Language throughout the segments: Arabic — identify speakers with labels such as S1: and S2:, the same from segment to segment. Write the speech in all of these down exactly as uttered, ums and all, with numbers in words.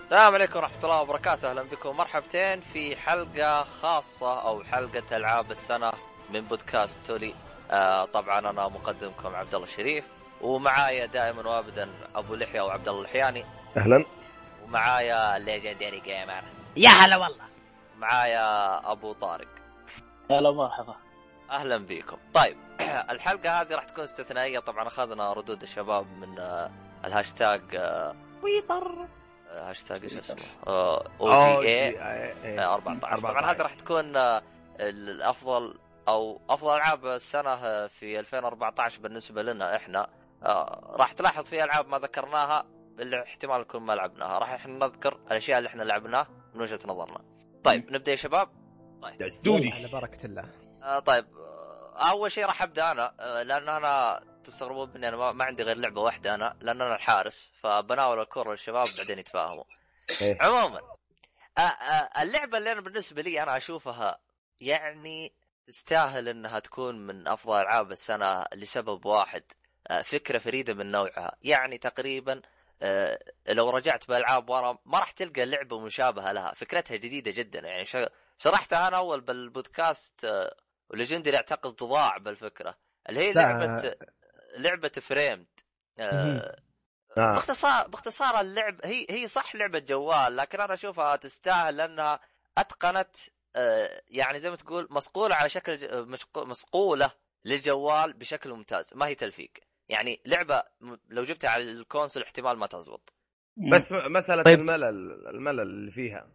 S1: السلام عليكم ورحمة الله وبركاته. أهلا بكم مرحبتين في حلقة خاصة أو حلقة ألعاب السنة من بودكاست تولي. آه طبعا أنا مقدمكم عبد الله الشريف، ومعايا دائما وابدا أبو لحية وعبد الله الحياني.
S2: أهلا.
S1: ومعايا الليجندري جيمر.
S3: يا هلا والله.
S1: معايا أبو طارق.
S3: هلا مرحبا.
S1: أهلا بكم. طيب الحلقة هذه راح تكون استثنائية. طبعا أخذنا ردود الشباب من آه الهاشتاج آه
S3: تويتر،
S1: هاشتاج ايش اسمه او في اي أربعة عشر. طبعا هذه راح تكون الافضل او افضل العاب السنه في ألفين وأربعة عشر بالنسبه لنا احنا. راح تلاحظ فيها العاب ما ذكرناها اللي احتمال نكون ما لعبناها. راح احنا نذكر الاشياء اللي احنا لعبناها من وجهه نظرنا. طيب نبدا يا شباب.
S2: طيب دودي
S4: على بركه الله.
S1: طيب اول شيء راح ابدا انا، لان انا تستغربون مني، انا ما عندي غير لعبه واحده انا، لان انا الحارس، فبناول الكره للشباب بعدين يتفاهموا. عموما اللعبه اللي انا بالنسبه لي انا اشوفها يعني تستاهل انها تكون من افضل العاب السنه لسبب واحد، فكره فريده من نوعها. يعني تقريبا لو رجعت بالالعاب ورا ما راح تلقى لعبه مشابهه لها، فكرتها جديده جدا. يعني شرحتها انا اول بالبودكاست وليجندري اعتقد تضاع بالفكره اللي هي لعبه لعبه فريمد. آه باختصار باختصار اللعب هي هي صح لعبه جوال، لكن انا اشوفها تستاهل لانها اتقنت آه يعني زي ما تقول مصقوله على شكل مصقوله للجوال بشكل ممتاز، ما هي تلفيق. يعني لعبه لو جبتها على الكونسول احتمال ما تزبط.
S2: بس مساله طيب. الملل الملل اللي فيها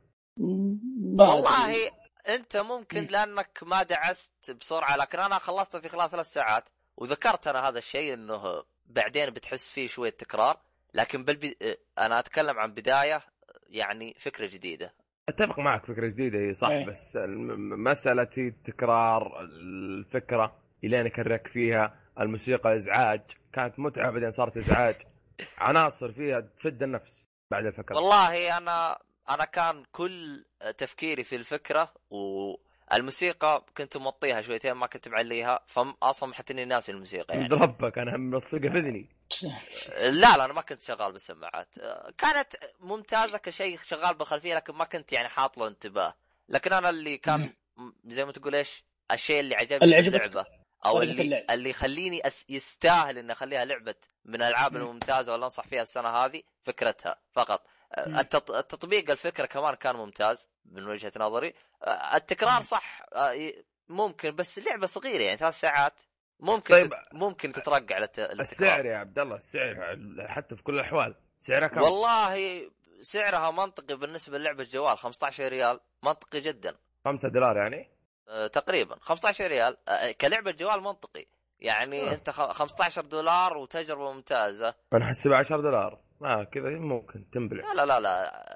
S1: والله انت ممكن لانك ما دعست بسرعه، لكن انا خلصت في خلال ثلاث ساعات. وذكرت انا هذا الشيء انه بعدين بتحس فيه شويه تكرار، لكن بالبي... انا اتكلم عن بدايه يعني فكره جديده.
S2: اتفق معك، فكره جديده صح. أيه. بس مساله تكرار الفكره الين كرك فيها الموسيقى ازعاج، كانت متعه بعدين صارت ازعاج. عناصر فيها تشد النفس بعد الفكره.
S1: والله انا انا كان كل تفكيري في الفكره والموسيقى كنت موطيها شويتين، ما كنت معليها، فاصلا حتى اني ناسي الموسيقى. يعني
S2: ربك انا ملصقه في اذني.
S1: لا لا انا ما كنت شغال بالسماعات، كانت ممتازه كشيء شغال بالخلفيه، لكن ما كنت يعني حاط له انتباه. لكن انا اللي كان زي ما تقول ايش الشيء اللي عجبني في اللعبه او اللي اللي يخليني أس... يستاهل ان اخليها لعبه من الالعاب الممتازه ولا انصح فيها السنه هذه، فكرتها فقط. التط... التطبيق الفكره كمان كان ممتاز من وجهه نظري. التكرار صح ممكن، بس لعبه صغيره يعني ثلاث ساعات ممكن. طيب. تت... ممكن تترقع على التكرار.
S2: السعر يا عبد الله، السعر حتى في كل الاحوال سعرها كم؟
S1: والله سعرها منطقي بالنسبه للعبه جوال، خمسة عشر ريال، منطقي جدا.
S2: خمسة دولار يعني
S1: أه تقريبا خمسة عشر ريال. أه كلعبه جوال منطقي يعني. أه. انت خمسة عشر دولار وتجربه ممتازه.
S2: انا احسبها عشرة دولار آه كذا ممكن تنبلع.
S1: لا لا لا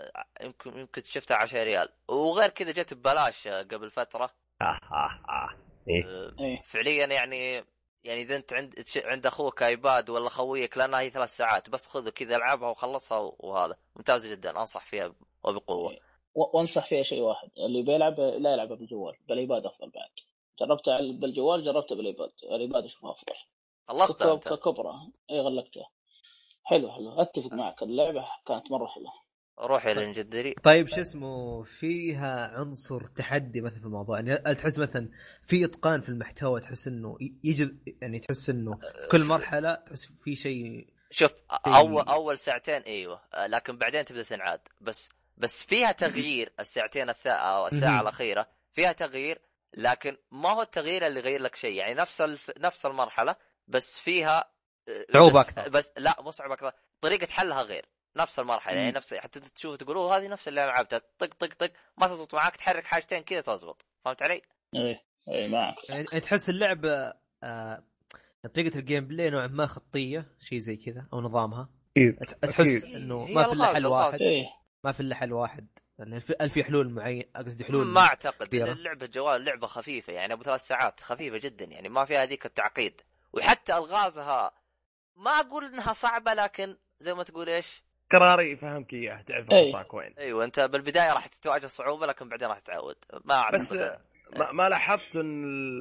S1: يمكن يمكن شفتها عشرة ريال، وغير كذا جت ببلاش قبل فتره.
S2: آه آه آه. إيه؟
S1: أه فعليا يعني يعني اذا انت عند عند اخوك ايباد ولا خويك، لانها هي ثلاث ساعات بس، خذ كذا العبها وخلصها، وهذا ممتاز جدا، انصح فيها وبقوه.
S3: وانصح فيها شيء واحد، اللي بيلعب لا يلعب بالجوال، بالايباد افضل. بعد جربتها بالجوال، جربتها بالايباد، الايباد اشوفها افضل.
S1: خلصتها
S3: انت ككبرى اي غلقتها. حلو حلو اتفق معك، اللعبه كانت مره حلوه.
S1: روحي للجدري.
S4: طيب شو اسمه، فيها عنصر تحدي مثلا في الموضوع، يعني تحس مثلا في اتقان في المحتوى، تحس انه يجي يعني تحس انه كل مرحله تحس في شيء.
S1: شوف اول اول ساعتين ايوه، لكن بعدين تبدا تنعاد. بس بس فيها تغيير. الساعتين الثاء او الساعه الاخيره فيها تغيير، لكن ما هو التغيير اللي يغير لك شيء. يعني نفس الف... نفس المرحله بس فيها
S4: صعوبه اكثر.
S1: بس لا مو صعوبه اكثر، طريقه حلها غير. نفس المرحله يعني نفس، حتى تشوف تقولوا هذه نفس اللي انا لعبتها، طق طق طق ما تزبط معك، تحرك حاجتين كذا تزبط. فهمت علي؟
S3: ايه ايه معك.
S4: يعني تحس اللعبه آه... طريقه الجيم بلاي نوعا ما خطيه، شيء زي كذا او نظامها.
S2: إيه.
S4: تحس انه ما في الا حل واحد.
S3: إيه.
S4: ما في الا حل واحد، يعني في حلول معين، قصدي حلول.
S1: ما اعتقد اللعبه جوال لعبه خفيفه يعني، ابو ثلاث ساعات خفيفه جدا يعني، ما فيها هذيك التعقيد. وحتى الغازها ما اقول انها صعبه، لكن زي ما تقول ايش
S2: قراري فهمك اياه، تعرف خطاك وين.
S1: ايوه انت بالبدايه راح تواجه صعوبه، لكن بعدين راح تتعود. ما اعرف
S2: بس ما, ما لاحظت ان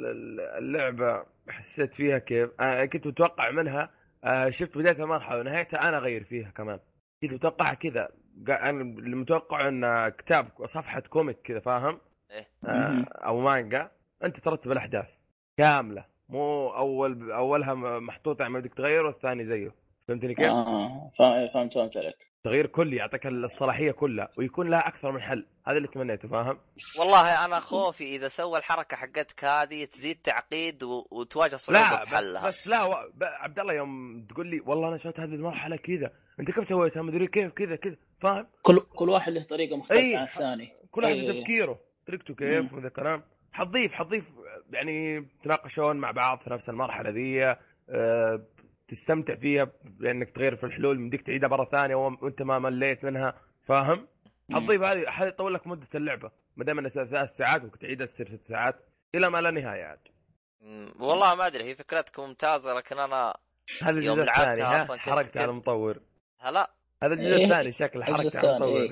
S2: اللعبه حسيت فيها كيف. انا كنت متوقع منها، شفت بدايه المرحله ونهايتها انا غير فيها كمان. كذا متوقع كذا. انا المتوقع ان كتاب صفحه كوميك كذا فاهم
S1: إيه؟
S2: آه او مانجا، انت ترتب الاحداث كامله، مو اول اولها محطوطه ما بدك تغير والثاني زيه. فهمتني كيف؟
S3: اه فهمت فهمت فهمت عليك.
S2: تغيير كلي يعطيك الصلاحيه كلها ويكون لها اكثر من حل. هذا اللي تمنيته فاهم.
S1: والله انا خوفي اذا سوى الحركه حقتك هذه تزيد تعقيد و... وتواجه صعوبه
S2: لا بس
S1: بحلها.
S2: بس لا و... ب... عبد الله يوم تقول لي والله انا سويت هذه المرحله كذا، انت كيف سويتها مدري كيف كذا كذا فاهم.
S3: كل كل واحد له طريقه مختلفه
S2: اي
S3: عن الثاني.
S2: كل واحد
S3: أي...
S2: تفكيره طريقته كيف وذا الكلام. حتضيف حتضيف يعني تناقشون مع بعض في نفس المرحله ذي أه... تستمتع فيها لانك تغير في الحلول، مديك تعيدها مره ثانيه وانت ما مليت منها فاهم. حتضيف هذه حتطول لك مده اللعبه ما دام انها ثلاث ساعات وتعيدها تصير ست ساعات الى ما لا نهايه عاد.
S1: والله ما ادري هي فكرتك ممتازه لكن انا
S2: هذا الجزء الثاني ها حركت على المطور.
S1: هلا
S2: هذا الجزء الثاني شكل حركت على المطور.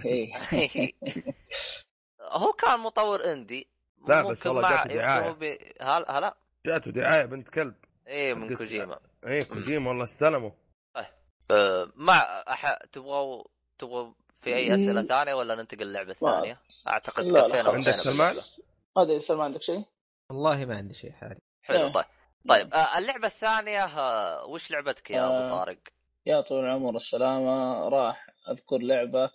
S1: هو كان مطور اندي.
S2: لا بس والله جاته دعايه.
S1: ب... هل... هلا
S2: جاته دعايه بنت كلب.
S1: ايه من كوجيما.
S2: ايه كوجيما والله استلموا.
S1: طيب أه مع أح... تبغوا تبغوا في اي اسئله ثانيه ولا ننتقل للعبه الثانيه؟ اعتقد كفينا.
S2: عندك سلمان؟
S3: هذا سلمان عندك شيء؟
S4: والله ما عندي شيء حالي.
S1: حلو طيب طيب آه اللعبه الثانيه آه وش لعبتك يا
S3: آه
S1: ابو طارق؟
S3: يا طول العمر السلامه. راح اذكر لعبه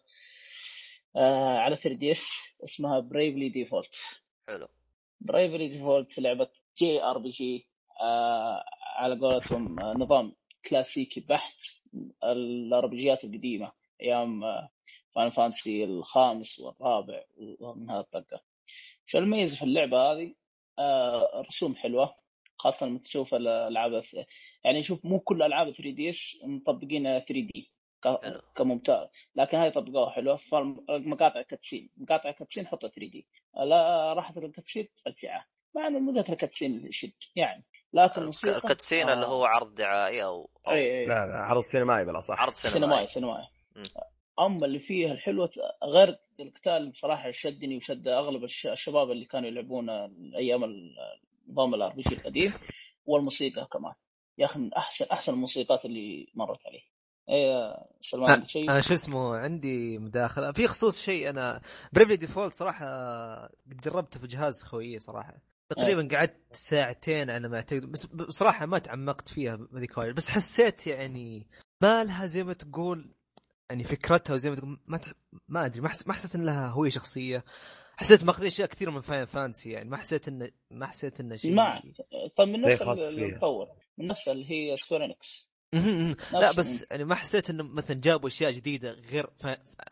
S3: آه على ثري دي اس اسمها بريفلي ديفولت.
S1: حلو.
S3: برايفلي ديفولت لعبه جي ار بي جي آه على قولتهم آه نظام كلاسيكي بحت. الاربجيات القديمه ايام آه فان فانسي الخامس والرابع ومن هذا الطقه. شو الميز في اللعبه هذه؟ آه رسوم حلوه خاصه لما تشوف الالعاب يعني شوف مو كل العاب ثري دي اس مطبقين ثري دي كممتاز لكن هاي طبقوها حلوه. فمقاطع كاتسين مقاطع كاتسين حطها ثري دي لا راحت الكاتسين رجعها مع انه مو ذاك الكاتسين شد يعني لكن الموسيقى
S1: الكاتسين آه. اللي هو عرض دعائي او, أو...
S3: أي أي.
S2: لا لا عرض سينمائي بلا صح
S1: عرض سينمائي
S3: سينمائي اما اللي فيها الحلوه غير القتال بصراحه شدني وشد اغلب الشباب اللي كانوا يلعبون ايام النظام الار بي جي القديم. والموسيقى كمان يا اخي من احسن احسن الموسيقات اللي مرت عليه. ايه سلمان عندك شيء؟
S4: انا شو اسمه عندي مداخله في خصوص شيء. انا بريفلي ديفولت صراحه جربته في جهاز خويي صراحه تقريبا أيه. قعدت ساعتين انا ما اعتقد بس بصراحه ما تعمقت فيها ذيك بس حسيت يعني ما لها زي ما تقول يعني فكرتها وزي ما تقول ما تح... ما ادري ما حسيت ما حسيت ان لها هويه شخصيه. حسيت ماخذ اشياء كثير من فاين فانسي يعني ما حسيت انه ما حسيت انه شيء
S3: ما طب من نفس المطور من نفس اللي هي سكويرينكس.
S4: لا بس يعني ما حسيت انه مثلا جابوا اشياء جديده غير ف...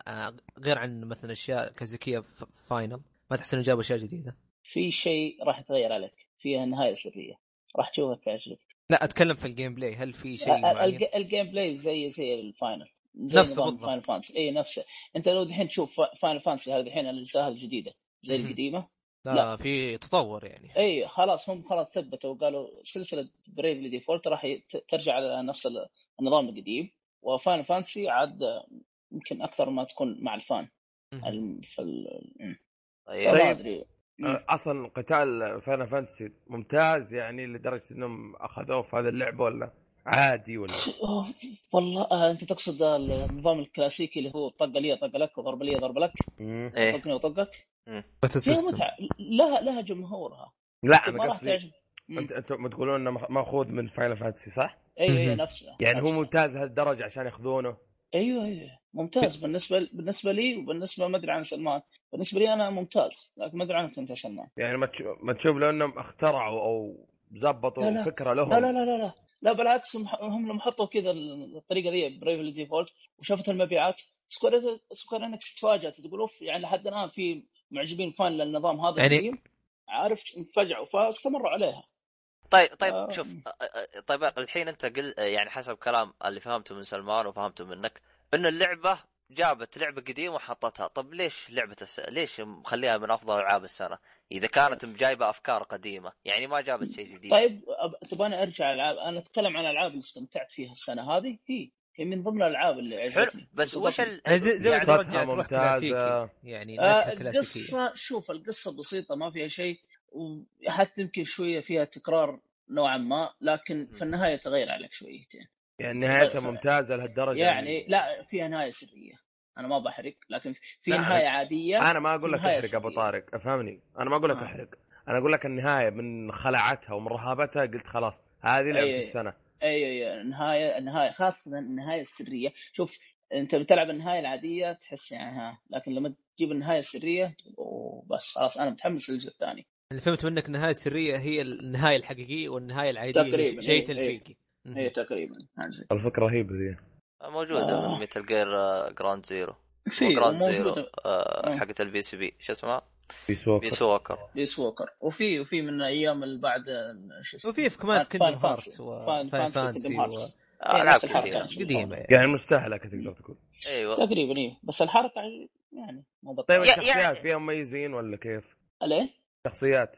S4: غير عن مثلا اشياء كلاسيكيه فاينل. ما تحس انه جابوا اشياء جديده؟
S3: في شيء راح يتغير عليك فيها نهايه سريه راح تشوفها تعجبك.
S4: لا اتكلم في الجيم بلاي هل في شيء معين؟
S3: الجيم بلاي زي زي الفاينل
S4: نفس
S3: فاينل فانسي. اي نفسه. انت لو دحين تشوف فاينل فانسي هذه الحين الاجزاء الجديده زي القديمه
S4: لا, لا في تطور يعني.
S3: اي خلاص هم خلاص ثبتوا وقالوا سلسله بريفلي ديفولت راح ترجع على نفس النظام القديم. وفاينل فانسي عاد يمكن اكثر ما تكون مع الفان في ال...
S2: طيب اصلا قتال فاينل فانسي ممتاز يعني لدرجه انهم اخذوه في هذه اللعبه ولا عادي ولا؟
S3: والله آه انت تقصد النظام الكلاسيكي اللي هو طق لي طق لك وضرب لي ضرب لك طقني وطقك لها لها جمهورها.
S2: لا انا قصدي انت انتم تقولون انه ماخوذ من فاينل فانتسي صح؟
S3: ايوه ايوه نفسه
S2: يعني
S3: نفسه.
S2: هو ممتاز هالدرجه عشان ياخذونه.
S3: ايوه ايوه ممتاز بالنسبه بالنسبه لي وبالنسبه ما ادري عن سلمان. بالنسبه لي انا ممتاز لكن ما ادري عنك انت سلمان.
S2: يعني ما تشوف ما تشوف لانهم اخترعوا او زبطوا فكره لهم.
S3: لا لا لا لا لا لا بالعكس هم لما حطوا كذا الطريقه ذي بريفلي ديفولت وشافت المبيعات سكوير سكوير انكس تفاجأت تقول اوف يعني لحد الان في معجبين فان للنظام هذا
S4: يعني...
S3: القديم عرفت انفجعوا فاستمروا عليها.
S1: طيب طيب آه. شوف طيب الحين انت قل يعني حسب كلام اللي فهمته من سلمان وفهمته منك ان اللعبه جابت لعبه قديمه وحطتها. طب ليش لعبه الس... ليش مخليها من افضل العاب السنه اذا كانت جايبه افكار قديمه يعني ما جابت شيء جديد؟
S3: طيب تبغاني ارجع العاب انا اتكلم عن الالعاب اللي استمتعت فيها السنه هذه هي هي من ضمن الالعاب اللي عجبتني.
S1: بس وش ال...
S4: زي زي
S2: يعني
S4: ترجع تروح كلاسيكي يعني
S3: آه القصه شوف القصه بسيطه ما فيها شيء وحتى يمكن شويه فيها تكرار نوعا ما لكن في النهايه تغير عليك شويتين
S2: يعني نهايتها ممتازه لهالدرجه
S3: يعني لا فيها نهايه سريه، انا ما بحرق، لكن في
S2: لا،
S3: نهايه عاديه.
S2: انا ما اقول لك احرق ابو طارق، افهمني، انا ما اقول لك
S3: آه.
S2: احرق، انا اقول لك النهايه من خلعتها ومن رهابتها قلت خلاص هذه لعبه
S3: أي
S2: السنه.
S3: اي اي النهايه النهايه خاصه النهايه السريه. شوف انت بتلعب النهايه العاديه تحس يعني ها، لكن لما تجيب النهايه السريه وبس خلاص انا متحمس للجزء الثاني.
S4: اللي فهمت منك النهايه السريه هي النهايه الحقيقيه والنهايه العاديه
S3: تقريبا
S4: شيء
S3: إيه
S4: تلفيقي.
S3: هي إيه تقريبا هذه
S2: الفكره رهيبه ذي
S1: موجوده
S3: آه.
S1: من ميتال جير جراند زيرو.
S3: في
S1: جراند زيرو
S3: وموجوده
S1: آه حقت البي سي بي شو اسمها
S2: بيس ووكر.
S1: بيس ووكر
S3: بيس ووكر، وفي وفي من ايام اللي بعد شو اسمه،
S4: وفي كمان
S3: فان-
S4: كيندم
S3: فان
S4: هارتس
S3: فانسي.
S4: وفان
S3: فان فانسي
S4: فانسي
S3: كيندم هارتس.
S1: آه،
S3: إيه
S1: العاب
S3: نفس الحركه
S1: كثيره
S3: نفس
S4: قديمه
S3: الحركة.
S4: يعني.
S2: يعني مستهلك تقدر تقول.
S1: ايوه
S3: تقريبا ايه، بس الحركه يعني مو
S2: طيب
S3: بطال.
S1: يا-
S2: الشخصيات
S1: يعني-
S2: فيها مميزين ولا كيف؟
S3: ليه؟
S2: شخصيات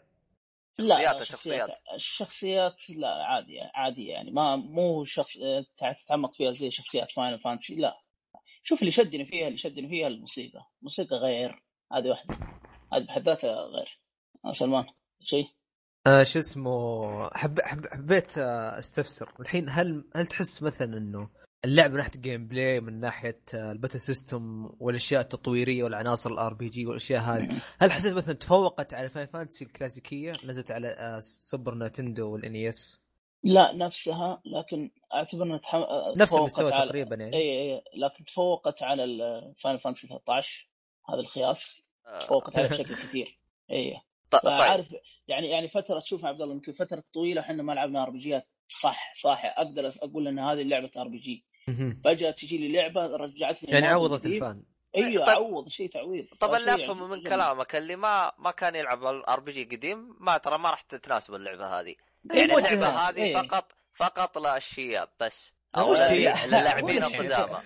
S3: لا
S1: شخصيات
S3: شخصيات
S1: الشخصيات
S3: الشخصيات لا عادية عادية يعني، ما مو شخص تتعمق فيها زي شخصيات فاينل فانتسي. لا شوف اللي شدني فيها اللي شدني فيها الموسيقى، موسيقى غير، هذه واحدة، هذه بحد ذاتها غير. آه سلمان شيء
S4: آه شو اسمه حب حب حبيت آه استفسر الحين، هل هل تحس مثلا انه اللعبه من ناحيه الجيم بلاي، من ناحيه آه الباتل سيستم والاشياء التطويريه والعناصر الار بي جي والاشياء هذه، هل حسيت مثلا تفوقت على فاين فانتسي الكلاسيكيه نزلت على آه سوبر نينتندو والانيس؟
S3: لا نفسها، لكن اعتبر انها تح...
S4: نفس المستوى
S3: على...
S4: تقريبا يعني.
S3: اي اي لكن تفوقت على الفاينل فانتسي ثلاثة عشر، هذا الخياس تفوقت عليه بشكل كثير. اي
S1: طيب
S3: عارف يعني يعني فتره تشوف عبد الله يمكن فتره طويله احنا ما لعبنا ار بي جيات صح صح اقدر اقول ان هذه اللعبه ار بي جي، فجاه تجي لي لعبه رجعتني
S4: يعني عوضت الفان.
S3: ايوه
S1: طيب.
S3: عوض شيء تعويض.
S1: طب اللي افهمه من كلامك اللي ما ما كان يلعب الار بي جي قديم ما ترى ما راح تتناسب اللعبه هذه، يعني اللعبه هذه
S3: أيه.
S1: فقط فقط للشياب بس
S4: او
S1: اللاعبين القدامى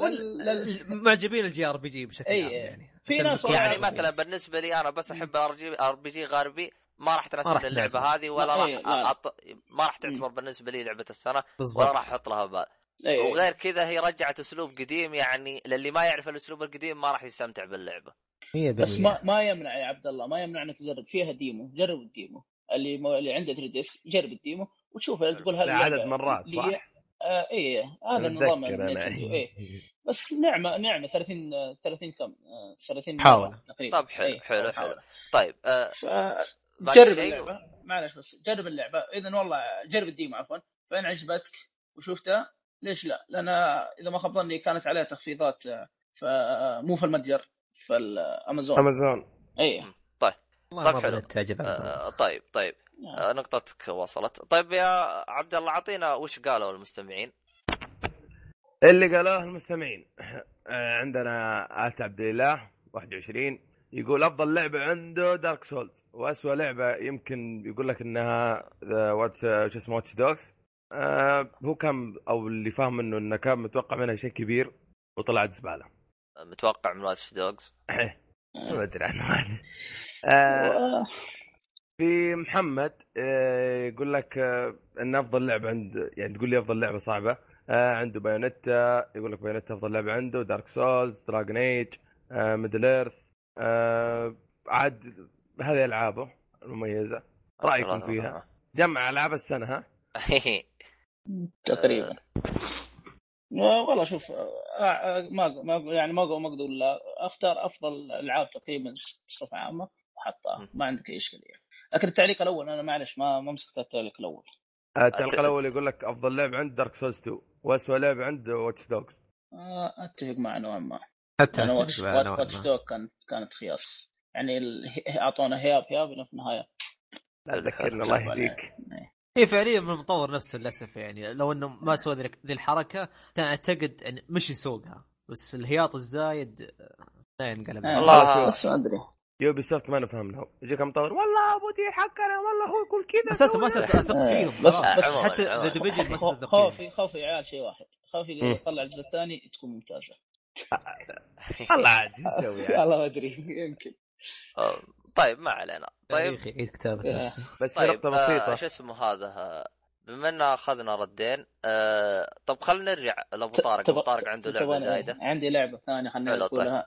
S4: معجبين الجي ار بي جي بشكل عام يعني.
S3: في ناس
S1: يعني مثلا بالنسبه لي انا بس احب ار بي جي غربي ما راح تناسب اللعبه هذه ولا راح
S3: أيه.
S1: أط... ما راح تعتبر بالنسبه لي لعبه السنه ولا راح احط لها بال. أيه. وغير كذا هي رجعت اسلوب قديم، يعني للي ما يعرف الاسلوب القديم ما راح يستمتع باللعبه.
S3: بس ما ما يمنع يا عبد الله، ما يمنع انك تجرب فيها ديمو، جرب الديمو اللي م... اللي عنده ثري دي اس جرب الديمو وتشوف تقول هل
S2: عدد مرات صح.
S3: آه ايه هذا النظام ايه بس نعمه نعمه ثلاثين ثلاثين كم آه ثلاثين
S1: تقريبا. طب حلو
S3: ايه
S1: حلو حلو. طيب آه
S3: ف... جرب اللعبه معلش بس جرب اللعبه اذا والله جرب الديمو عفوا فان عجبتك وشفتها ليش لا، لان اذا ما خاب ظني كانت عليها تخفيضات فمو في المتجر في الامازون
S2: امازون
S1: اي طيب طيب حلو آه طيب طيب آه نقطتك وصلت. طيب يا عبد الله اعطينا وش قالوا المستمعين.
S2: اللي قالوه المستمعين عندنا آت عبد الله واحد وعشرين يقول افضل لعبه عنده دارك سولز واسوأ لعبه يمكن يقول لك انها واتش شو اسمه واتش دوغز. آه هو كان او اللي فاهم انه انه كان متوقع منها شيء كبير وطلعت زباله.
S1: متوقع من واتش دوغز
S2: ما ادري عنه هذا. آه في محمد آه يقول لك آه ان افضل لعبه عند يعني تقول لي افضل لعبه صعبه آه عنده بايونيتا، يقول لك بايونيتا افضل لعبه عنده، دارك سولز، دراجون ايج، آه ميدل ايرث. آه عاد هذه العابه المميزه رايكم فيها؟ جمع العاب السنه ها
S3: تقريبا. والله شوف ما ما يعني ما ما اقدر لا اختار افضل العاب تقريبا بصفه عامه وحطها ما عندك اي اشكاليه. لكن التعليق الاول انا معلش ما ما مسكت التعليق الاول.
S2: التعليق الاول يقول لك افضل لعبه عند دارك سولز تو واسوء لعبه عند واتش دوغز.
S3: اتفق مع نوعا ما
S4: حتى
S3: انا واتش واتش دوغ كانت كانت خياس يعني اعطونا هياب هياب في النهايه.
S2: لا ذكرنا الله يهديك.
S4: هي فعليا من المطور نفسه للاسف يعني لو انه ما سوى ذي الحركه كان اعتقد ان مش يسوقها بس الهياط الزايد لا ينقلب.
S3: الله بس ما ادري
S2: يوبي سوفت ما نفهم له يجيك مطور والله ابو دي حقنا والله هو يقول كذا
S4: اساسا ما صرت اثق فيهم
S3: بس,
S4: بس
S3: بس
S4: حتى ذا ديفيجن ما صرت
S3: خوفي خوفي يا عيال شيء واحد خوفي يطلع الجزء الثاني تكون ممتازه.
S2: الله عاد نسوي
S3: والله ما ادري يمكن.
S1: طيب ما علينا. طيب
S4: عيد كتابة نفسه.
S2: بس في نقطة بسيطة.
S1: ايش اسمه هذا بما ان اخذنا ردين أه... طب خلينا نرجع لابو طارق. ابو طارق عنده لعبة زايدة.
S3: عندي لعبة ثانية خلينا نقولها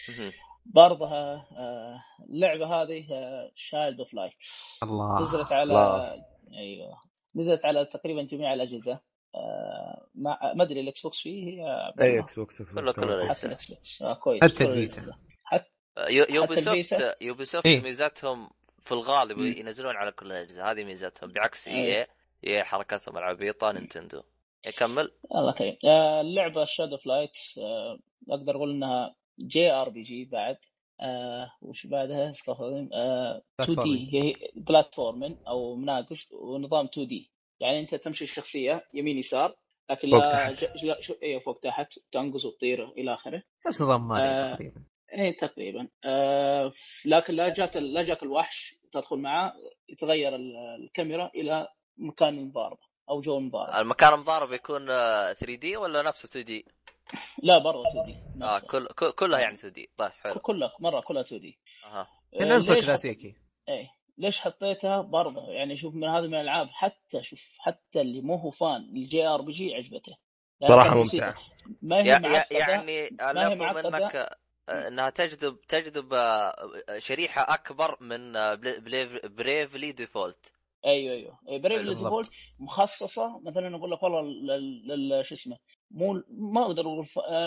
S3: برضها اللعبة هذه شايلد اوف لايت.
S4: الله
S3: نزلت على الله. ايوه نزلت على تقريبا جميع الأجهزة آه ما ما ادري الاكس بوكس فيه
S2: اي اكس بوكس
S1: كله كله
S3: حتى الاكس بوكس آه كويس.
S4: حتى الفيتا.
S3: حتى
S1: يوبي سوفت يوبي سوفت
S4: إيه؟
S1: ميزاتهم في الغالب
S3: م.
S1: ينزلون على كل الاجهزه، هذه ميزاتهم بعكس
S3: أي.
S1: اي اي حركتهم العبيطه نينتندو. يكمل.
S3: الله كريم. آه اللعبه شادو فلايت آه اقدر اقول انها جي ار بي جي بعد. آه وش بعدها استغفر آه تو دي، هي بلاتفورمين او مناقص ونظام تو دي، يعني انت تمشي الشخصيه يمين يسار لكن لا ج... ج... ايه فوق تحت تنقز وتطير الى اخره،
S4: نفس نظام ماريو
S3: آه
S4: تقريبا.
S3: ايه تقريبا. آه لكن لا جات لا جاك الوحش تدخل معه يتغير الكاميرا الى مكان المضاربه او جو المضاربه.
S1: المكان المضارب يكون ثري دي ولا نفسه تو دي؟
S3: لا برضه تو دي.
S1: اه كل كلها يعني تو دي. طيب حلو.
S3: كلها مره كلها تو دي.
S1: اها
S4: آه نفس كلاسيكي.
S3: ايه ليش حطيتها برضه؟ يعني شوف من هذه من الالعاب حتى شوف حتى اللي مو هو فان الجي ار بي جي عجبته
S2: صراحه ممتعه.
S3: ما هي معقده
S1: يعني الافضل منك انها تجذب تجذب شريحه اكبر من بريفلي ديفولت.
S3: ايوه ايوه بريفلي ديفولت مخصصه مثلا اقول لك والله لل شو اسمه مو ما اقدر اقول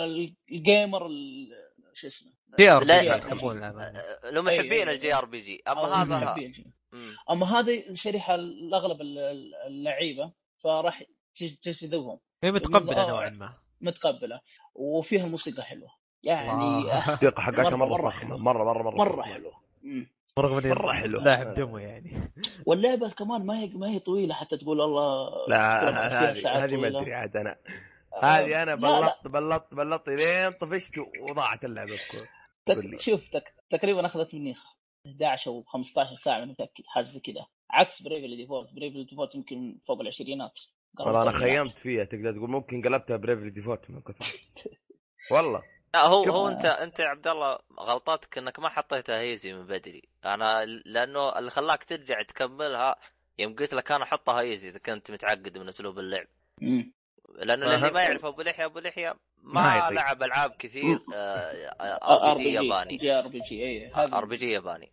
S3: الجيمر شو اسمه
S4: جي ار بي جي يحبون
S1: لو محبين الجي ار بي جي. اما هذا
S3: اما هذه الشريحه الاغلب اللعيبه فراح تجذبهم.
S4: هي متقبله نوعا ما
S3: متقبله وفيها الموسيقى حلوه يعني
S2: الدقه حقتها مره مره مره مره مره,
S3: مرة حلوه
S4: مرة
S2: مرة حلو
S4: لاعب دمو يعني.
S3: واللعبة كمان ما هي ما هي طويلة حتى تقول الله.
S2: لا هذه هذه ما ادري عاد انا هذه انا بلطت بلطت بلطت لين طفشت وضاعت اللعبة بكل.
S3: تك... شوف تك... تقريبا اخذت مني احد عشر او خمسة عشر ساعة من متأكد حاجة زي كذا، عكس بريفلي ديفولت. بريفلي ديفولت يمكن فوق العشرينات.
S2: والله انا خيمت فيها تقدر تقول ممكن قلبتها بريفلي ديفولت من كثر والله.
S1: لا هو هو انت انت يا عبد الله غلطاتك انك ما حطيتها هيزي من بدري. انا لانه اللي خلاك ترجع تكملها يوم قلت لك انا احطها هيزي اذا كنت متعقد من اسلوب اللعب. لانه اللي ما يعرف ابو لحيه ابو لحيه ما لعب العاب كثير ار بي جي ياباني.
S3: جي ار بي جي اي هذا
S1: ار بي جي ياباني.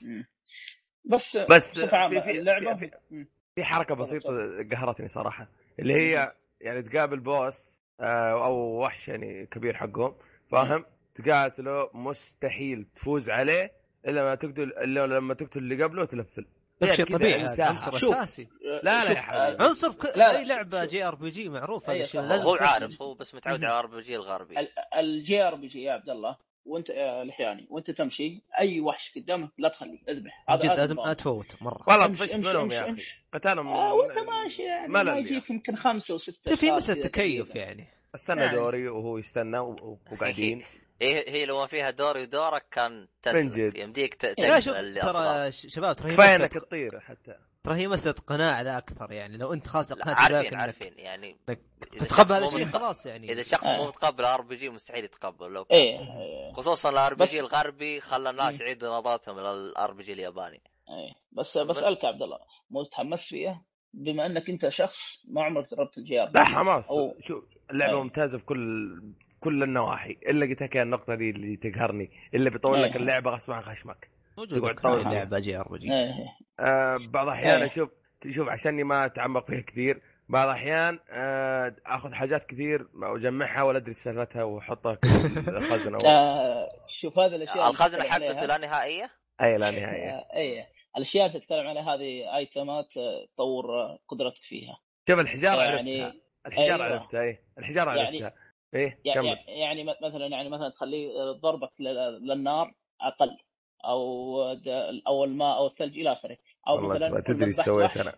S3: بس
S2: بس
S3: في
S2: في
S3: اللعبه
S2: في, في, في حركه بسيطه قهرتني صراحه اللي هي يعني تقابل بوس او وحش يعني كبير حقهم فاهم، تقاتله مستحيل تفوز عليه الا ما تقتل الا لما تقتل اللي قبله وتلفل.
S4: شيء طبيعي عنصر اساسي.
S2: لا لا يا حبيبي
S4: عنصر ك... لا اي لعبه جي ار بي جي معروف هذا الشيء لازم
S1: هو عارف هو بس متعود على ار بي جي الغربي.
S3: الجي ار بي جي يا عبد الله وانت لحياني وانت تمشي اي وحش قدامك لا تخليه اذبح.
S4: هذا لازم اتفوت مره
S2: والله طفشت منهم يا اخي قتالهم
S3: آه وانت ماشي يعني ما يجيك يمكن خمسة وستة.
S4: في مسألة تكيف يعني
S2: استنى يعني. دوري وهو يستنى وقاعدين
S1: هي هي لو ما فيها دوري ودورك كان تسلك يمديك
S4: تشوف ترى شباب ترى
S2: هي مسألة تطير حتى
S4: ترى هي مسألة قناعة لا أكثر يعني. لو أنت خلاص اقنعت
S1: عارفين عارفين يعني
S4: تتقبل هذا الشيء خلاص يعني.
S1: إذا شخص مو متقبل ار بي جي مستحيل يتقبل لو
S3: إيه.
S1: خصوصا الار بي جي الغربي خلى الناس يعيدوا نظرتهم للار بي جي الياباني.
S3: إيه. بس بسألك عبد الله مو متحمس فيها بما أنك أنت شخص ما عمرك جربت الجي ار بي؟
S2: لا حماس أو... شوف اللعبة أيه. ممتازة في كل كل النواحي إلا قلت لك النقطة دي اللي تقهرني اللي بيطول لك اللعبة غصب عن خشمك.
S4: تقعد تطول اللعبة جي ار بي جي.
S2: آه بعض الأحيان أشوف شوف عشاني ما أتعمق فيها كثير بعض الأحيان آه أخذ حاجات كثير وأجمعها ولا أدري سالفتها وأحطها في الخزنة.
S3: آه شوف هذا الأشياء
S1: الخزنة حقته لا نهائية.
S2: أي لا نهائية.
S3: آه أي الأشياء اللي تتكلم عليها هذه أيتمات تطور قدرتك فيها.
S2: شوف الحجارة يعني عرفتها الحجارة أيوة. عرفتها إيه الحجارة
S3: يعني
S2: عرفتها إيه
S3: يعني, يعني مثلا يعني مثلا تخلي ضربك للنار أقل أو أو الماء أو الثلج إلى آخره أو مثلا
S2: ما تدري ايش سويت انا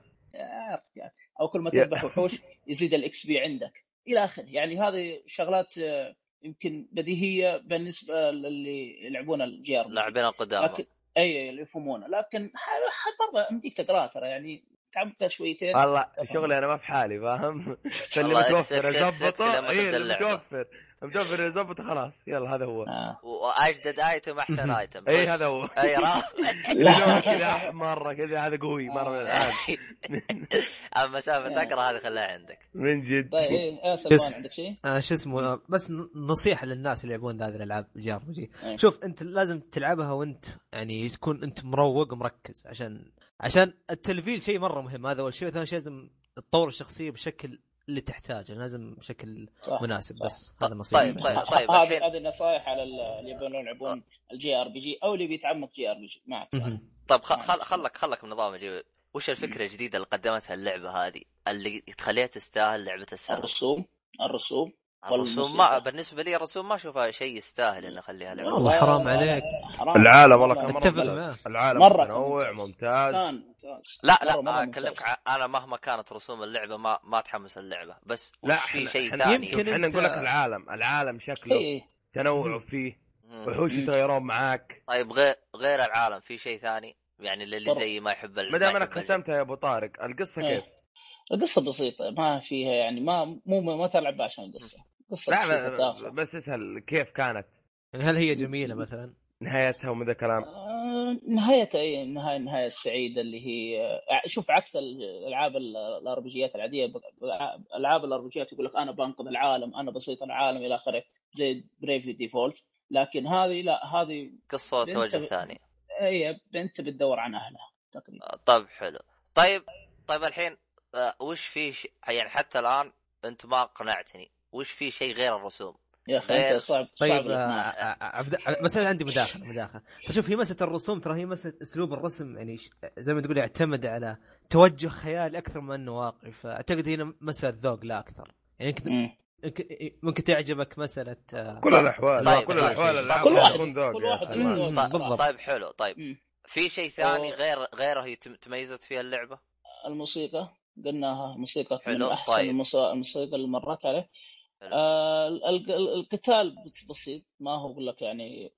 S3: أو كل ما تذبح وحوش يزيد الإكس بي عندك إلى آخره. يعني هذه شغلات يمكن بديهية بالنسبة للي يلعبون الجي ار
S1: لاعبين القدامى
S3: لكن أي اللي يفهمونه لكن برضه أمديك تقرأ ترى يعني تعمقها شويتين.
S2: والله شغلي انا ما في حالي فاهم فاللي متوفر اضبطه ايه اللي متوفر متوفر يضبطه خلاص يلا هذا هو
S1: آه. واجدد ايتم احسن ايتم
S2: اي هذا هو
S1: اي راه
S2: لا كذا احمر كذا هذا قوي مره من الان
S1: اما مسافه تقرا هذه خليها عندك
S2: من جد.
S3: طيب ايه سلمان عندك شيء
S4: آه شو اسمه بس نصيحه للناس اللي يلعبون هذه الالعاب جي ار بي جي شوف انت لازم تلعبها وانت يعني تكون انت مروق مركز عشان عشان التلفيل شيء مره مهم. هذا اول شيء. ثاني شيء لازم تطور الشخصيه بشكل اللي تحتاجه، لازم بشكل
S3: صح.
S4: مناسب
S3: صح.
S4: بس هذا نصيحة.
S1: طيب طيب طيب
S3: هذه هذه النصائح على اللي يبون يلعبون الجي ار بي جي او اللي بيتعمق جي ار بي جي معك.
S1: طيب خل خلك خلك من نظام الجي. وش الفكره الجديده اللي قدمتها اللعبه هذه اللي تخليها تستاهل لعبه السنه؟
S3: الرسوم الرسوم
S1: الرسوم ما بالنسبه لي الرسوم ما اشوفها شيء يستاهل ان اخليها لعبه.
S4: والله حرام عليك.
S3: حرام.
S2: العالم والله كان
S4: اتفق
S2: مره
S4: معاه.
S2: العالم
S3: مرة
S2: متنوع ممتاز.
S3: ممتاز.
S1: لا لا مرة مرة اكلمك ع... انا مهما كانت رسوم اللعبه ما ما اتحمس اللعبه، بس
S2: لا
S1: في شيء
S2: ثاني.
S1: يمكن
S2: احنا نقول لك العالم العالم شكله
S3: إيه.
S2: تنوع فيه وحوش يتغيرون معاك.
S1: طيب غير غير العالم في شيء ثاني يعني اللي زي ما يحب
S2: ما دام انا ختمتها يا ابو طارق القصه
S3: إيه.
S2: كيف؟
S3: القصه بسيطه ما فيها يعني ما مو ما تلعب عشان القصه. قصه
S2: لا بس اسهل كيف كانت
S4: يعني هل هي جميله مثلا
S2: نهايتها ومن ذا كلام؟
S3: آه نهايتها ايه النهايه النهايه السعيده اللي هي شوف عكس الالعاب الاربجيات العاديه. العاب الاربجيات يقول لك انا بنقذ العالم انا بسيط العالم الى اخره زي بريفلي ديفولت، لكن هذه لا هذه
S1: قصه توجه ثاني.
S3: اي بنت بتدور عن اهلها تقريبا.
S1: طيب حلو. طيب طيب الحين وش في ش... يعني حتى الان انت ما قنعتني وش في شيء غير الرسوم
S3: يا اخي انت صعب.
S4: طيب عبد... بس انا عندي مداخله مداخله فشوف هي مساله الرسوم ترى هي مساله اسلوب الرسم يعني زي ما تقول يعتمد على توجه خيالي اكثر من انه واقعي، فاعتقد هنا مساله ذوق لا اكثر. يعني ممكن ممكن تعجبك مساله
S2: كل الاحوال
S1: طيب
S2: كل الاحوال
S3: كل واحد.
S1: طيب حلو. طيب م. في شيء ثاني غير غيره هي تميزت فيها اللعبه؟
S3: الموسيقى قلناها موسيقى من احسن
S1: طيب.
S3: الموسيقى اللي مرت عليه. آه القتال بسيط ما هو اقول لك يعني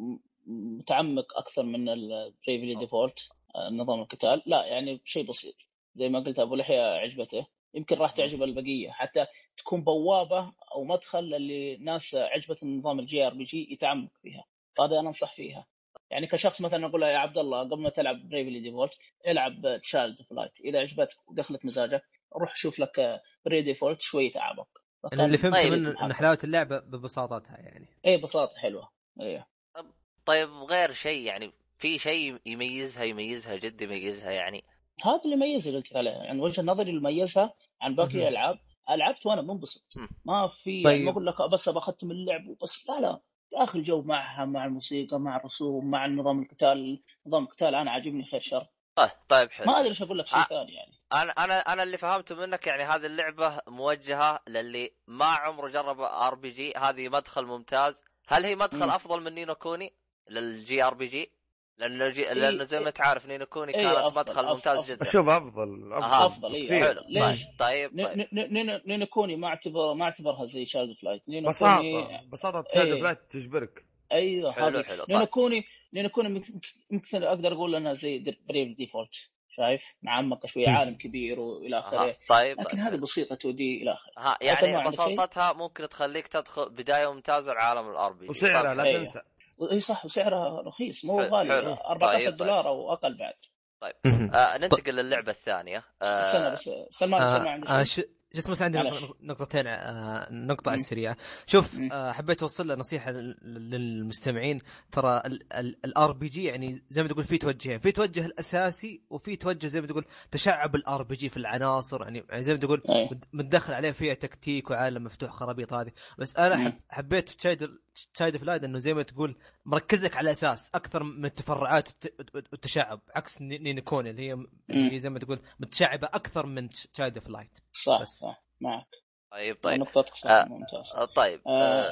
S3: متعمق اكثر من البريفلي ديفولت. نظام القتال لا يعني شيء بسيط زي ما قلت ابو لحية عجبته يمكن راح تعجب البقيه حتى تكون بوابه او مدخل اللي ناس عجبت النظام الجي ار بي جي يتعمق فيها. هذا انا انصح فيها يعني كشخص مثلا اقول يا عبد الله قبل ما تلعب بريفلي ديفولت العب تشايلد اوف لايت اذا عجبتك ودخلت مزاجك روح شوف لك بري ديفولت شويه تعبك.
S4: انا اللي فهمت طيب من ان حلاوه اللعبه ببساطتها يعني
S3: اي بساطه حلوه. ايه
S1: طيب غير شيء يعني في شيء يميزها يميزها جد يميزها يعني
S3: هذا اللي يميزها قلت عليه يعني وجه نظري اللي يميزها عن باقي الالعاب. العبت وانا منبسط ما في طيب. يعني ما اقول لك بس بختم اللعب وبس لا لا داخل جو معها مع الموسيقى مع الرسوم مع النظام القتال. نظام القتال انا عاجبني خير شر.
S1: طيب طيب حلو.
S3: ما ادري ايش اقول لك شيء
S1: أ...
S3: ثاني يعني.
S1: انا انا انا اللي فهمته منك يعني هذه اللعبه موجهه للي ما عمره جرب ار بي جي. هذه مدخل ممتاز. هل هي مدخل م. افضل من نينو كوني للجي ار بي جي؟ لأنه جي... إيه لأنه زي ما تعرف نينو كوني كانت إيه أفضل مدخل أفضل ممتاز
S3: أفضل
S1: جدا.
S2: شوف أفضل أفضل
S3: أفضل إيه
S1: حلو. ليش؟ طيب
S3: طيب نينو نينو كوني ما اعتبر ما اعتبرها زي شالد فلايت.
S2: نينو بساطة كوني... بساطة شالد إيه فلايت تجبرك.
S3: أيوه حلو حلو. نينو كوني نينو كوني يمكن أقدر أقول أنها زي بريف ديفولت شايف معمقة شوية عالم كبير وإلى آخره.
S1: طيب
S3: لكن هذه بسيطة تو دي إلى آخره.
S1: ها يعني بساطتها ممكن تخليك تدخل بداية ممتازة لعالم الار بي جي.
S2: وسعرها لا تنسى.
S3: اي صح وسعرها رخيص مو غالي أربعة عشر طيب دولار طيب. او اقل بعد.
S1: طيب آه ننتقل للعبه الثانيه.
S3: آه بس سلمان
S4: آه
S3: سلمان عندي
S4: آه ش... جسم عندي نقطتين آه نقطة على السريع. شوف آه حبيت اوصل له نصيحة للمستمعين. ترى الار بي جي يعني زي ما تقول في توجهين، في توجه الاساسي وفي توجه زي ما تقول تشعب الار بي جي في العناصر يعني زي ما تقول متدخل عليه فيها تكتيك وعالم مفتوح خرابيط هذه. بس انا حب حبيت في تشايد تشايد فلايد انه زي ما تقول مركزك على اساس اكثر من التفرعات والتشعب عكس نينكون اللي هي اللي زي ما تقول متشعبه اكثر من تشايد فلايد.
S3: صح بس. صح معك.
S1: طيب طيب
S3: نقطتك صح آه
S1: ممتاز. طيب
S3: آه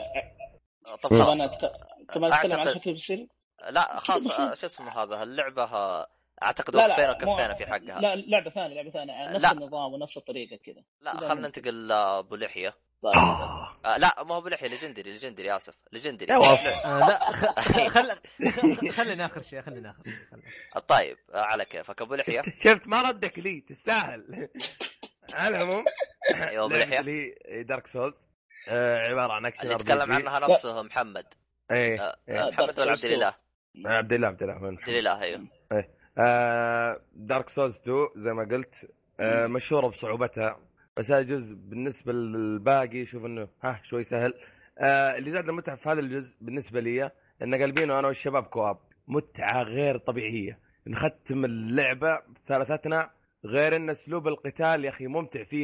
S1: آه طبعا
S3: انا تبغى تتكلم عن شكل بسيط.
S1: لا خلاص شو اسمه هذا اللعبه اعتقد وقفنا وكفينا في حقها.
S3: لا لعبه ثانيه لعبه ثانيه نفس لا. النظام ونفس الطريقه كذا.
S1: لا خلينا ننتقل لابو لحيه. آه لا ما هو بلحيه ليجندري ليجندري اسف ليجندري
S4: آه لا خل خلينا اخر شيء خلينا اخر
S1: طيب آه على كيفك ابو لحيه.
S2: شفت ما ردك لي تستاهل. على العموم
S1: ايوه ابو لحيه
S2: لي دارك سولز آه عباره عن اكشن
S1: اللي يتكلم عنها نفسه محمد.
S2: ايه
S1: آه محمد ولا عبد الله؟
S2: عبد الله عبد الله
S1: عبد الله ايوه
S2: ايه آه دارك سولز تو زي ما قلت آه مشهوره بصعوبتها بس هذا جزء بالنسبه للباقي شوف انه ها شوي سهل. آه اللي زاد المتعه في هذا الجزء بالنسبه لي ان قلبينه انا والشباب كواب متعه غير طبيعيه. نختم اللعبه ثلاثتنا غير ان اسلوب القتال يا اخي ممتع فيها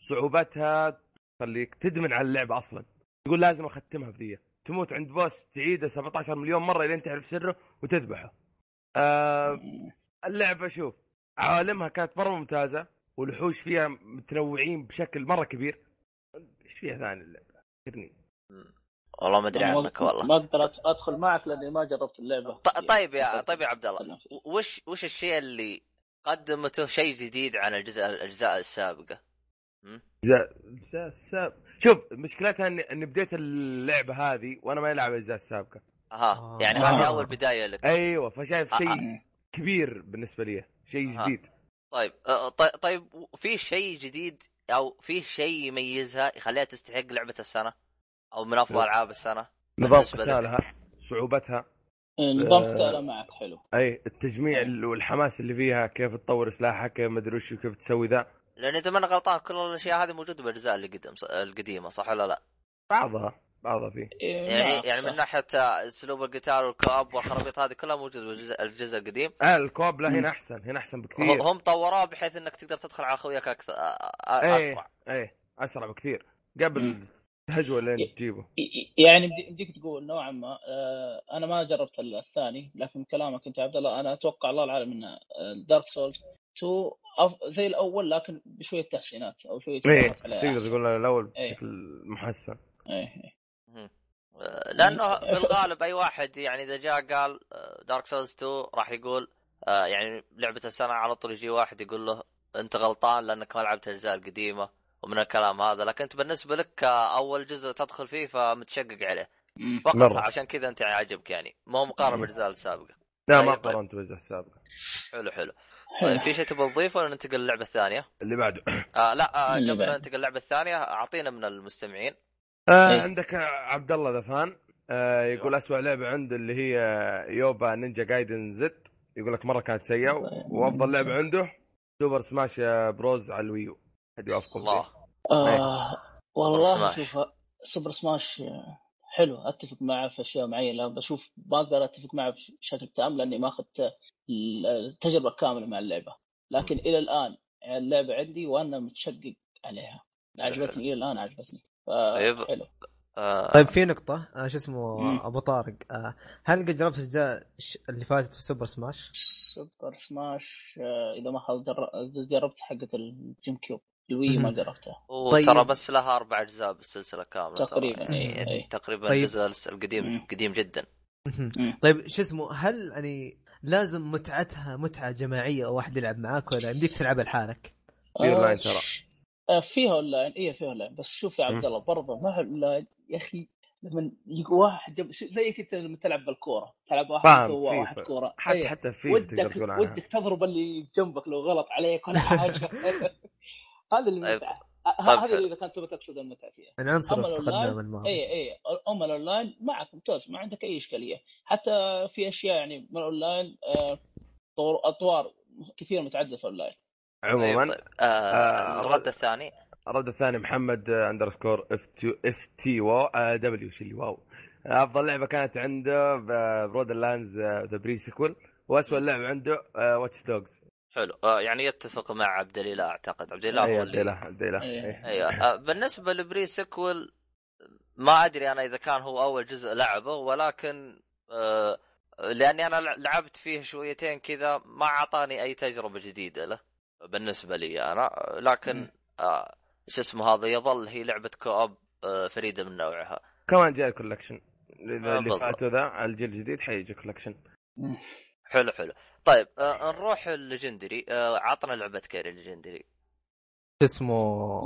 S2: صعوبتها تخليك تدمن على اللعبه اصلا، تقول لازم اختمها في ذي، تموت عند بوس تعيده سبعة عشر مليون مره لين تعرف سره وتذبحه. آه اللعبه شوف عوالمها كانت مره ممتازه، والوحوش فيها متنوعين بشكل مره كبير. ايش فيها ثاني اللعبه؟ فكرني
S1: والله ما ادري عنك والله،
S3: ما اقدر ادخل معك لاني ما جربت اللعبه.
S1: طيب يا طيب يا عبد الله، وش وش الشيء اللي قدمته شيء جديد عن الجزء الاجزاء السابقه؟
S2: اجزاء السابقه شوف مشكلتها اني اني بديت اللعبه هذه وانا ما العب الاجزاء السابقه.
S1: اها يعني آه. هذه اول بدايه لك.
S2: ايوه فشايف شيء آه. كبير بالنسبه لي، شيء
S1: آه.
S2: جديد.
S1: طيب طيب في شيء جديد او في شيء يميزها يخليها تستحق لعبه السنه او من افضل العاب السنه؟
S2: نظام قتالها، صعوبتها،
S3: نظام قتالها معك حلو.
S2: اي التجميع أي. والحماس اللي فيها، كيف تطور سلاحك، كيف ما ادري وش كيف تسوي ذا.
S1: لان اذا ما انا غلطان كل الاشياء هذه موجوده بالاجزاء اللي قدم القديمه صح ولا لا؟
S2: بعضها بعضها فيه
S1: يعني يعني من ناحيه اسلوب القتال والكوب والخرابيط هذه كلها موجوده بالجزء الجزء القديم.
S2: اه الكوب لا هنا احسن، هنا احسن بكثير.
S1: هم طوروه بحيث انك تقدر تدخل على اخوياك اكثر اسرع.
S2: ايه ايه اسرع بكثير قبل تهجوه لين تجيبه.
S3: يعني بديك تقول نوعا ما آه انا ما جربت الثاني، لكن كلامك انت عبد الله انا اتوقع الله العالم ان دارك سولز تو زي الاول لكن بشويه تحسينات او شويه
S2: ايه تقدر تقول الاول ايه. بشكل محسن.
S3: ايه
S1: لانه في الغالب اي واحد يعني اذا جاء قال دارك سولز تو راح يقول آه يعني لعبه السنه، على طول يجي واحد يقول له انت غلطان لانك ما لعبت الاجزاء القديمه ومن الكلام هذا. لكن انت بالنسبه لك اول جزء تدخل فيه فمتشقق عليه فقط مرة. عشان كذا انت عجبك يعني، ما هو مقارنه بالاجزاء السابقه.
S2: لا ما قارنت بالاجزاء السابقه.
S1: حلو حلو. طيب في شيء تبغى تضيفه ولا ننتقل للعبه الثانيه
S2: اللي بعده؟
S1: آه لا آه قبل ما ننتقل للعبه الثانيه اعطينا من المستمعين.
S2: آه عندك عبد الله ذفان آه يقول اسوأ لعبه عنده اللي هي يوبا نينجا جايدن زد، يقول لك مره كانت سيئه، وافضل لعبه عنده سوبر سماش بروز على الويو. هدي افكم
S3: الله آه والله شوف سوبر سماش حلو، اتفق معه في اشياء معينه، بشوف ما اقدر اتفق معه بشكل تام لاني ما اخذت التجربه كامله مع اللعبه، لكن الى الان اللعبه عندي وانا متشقق عليها، عجبتني الى الان عجبتني حلو.
S4: آه. طيب في نقطة آه شو اسمه مم. أبو طارق آه هل قد جربت الأجزاء اللي فاتت في سوبر سماش؟
S3: سوبر سماش آه إذا ما خلص جربت حقة الجيم كيوب الوي ما جربتها.
S1: طيب. ترى بس لها أربع أجزاء بالسلسلة كاملة
S3: تقريبا
S1: أي أي. تقريبا طيب. الجزء القديم مم. قديم جدا.
S4: طيب شو اسمه هل يعني لازم متعتها متعة جماعية أو واحد يلعب معاك ولا يمديك تلعبها لحالك؟
S2: أونلاين ترى
S3: فيها اونلاين ايه فيها اونلاين، بس شوف يا عبد الله برضه ما اونلاين يا اخي لما يجي واحد جب... زي كنت لما تلعب بالكوره تلعب واحد كوره واحد كوره
S2: حتى أيه. حتى في
S3: ودك ودك تضرب اللي جنبك لو غلط عليك ولا حاجه هذا اللي متعه هذا اللي اذا كنت تبغى تقصد المتعه فيها.
S4: انا عنصر التقدم الماضي
S3: اي اي اما الاونلاين معك ممتاز ما عندك اي اشكاليه، حتى في اشياء يعني من الاونلاين آه... اطوار كثير متعدده في الاونلاين
S2: عموما.
S1: طيب. آه آه الرد الثاني
S2: الرد الثاني محمد اندرسكور اف تي اف تي واو دبليو شيلي واو افضل لعبه كانت عنده برود لاندز ذا بري سيكول، واسوء لعبه عنده واتش دوجز.
S1: حلو آه يعني يتفق مع عبد الاله اعتقد عبد الاله هو
S2: اللي عبد الاله
S1: ايوه آه بالنسبه للبري سيكول ما ادري انا اذا كان هو اول جزء لعبه، ولكن آه لاني انا لعبت فيه شويتين كذا ما اعطاني اي تجربه جديده له بالنسبه لي انا، لكن آه ايش اسمه هذا يظل هي لعبه كوب آه فريده من نوعها.
S2: كمان جاء الكولكشن اللي, اللي فاتوا ذا الجيل الجديد حيجي كولكشن.
S1: حلو حلو. طيب آه نروح الليجندري. آه عطنا لعبه كيري الليجندري
S4: اسمه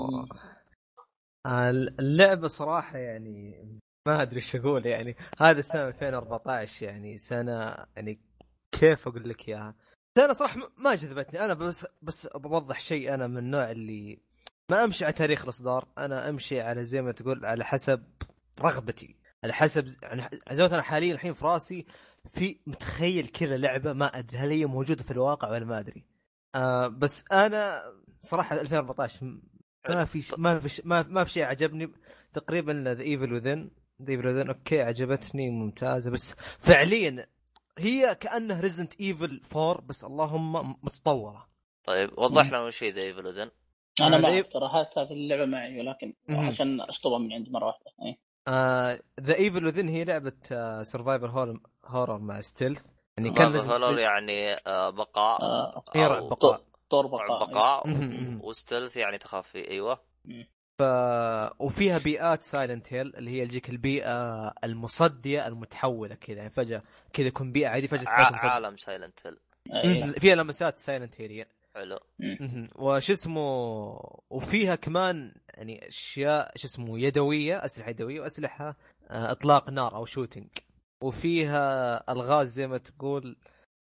S4: آه اللعبه صراحه يعني ما ادري ايش اقول، يعني هذا سنه ألفين وأربعة عشر يعني سنه يعني كيف اقول لك اياها انا صراحه ما جذبتني. انا بس بس بوضح شيء، انا من النوع اللي ما امشي على تاريخ الاصدار، انا امشي على زي ما تقول على حسب رغبتي، على حسب يعني زي انا حاليا الحين في راسي في متخيل كذا لعبه ما ادري هل هي موجوده في الواقع ولا ما ادري. آه بس انا صراحه ألفين وأربعة عشر ما في ما في ما, ما في شيء عجبني تقريبا. ذا ايفل وذن ذا ايفل وذن اوكي عجبتني ممتازه، بس فعليا هي كأنه ريزنت ايفل فور بس اللهم متطورة.
S1: طيب وضح لنا وش هي ذا ايفل وذن.
S3: انا ما ترى هذه اللعبه معي ولكن
S4: مم.
S3: عشان اشطبها من عند مره واحده. اي
S4: ذا ايفل وذن هي لعبه سرفايفل هورر مع ستيلث يعني
S1: كان
S4: كان
S1: هولر يعني آه بقاء
S3: آه
S4: هي رعب بقاء
S3: طور بقاء,
S1: بقاء وستيلث يعني تخفي. ايوه.
S4: ف... وفيها بيئات سايلنت هيل اللي هي يجيك البيئه المصديه المتحوله كذا يعني فجاه كذا يكون بيئه عادي فجاه
S1: ع... عالم سايلنت هيل
S4: فيها لمسات سايلنت هيل.
S1: حلو.
S4: وش اسمه وفيها كمان يعني اشياء شو اسمه يدويه اسلحه يدويه واسلحه اطلاق نار او شوتينج. وفيها الغاز زي ما تقول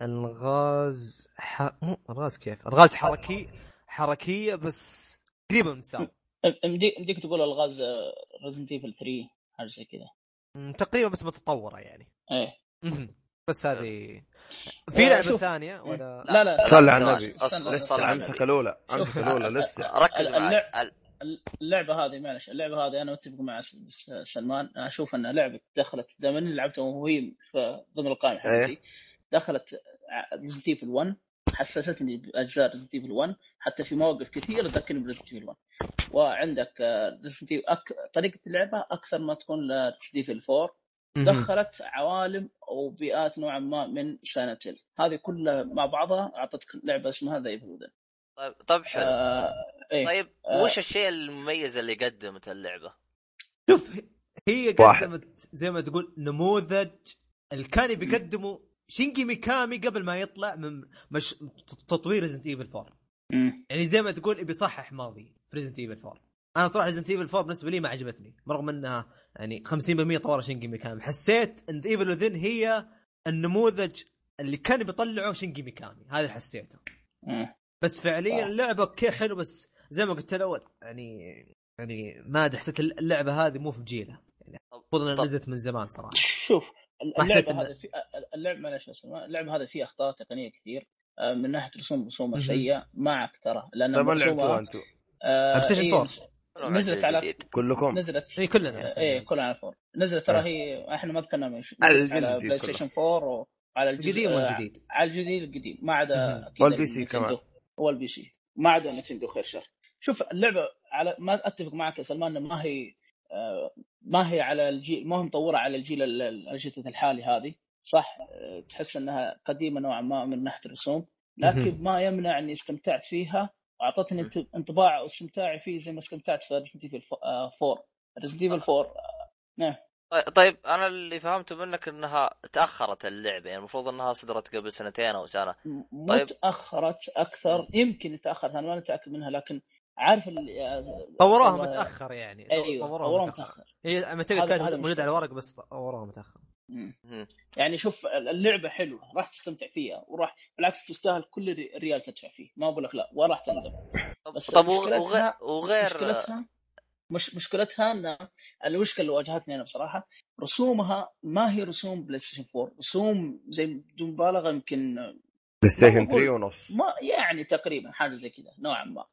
S4: الغاز ح... مو الغاز كيف الغاز حركي حركيه بس تقريبا مساوي.
S3: مديك مديك تقول الغاز ريزنت ايفل ثري حاجه زي كذا
S4: تقريبا بس متطوره يعني.
S3: ايه
S4: بس هذه في لعبه ثانيه ولا
S3: لا لا
S2: صلى على النبي
S1: لسه
S2: امسك الاولى امسك الاولى لسه
S1: ركز معي.
S3: اللعبه هذه معلش اللعبه هذه انا متفق مع سلمان اشوف انها لعبه دخلت دائما لعبتها وهي في ضمن القائمه حقتي دخلت ريزنت ايفل ون حسستني باجزاء ريزنت ايفل ون حتى في مواقف كثيره تذكرني بريزنت ايفل ون. وعندك ريزنت ايفل أك... طريقه اللعبه اكثر ما تكون لريزنت ايفل فور دخلت عوالم وبيئات نوعا ما من سايلنت. هذه كلها مع بعضها اعطتك لعبه اسمها ذا ايفل ودن.
S1: طيب طيب حلو.
S3: آه إيه؟
S1: طيب
S3: آه
S1: وش الشيء المميز اللي قدمت اللعبه؟
S4: شوف هي قدمت زي ما تقول نموذج اللي كان بيقدمه شينجي ميكامي قبل ما يطلع من مش تطوير ريزنت ايفل فور. يعني زي ما تقول بيصحح ماضي ريزنت ايفل فور. انا صراحه ريزنت ايفل فور بالنسبه لي ما عجبتني رغم انها يعني خمسين بالمية طور شينجي ميكامي. حسيت ان ايفل وذن هي النموذج اللي كان بيطلعه شينجي ميكامي هذا حسيته. بس فعليا اللعبه اوكي حلو بس زي ما قلت الاول يعني يعني ما ادري حسيت اللعبه هذه مو في جيلها يعني المفروض انها نزلت من زمان صراحه.
S3: شوف اللعبه هذه في اللعبه معلش اسمها اللعبه هذه فيها اخطاء تقنيه كثير من ناحيه رسوم رسومها سيئه معك ترى لان
S2: رسومها انتم
S3: آه نزلت على
S2: كلكم
S3: نزلت
S4: اي كلنا
S3: اي كلنا على فور نزلت ترى هي احنا ما ذكرنا مش على بلاي ستيشن فور وعلى
S4: القديم والجديد
S3: على الجديد القديم ما عدا
S2: والبي سي كمان
S3: والبي سي ما عدا نتندو خير شر. شوف اللعبه على ما اتفق معك يا سلمان ما هي ما هي على الجيل ما هي مطوره على الجيل الاجهزه الحالي هذه صح تحس انها قديمه نوعا ما من ناحيه الرسوم لكن ما يمنع اني استمتعت فيها واعطتني انطباع واستمتاعي فيه زي ما استمتعت في ريزنت ايفل فور. ريزنت ايفل فور نعم.
S1: طيب انا اللي فهمته منك انها تاخرت اللعبه يعني المفروض انها صدرت قبل سنتين او سنه.
S3: طيب تاخرت اكثر يمكن تاخرت انا ما متاكد منها لكن عارف
S4: طوروها متاخر يعني
S3: أيوة. طوروها متاخر
S4: هي متى كانت موجوده على الورق بس طوروها متاخر.
S3: يعني شوف اللعبه حلوه راح تستمتع فيها وراح بالعكس تستاهل كل ريال تدفع فيه ما اقول لك لا وراح تندم.
S1: بس طب وغير وغير
S3: مشكلتها مش مشكلتها ان المشكله اللي واجهتني انا بصراحه رسومها ما هي رسوم بلاي ستيشن فور رسوم زي بدون مبالغه يمكن
S2: بلاي ستيشن ثري ونص
S3: ما يعني تقريبا حاجه زي كذا نوعا ما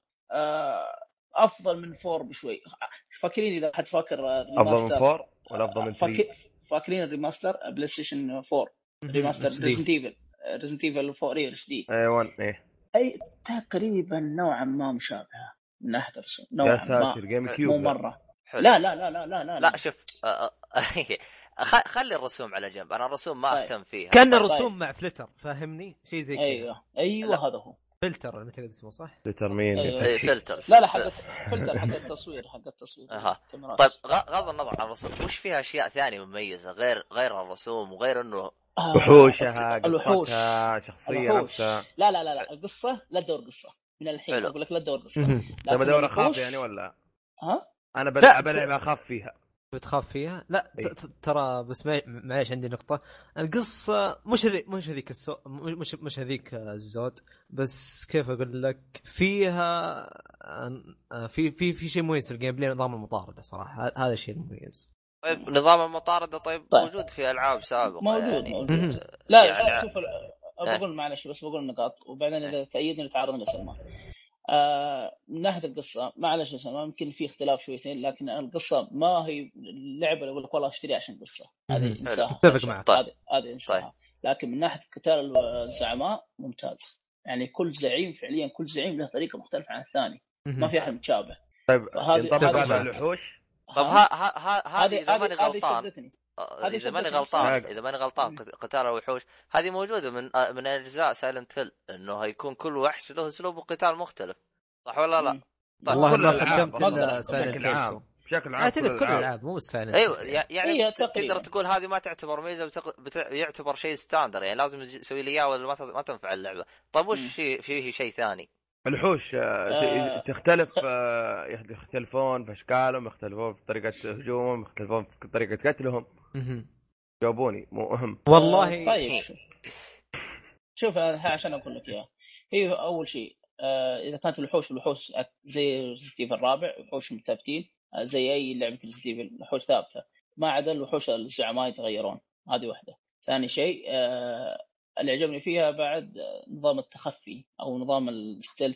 S3: افضل من فور بشوي. فاكرين اذا حد فاكر
S2: افضل من فور ولا افضل من ثري
S3: فاكرين الريماستر بلاي ستيشن فور ريماستر ريزنت ايفل ريزنت ايفل فور اتش دي
S2: اي ون ايه
S3: اي تقريبا نوعا ما مشابهه من ناحيه الرسوم نوعا ما
S2: جيم كيوب
S3: مو مره لا لا لا لا لا لا,
S1: لا شوف خلي الرسوم على جنب انا الرسوم ما اهتم فيها
S4: كان الرسوم مع فلتر فاهمني شيء زي كذا.
S3: ايوه ايوه هذا هو
S4: فلتر اللي تقدر اسمه صح
S2: فلتر مين
S1: اي فلتر
S3: لا لا حق فلتر حق التصوير حق التصوير
S1: اها طيب غض النظر عن الرسوم وش فيها اشياء ثانيه مميزه غير غير الرسوم وغير انه
S2: وحوشها قصتها شخصيه نفسها
S3: لا لا لا لا القصه لا تدور قصه من الحين اقول لك لا تدور قصه
S2: لا بدور اخاف يعني ولا
S3: ها
S2: انا بلعب بلعب اخاف فيها
S4: بتخاف فيها لا إيه؟ ترى بس معليش عندي نقطه القصه مش هذيك مش هذيك السو... مش مش هذيك الزود بس كيف اقول لك فيها في في في شيء مميز الجيم بلاي نظام المطارده صراحه هذا الشيء المميز.
S1: طيب نظام المطارده طيب, طيب. موجود في العاب سابقه
S3: موجود
S1: يعني.
S3: موجود لا يعني شوف بقول معلش بس بقول النقاط وبعدين اذا تأيدني نتعرض لسلمان. آه من ناحيه القصه معلش اسمع ممكن في اختلاف شويتين لكن القصه ما هي اللعبه اللي اقول لك والله اشتري عشان قصه هذه انساها
S4: اتفق معك
S3: هذه هذه انساها. لكن من ناحيه قتال الزعماء ممتاز يعني كل زعيم فعليا كل زعيم له طريقه مختلفه عن الثاني ما في احد متشابه.
S2: طيب
S3: هذه
S2: طبعا بعد الوحوش.
S1: طب ها ها هذه اذا ماني غلطان
S3: هذه
S1: اذا ماني غلطان اذا ماني غلطان قتال الوحوش هذه موجوده من من اجزاء سايلنت هيل، انه هيكون كل وحش له اسلوب قتال مختلف، صح ولا لا؟
S4: طيب والله
S2: كل
S4: ما
S2: الالعاب
S4: قدمت سايلنت هيل
S2: بشكل عام
S4: اعتقد كل الالعاب مو سايلنت.
S1: ايوه يعني
S3: إيه
S1: تقدر تقول هذه ما تعتبر ميزه وتق... بت... يعتبر شيء ستاندر، يعني لازم تسوي لي اياه ولا ما, ت... ما تنفع اللعبه. طيب وش في... فيه شيء ثاني؟
S2: الوحوش آه تختلف آه يختلفون في اشكالهم، يختلفون في طريقه هجومهم، يختلفون في طريقه قتلهم. جاوبوني مو اهم
S4: والله.
S3: طيب شوف انا عشان اقول لك اياها، هي اول شيء آه اذا كانت الوحوش الوحوش زي ريزيدنت الرابع وحوش ثابتين زي اي لعبه ريزيدنت الوحوش ثابته، ما عدا الوحوش الزعماء يتغيرون. هذه واحده. ثاني شيء آه اللي عجبني فيها بعد نظام التخفي او نظام الستيلث،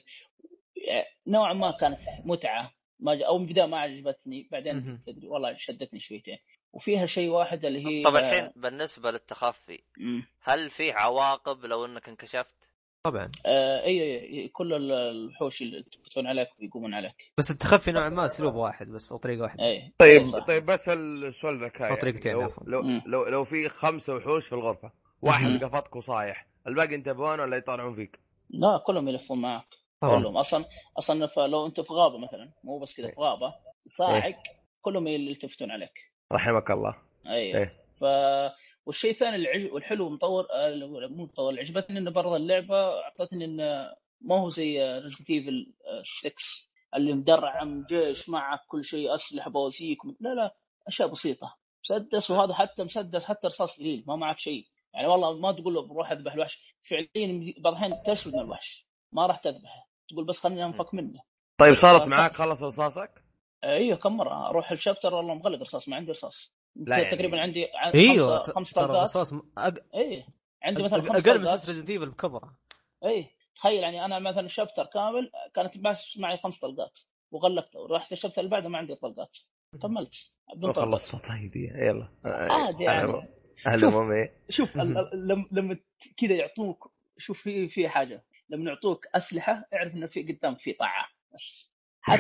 S3: نوعا ما كانت متعه، ما او من البدايه ما عجبتني، بعدين تدري والله شدتني شويتين. وفيها شيء واحد اللي هي
S1: طب الحين بالنسبه للتخفي
S3: م.
S1: هل في عواقب لو انك انكشفت؟
S4: طبعا
S3: آه اي اي كل الوحوش اللي يتفتون عليك ويقومون عليك،
S4: بس التخفي نوعا ما اسلوب واحد بس او طريقه واحده.
S3: أي.
S2: طيب
S3: أي
S2: طيب بس السؤال ذكاء
S4: او طريقتين
S2: يعني لو, لو لو لو في خمسة وحوش في الغرفه، واحد قفطك وصايح، الباقي ينتبهون ولا يطلعون فيك؟
S3: لا كلهم يلفون معك كلهم. اصلا اصلا لو انت في غابه مثلا، مو بس كذا في غابه صاعق كلهم يلتفتون عليك
S2: رحمك الله.
S3: ايوه
S2: إيه.
S3: ف والشيء الثاني العج... والحلو مطور مو مطور اللي عجبتني انه برضه اللعبه اعطتني انه ما هو زي ريزيدنت ايفل ستة اللي مدرعم جيش معك كل شيء اسلحه بوازيك، لا لا اشياء بسيطه، مسدس وهذا حتى مسدس حتى رصاص قليل ما معك شيء، يعني والله ما تقول له بروح اذبح الوحش، فعليا بعض الأحيان تشرد من الوحش ما راح تذبحه، تقول بس خليني انفك منه.
S2: طيب صارت معاك خلص رصاصك؟
S3: ايوه كم مره اروح الشابتر والله مغلق رصاص، ما عندي رصاص.
S2: لا يعني
S3: تقريبا عندي
S4: ايوه
S3: خمس طلقات
S4: رصاص أق...
S3: ايه عندي مثلا خمس
S4: اقل من ريزيدنت ايفل بكبره.
S3: ايه تخيل يعني انا مثلا الشابتر كامل كانت بس معي خمس طلقات وغلقت، ورحت الشابتر اللي بعده ما عندي طلقات كملت بدون طلقات.
S2: خلصت طيب يلا
S3: عادي يعني.
S2: اهلا مامي.
S3: شوف لما لما كذا يعطوك، شوف في في حاجه لما يعطوك اسلحه اعرف انه في قدام في طاعه بس. حتى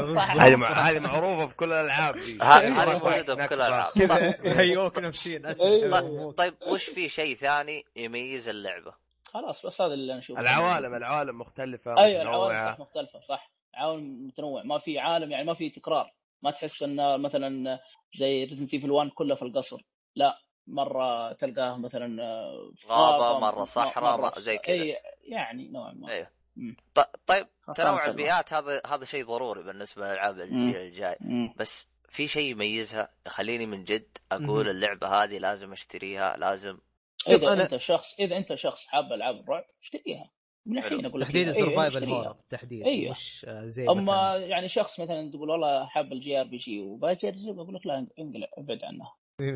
S2: هذه هذه معروفه في كل الالعاب دي،
S1: هذه موجوده في كل الالعاب
S4: هيوك نفسيا اسلحه.
S1: طيب وش في شيء ثاني يميز اللعبه؟
S3: خلاص بس هذا اللي نشوفه.
S2: العوالم العوالم مختلفه.
S3: ايوه العوالم صح مختلفه صح، عوالم متنوع، ما في عالم يعني ما في تكرار، ما تحس ان مثلا زي ريزنت ايفل واحد كله في القصر، لا مره تلقاه مثلا
S1: غابه مره صحراء زي كذا.
S3: اي يعني نوعا ما.
S1: ايوه طيب تنوع البيئات هذا هذا شيء ضروري بالنسبه للالعاب الجيل الجاي، بس في شيء يميزها يخليني من جد اقول مم. اللعبه هذه لازم اشتريها لازم.
S3: اذا أنا... انت شخص اذا انت شخص حاب العاب الرعب اشتريها من الحين اقول لك
S4: تحديدا سرفايفل هورر تحديدا.
S3: أيوه. مش زي اما مثلاً... يعني شخص مثلا تقول والله حاب الجي ار بي جي وباجرب، اقول لك لا انقلع ابعد عنها.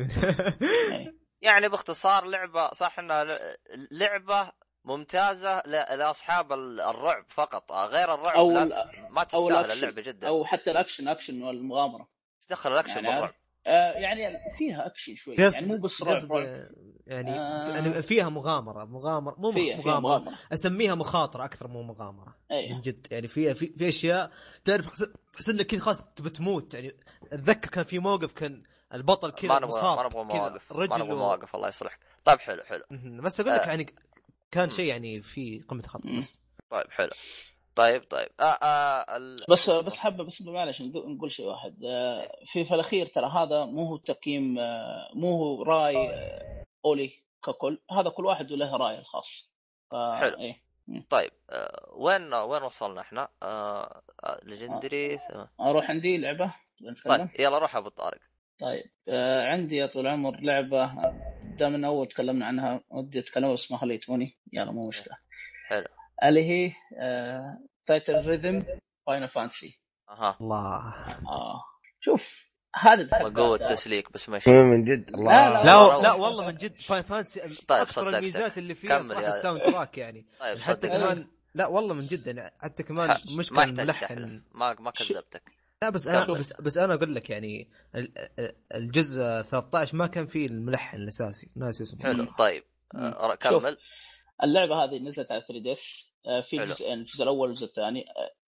S1: يعني باختصار لعبه صح انها لعبه ممتازه لاصحاب الرعب فقط، غير الرعب
S3: أو
S1: لا ما تستاهل اللعبه جدا،
S3: او حتى الاكشن اكشن والمغامره.
S1: تدخل الاكشن
S3: يعني
S1: بالرعب
S3: آه يعني فيها اكشن شوي يعني مو بس رعب
S4: يعني آه فيها مغامره مغامره مو
S3: فيها
S4: مغامره,
S3: فيها مغامرة.
S4: اسميها مخاطره اكثر مو مغامره.
S3: أيه.
S4: من جد يعني فيها في, في اشياء تعرف تحس انك كذا خلاص بتموت. يعني اتذكر كان في موقف كان البطل كذا مصاب،
S1: ما نبغى مواقف ما نبغى مواقف الله يصلحك. طيب حلو حلو
S4: بس اقول لك آه. يعني كان شيء يعني في قمه خطر. بس
S1: طيب حلو طيب طيب آه آه ال...
S3: بس بس حابه بس معلش نقول شيء واحد آه في في الاخير ترى هذا مو هو تقييم آه مو هو راي آه اولي ككل، هذا كل واحد له رايه الخاص.
S1: آه حلو ايه. طيب آه وين وين وصلنا احنا؟ آه ليجندري
S3: آه اروح عندي لعبه
S1: طيب يلا روح ابو طارق.
S3: طيب آه عندي يا طول العمر لعبه دام اول تكلمنا عنها ودي اتكلم بس ما خليتوني، يلا مو مشكله.
S1: حلو
S3: اللي هي تايتل ريذم فاينل فانسي.
S1: اها
S3: الله اه شوف هذا
S1: قوة تسليك بس ماشي
S2: من جد.
S4: الله لا لا, لا, لا والله من جد فاين فانسي
S1: طيب
S4: اكثر الميزات اللي فيها صراحه الساوند تراك يعني.
S1: طيب
S4: حتى كمان لا والله من جد يعني حتى كمان مشكله الملحن
S1: ما ما كذبتك.
S4: لا بس انا بس, بس انا اقول لك يعني الجزء ثلاثة عشر ما كان فيه الملحن الاساسي ناس اسمه.
S1: حلو طيب آه كمل.
S3: اللعبه هذه نزلت على ثري دي اس في جزئين، الجزء الاول والجزء الثاني.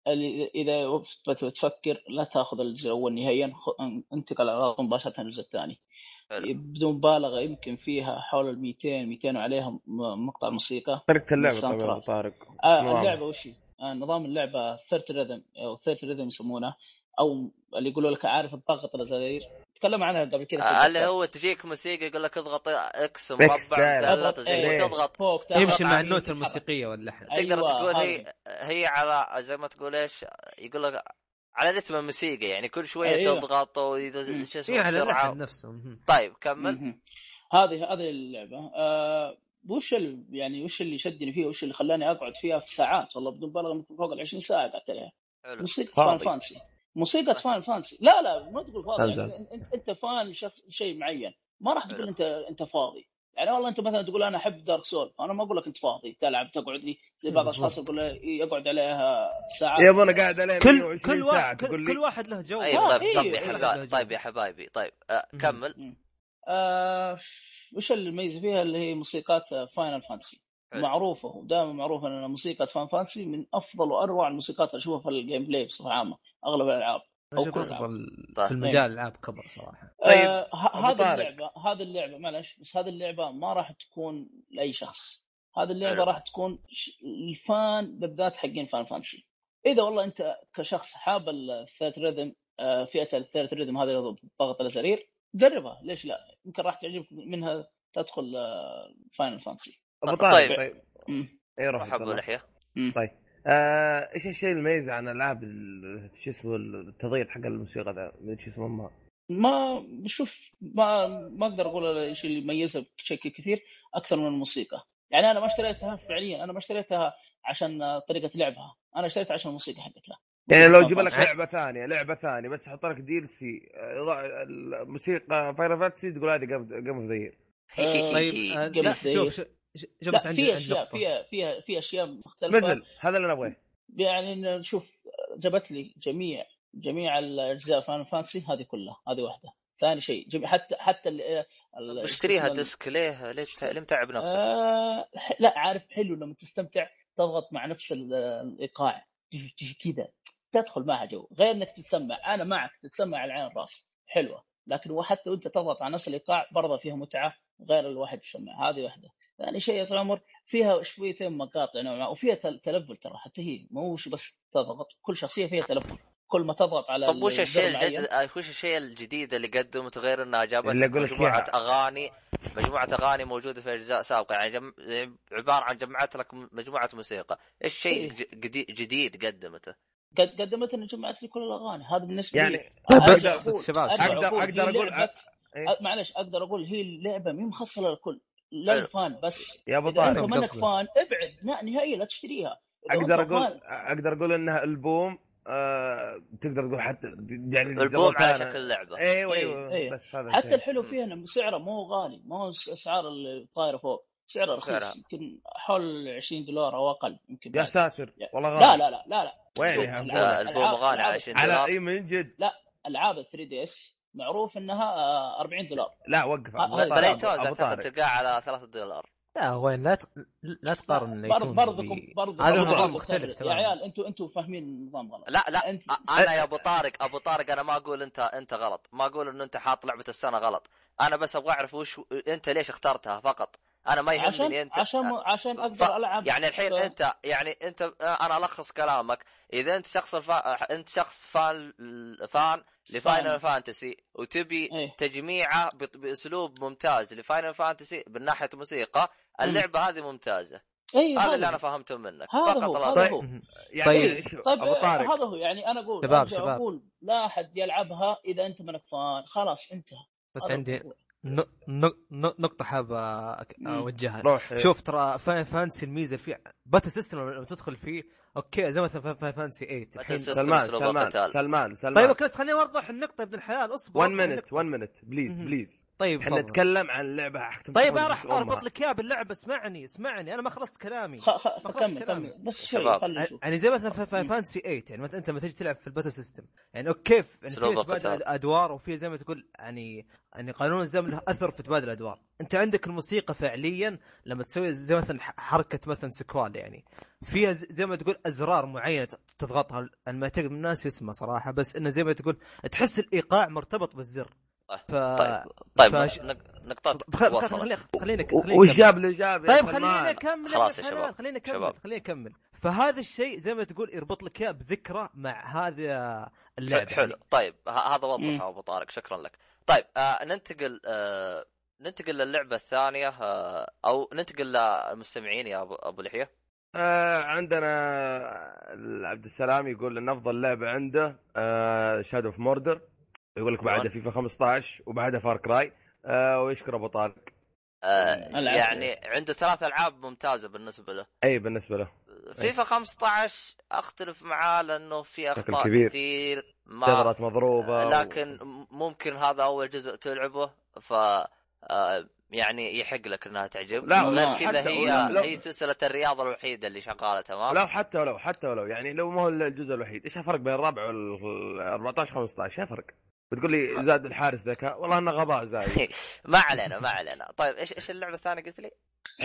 S3: اللي اذا بتفكر لا تاخذ الجزء الاول نهائيا، انتقل على مباشره الجزء الثاني بدون مبالغه. يمكن فيها حول ال مئتين مئتين وعليها مقطع موسيقى.
S2: طريقه اللعبه طبعا طارق
S3: آه اللعبه وش آه نظام اللعبه ثيرت ريذم او ثيرت ريذم يسمونه، او اللي يقولوا لك عارف الضغط الازرار، تكلم عنها قبل كذا.
S1: آه اللي هو تجيك موسيقى يقول لك اضغط اكس مربع مثلث زي تضغط
S4: فوق يمشي مع النوتة الموسيقيه واللحن.
S1: تقدر أيوة تقول هي هي على زي ما تقول ايش يقول لك على رتم الموسيقى، يعني كل شويه أيوة. تضغط واذا شو اسمه
S4: على اللحن نفسه.
S1: طيب كمل.
S3: هذه هذه اللعبه آه وش ال... يعني وش اللي شدني فيها وش اللي خلاني اقعد فيها في ساعات والله بدون مبالغه فوق ال عشرين ساعه قعدت عليها. موسيقى فان فانسي موسيقى فان فانسي لا لا ما تقول فاضي يعني انت انت فان شيء معين ما راح تقول انت انت فاضي. يعني والله انت مثلا تقول انا احب دارك سول، انا ما اقول لك انت فاضي تلعب تقعد لي زي بعض الاشخاص يقول يقعد عليها ساعات.
S2: يا ابو انا قاعد عليها
S4: كل كل واحد كل, كل واحد له جو.
S1: ايوه طيب يا حبايبي طيب يا حبايبي طيب أه كمل.
S3: آه وش اللي يميز فيها اللي هي موسيقات فاينل فانتسي معروفه ودائما معروفه ان موسيقى فاين فانتسي من افضل واروع الموسيقات اللي اشوفها في الجيم بلاي بصفه عامه اغلب الالعاب
S4: او كل الألعاب. في المجال العاب كبر صراحه.
S3: طيب آه هذه اللعبه هذه اللعبه معلش بس هذه اللعبه ما راح تكون لاي شخص. هذه اللعبه راح تكون الفان بالذات حقين فاين فانتسي. اذا والله انت كشخص حاب الثيرت ريذم آه فئه الثيرت ريذم هذه ضغط الازرار جربها ليش لا، يمكن راح تعجبك منها تدخل فاينل فانتسي.
S2: ابو طيب
S1: طيب
S2: اي روح
S1: ابو لحيه.
S2: طيب آه، ايش الشيء المميز عن العاب شو اسمه التضييع حق الموسيقى ذا شو اسمه ما
S3: ما بشوف ما ما اقدر اقول الشيء اللي يميزه بشكل كثير اكثر من الموسيقى. يعني انا ما اشتريتها فعليا انا ما اشتريتها عشان طريقه لعبها، انا اشتريتها عشان الموسيقى حقتها.
S2: يعني لو جيب لك لعبه ثانيه لعبه ثانيه بس حط لك دي ال سي الموسيقى فاير فانتسي تقول هذه قام ذير.
S4: طيب لا شوف شوف بس عندي
S3: في اشياء فيها فيها في اشياء مختلفه
S2: مثل هذا اللي نبغاه.
S3: يعني نشوف جابت لي جميع جميع الاجزاء فاينل فانتسي هذه كلها هذه واحده. ثاني شيء جميع حتى حتى
S1: اشتريها ديسك ليه ليه لم تعب نفسك؟
S3: آه لا عارف حلو لما تستمتع تضغط مع نفس الايقاع كذا تدخل معها جو غير انك تتسمع. انا معك تتسمع على العين راس حلوه لكن وحتى وانت تضغط على نفس الايقاع برضه فيها متعه غير الواحد يسمع. هذه واحده. ثاني شيء يا عمر فيها شويتين مقاطع نوعا وفيها تلفل ترى حتى هي مو بس تضغط كل شخصيه فيها تلفل كل ما تضغط على.
S1: طب وش الشيء الجديد وش الشيء الجديد اللي قدمته غير انها جابت مجموعه اغاني مجموعه اغاني موجوده في اجزاء سابقه يعني جم... عباره عن جمعت لك مجموعه موسيقى. ايش الشيء جديد جديد قدمته؟
S3: قد قدمت ان جمعت لي كل الاغاني هذا بالنسبه
S2: يعني
S3: لي.
S2: اقدر
S3: بس
S2: شباب اقدر اقدر اقول
S3: إيه؟ معلش اقدر اقول هي اللعبه مين مخصصه للكل للفان بس.
S2: يا ابو
S3: طارق انت منك فان ابعد لا نهائيا لا تشتريها.
S2: اقدر اقول اقدر اقول انها البوم آه، تقدر تقول حتى يعني
S1: البوم على شكل لعبه.
S2: ايوه ايوه
S3: أيوة.
S2: بس هذا
S3: حتى الحلو فيها انه سعره مو غالي ما هو اسعار الطايره فوق سعره رخيص يمكن حول عشرين دولار او اقل يمكن.
S2: يا ساتر والله
S3: غالي. لا لا لا لا لا
S2: وين
S1: يا البوم غالي عشرين دولار
S2: على اي من جد.
S3: لا العاب ثري دي اس معروف انها أربعين دولار.
S2: لا وقف
S1: بلايتوز اعتقد تلقاه على ثلاثة دولار.
S4: لا وين لا ت... لا تقارن
S3: برضكم برضكم
S4: هذا نظام مختلف
S3: يا عيال انتوا انتوا فاهمين النظام غلط.
S1: لا لا انت... انا يا ابو طارق ابو طارق انا ما اقول انت انت غلط ما اقول ان انت حاط لعبه السنه غلط. انا بس ابغى اعرف وش انت ليش اخترتها فقط. انا ما يهمني انت
S3: عشان عشان اقدر ف... العب
S1: يعني الحين ف... انت يعني انت انا الخص كلامك اذا انت شخص الف... انت شخص فان فان لفاينل فانتسي وتبي
S3: ايه؟
S1: تجميعه ب... باسلوب ممتاز لفاينل فانتسي من ناحيه موسيقى اللعبه م. هذه ممتازه.
S3: أيه
S1: هذا اللي انا فهمته منك
S3: فقط. هذا هو
S2: يعني
S3: طيب, طيب هذا هو يعني انا اقول
S4: شباب شباب
S3: اقول لا احد يلعبها اذا انت منك فان خلاص انتهى.
S4: بس عندي ن... ن... نقطة حابة أوجهها. شوف ترى فاين فانسي الميزة فيه باتل سيستم لما تدخل فيه أوكي زي مثلا فاين فانسي ثمانية الحين
S2: سلمان سلمان سلمان سلمان
S4: طيب بس خليني أوضح النقطة ابن الحلال أصبر
S2: واحد مينت واحد مينت بليز بليز.
S4: طيب
S2: احنا نتكلم عن لعبة.
S4: طيب أنا راح أربط لك إياه باللعبة. اسمعني اسمعني أنا ما خلصت كلامي.
S3: خ... خ... كمل كمل بس شوي خلي نشوف.
S4: يعني زي مثلا فاين فانسي ثمانية يعني مثلا أنت لما تيجي تلعب في الباتل سيستم يعني أوكي يعني في تبادل أدوار وفي زي ما تقول يعني يعني قانون الزمن له أثر في تبادل الأدوار. أنت عندك الموسيقى فعليا لما تسوي زي مثلا حركة مثلا سكوال يعني فيها زي ما تقول ازرار معينه تضغطها، انا ما اعتقد الناس اسمها صراحه، بس انه زي ما تقول تحس الايقاع مرتبط بالزر.
S1: ف... طيب طيب فش... نقطات
S4: خل... خلينا خلينا
S2: وش جاب اللي جاب
S4: طيب خلينا نكمل
S1: خلاص يا شباب
S4: خلينا نكمل خلينا نكمل فهذا الشيء زي ما تقول يربط لك اياه بذكرى مع هذا اللعبه.
S1: حلو يعني. طيب هذا وضحه ابو طارق، شكرا لك. طيب آه ننتقل آه ننتقل للعبه الثانيه آه او ننتقل للمستمعين يا ابو ابو لحيه.
S2: آه عندنا عبد السلام يقول ان افضل لعبه عنده آه شادو اوف موردر، يقول لك بعدها فيفا خمسة عشر وبعدها فار كراي، آه ويشكر ابو طارق.
S1: آه يعني عنده ثلاث العاب ممتازه بالنسبه له.
S2: اي بالنسبه له
S1: فيفا خمسة عشر اختلف معاه لانه في اخطاء
S2: كبير.
S1: كثير، ما
S2: تغرات مضروبه
S1: لكن و... ممكن هذا اول جزء تلعبه ف آه يعني يحق لك انها تعجب.
S2: لا
S1: غير كذا هي
S2: لو...
S1: هي سلسله الرياضه الوحيده اللي شغاله تمام.
S2: لا حتى ولو حتى ولو يعني لو ما هو الجزء الوحيد، ايش الفرق بين الرابع وال أربعة عشر خمسة عشر؟ ايش الفرق؟ بتقول لي زاد الحارس ذكاء، والله انه غباء زايد.
S1: ما علينا ما علينا. طيب ايش ايش اللعبه الثانيه قلت لي؟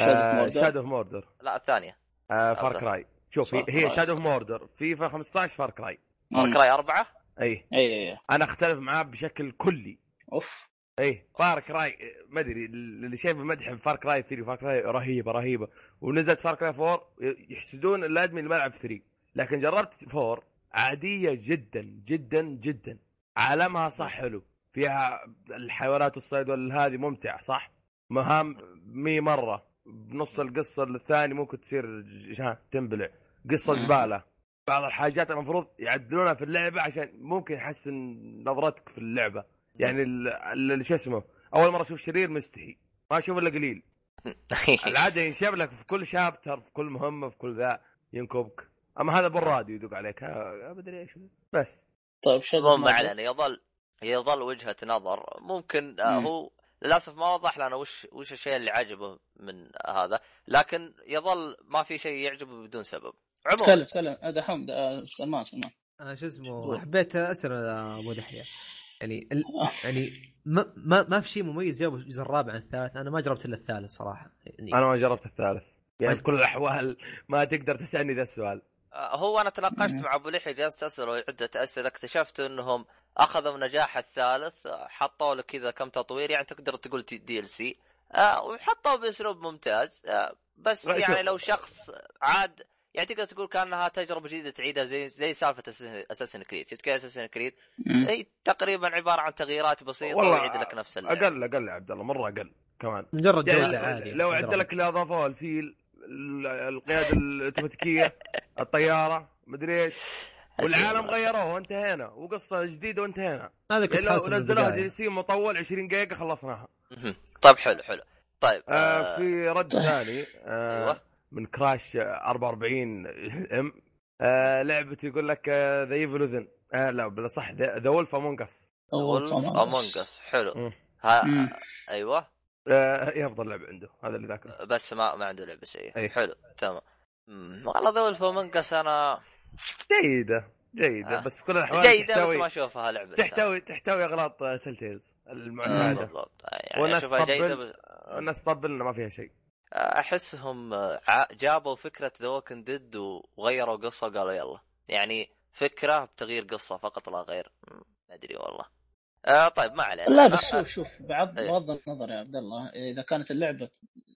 S2: شادو اوف موردر.
S1: لا الثانيه
S2: آه فار كراي. شوف هي شادو اوف موردر، فيفا خمسة عشر، فار كراي.
S1: فار كراي أربعة.
S2: اي اي انا اختلف معاه بشكل كلي.
S3: اوف
S2: اي فار كراي ما ادري اللي شايف المدح بفار كراي ثري، فار كراي رهيبه رهيبه، ونزلت فار كراي فور يحسدون الادمي الملعب ثري، لكن جربت فور عاديه جدا جدا جدا. عالمها صح حلو، فيها الحيوانات الصيد والهذه ممتع صح، مهام مي مره بنص القصه الثاني ممكن تصير تنبلع قصه زباله. بعض الحاجات المفروض يعدلونها في اللعبه عشان ممكن يحسن نظرتك في اللعبه. يعني اللي شو اسمه اول مره اشوف شرير مستحي ما اشوف الا قليل. العاده ينشب لك في كل شابتر في كل مهمه في كل ذا ينكبك، اما هذا بالراديو يدق عليك ها ادري ايش بس.
S3: طيب شو
S1: ما علينا، يظل يظل وجهه نظر. ممكن مم. هو للاسف ما وضح لنا وش وش الشيء اللي عجبه من هذا، لكن يظل ما في شيء يعجبه بدون سبب.
S3: عموما تكلم تكلم هذا حمد سلمان سلمان
S4: آه شو اسمه حبيت اسال ابو دحية يعني ال... يعني ما ما ما في شيء مميز جابوا الجزء الرابع عن الثالث. انا ما جربت الا الثالث صراحه يعني.
S2: انا ما جربت الثالث يعني في كل الاحوال ما تقدر تسالني ذا السؤال.
S1: هو انا تناقشت مع ابو لحي جالس اساله عده اسئله، اكتشفت انهم اخذوا نجاح الثالث حطوا له كذا كم تطوير يعني تقدر تقول دي ال سي أه وحطوا باسلوب ممتاز. أه بس يعني لو شخص عاد يعني تقدر تقول كانها تجربه جديده تعيدها زي زي سالفه اساسن كريد. شفت كيف اساسن كريد اي تقريبا عباره عن تغييرات بسيطه ويعيد لك نفس اللعبه.
S2: اقل اقل يا عبد الله مره اقل كمان
S4: مجرد
S2: يعني
S4: جوده عاليه.
S2: لو عدت لك اللي اضافوه الفيل القياده الاوتوماتيكيه الطياره مدري ايش والعالم غيروه وانتهينا وقصه جديده وانتهينا.
S4: هذا كنت
S2: لو نزلوها دي سي مطول عشرين دقيقه خلصناها.
S1: طيب حلو حلو. طيب
S2: آه آه في رد ثاني آه من كراش أربعة وأربعين ام آه لعبه يقول لك ذا ايفل وذن آه لا بلا صح ذا وولف امونج اس.
S1: وولف امونج اس حلو. ها ايوه
S2: آه هي افضل لعبه عنده هذا اللي ذاكره،
S1: بس ما ما عنده لعبه شيء حلو تمام. والله ذا وولف امونج اس انا
S2: جيده جيده آه. بس في كل الاحوال
S1: جيده بس ما اشوفها لعبه
S2: تحتوي تحتوي اغلاط تلتيلز المعتاده.
S1: بالضبط
S2: يعني والناس طبل والناس طبل ما فيها شيء.
S1: احسهم جابوا فكره ذا ووكن ديد وغيروا قصه قالوا يلا يعني فكره بتغيير قصه فقط لا غير. ما ادري والله. آه طيب ما علينا.
S3: لا بس شوف شوف بعض بغض النظر يا عبد الله اذا كانت اللعبه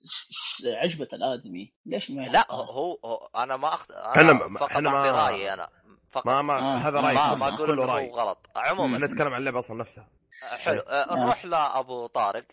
S3: عجبت الادمي ليش ما
S1: لا هو, هو انا ما أخت... انا فقط اعطي رايي انا فقط
S2: ما ما
S3: آه.
S2: هذا رايي
S1: ما, ما اقول انه
S2: رأي.
S1: هو غلط. عموما
S2: نتكلم عن اللعبه اصلا نفسها.
S1: حلو آه. نروح لابو طارق.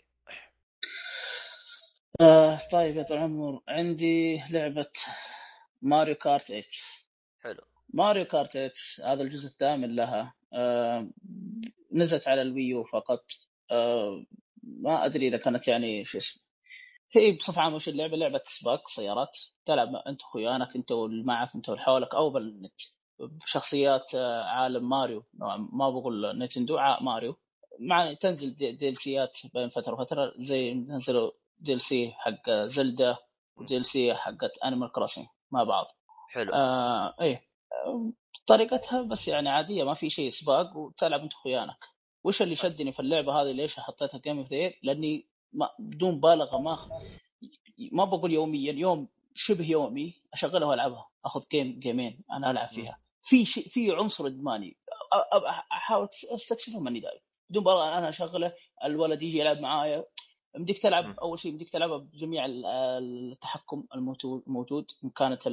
S3: آه طيب يا طال العمر عندي لعبه ماريو كارت ثمانية.
S1: حلو
S3: ماريو كارت ثمانية هذا الجزء الثامن لها. آه نزلت على الويو فقط. آه ما ادري اذا كانت يعني شو اسمه هي بصفه عامه وش اللعبه لعبه سباق سيارات تلعب انت وخيانك انت واللي معك انت والحولك او بالنت بشخصيات عالم ماريو. ما بقول نينتندو ماريو مع تنزل ديلسيات بين فتره وفتره زي نزلوا ديلسي حق زلدا وديلسي حقت انيمال كروسنج مع بعض.
S1: حلو
S3: آه ايه طريقتها بس يعني عاديه ما في شيء سباق وتلعب انت وخيانك. وش اللي شدني في اللعبه هذه ليش حطيتها جيم اوف ذا يير لاني ما بدون بالغه ما ما بقول يوميا يوم شبه يومي اشغلها والعبها، اخذ جيم جيمين انا العب فيها. في شيء في عنصر ادماني احاول استكشفه ماني داير بدون بقى انا اشغله الولد يجي يلعب معايا. بدك تلعب م. اول شيء بدك تلعبها بجميع التحكم الموجود ان كانت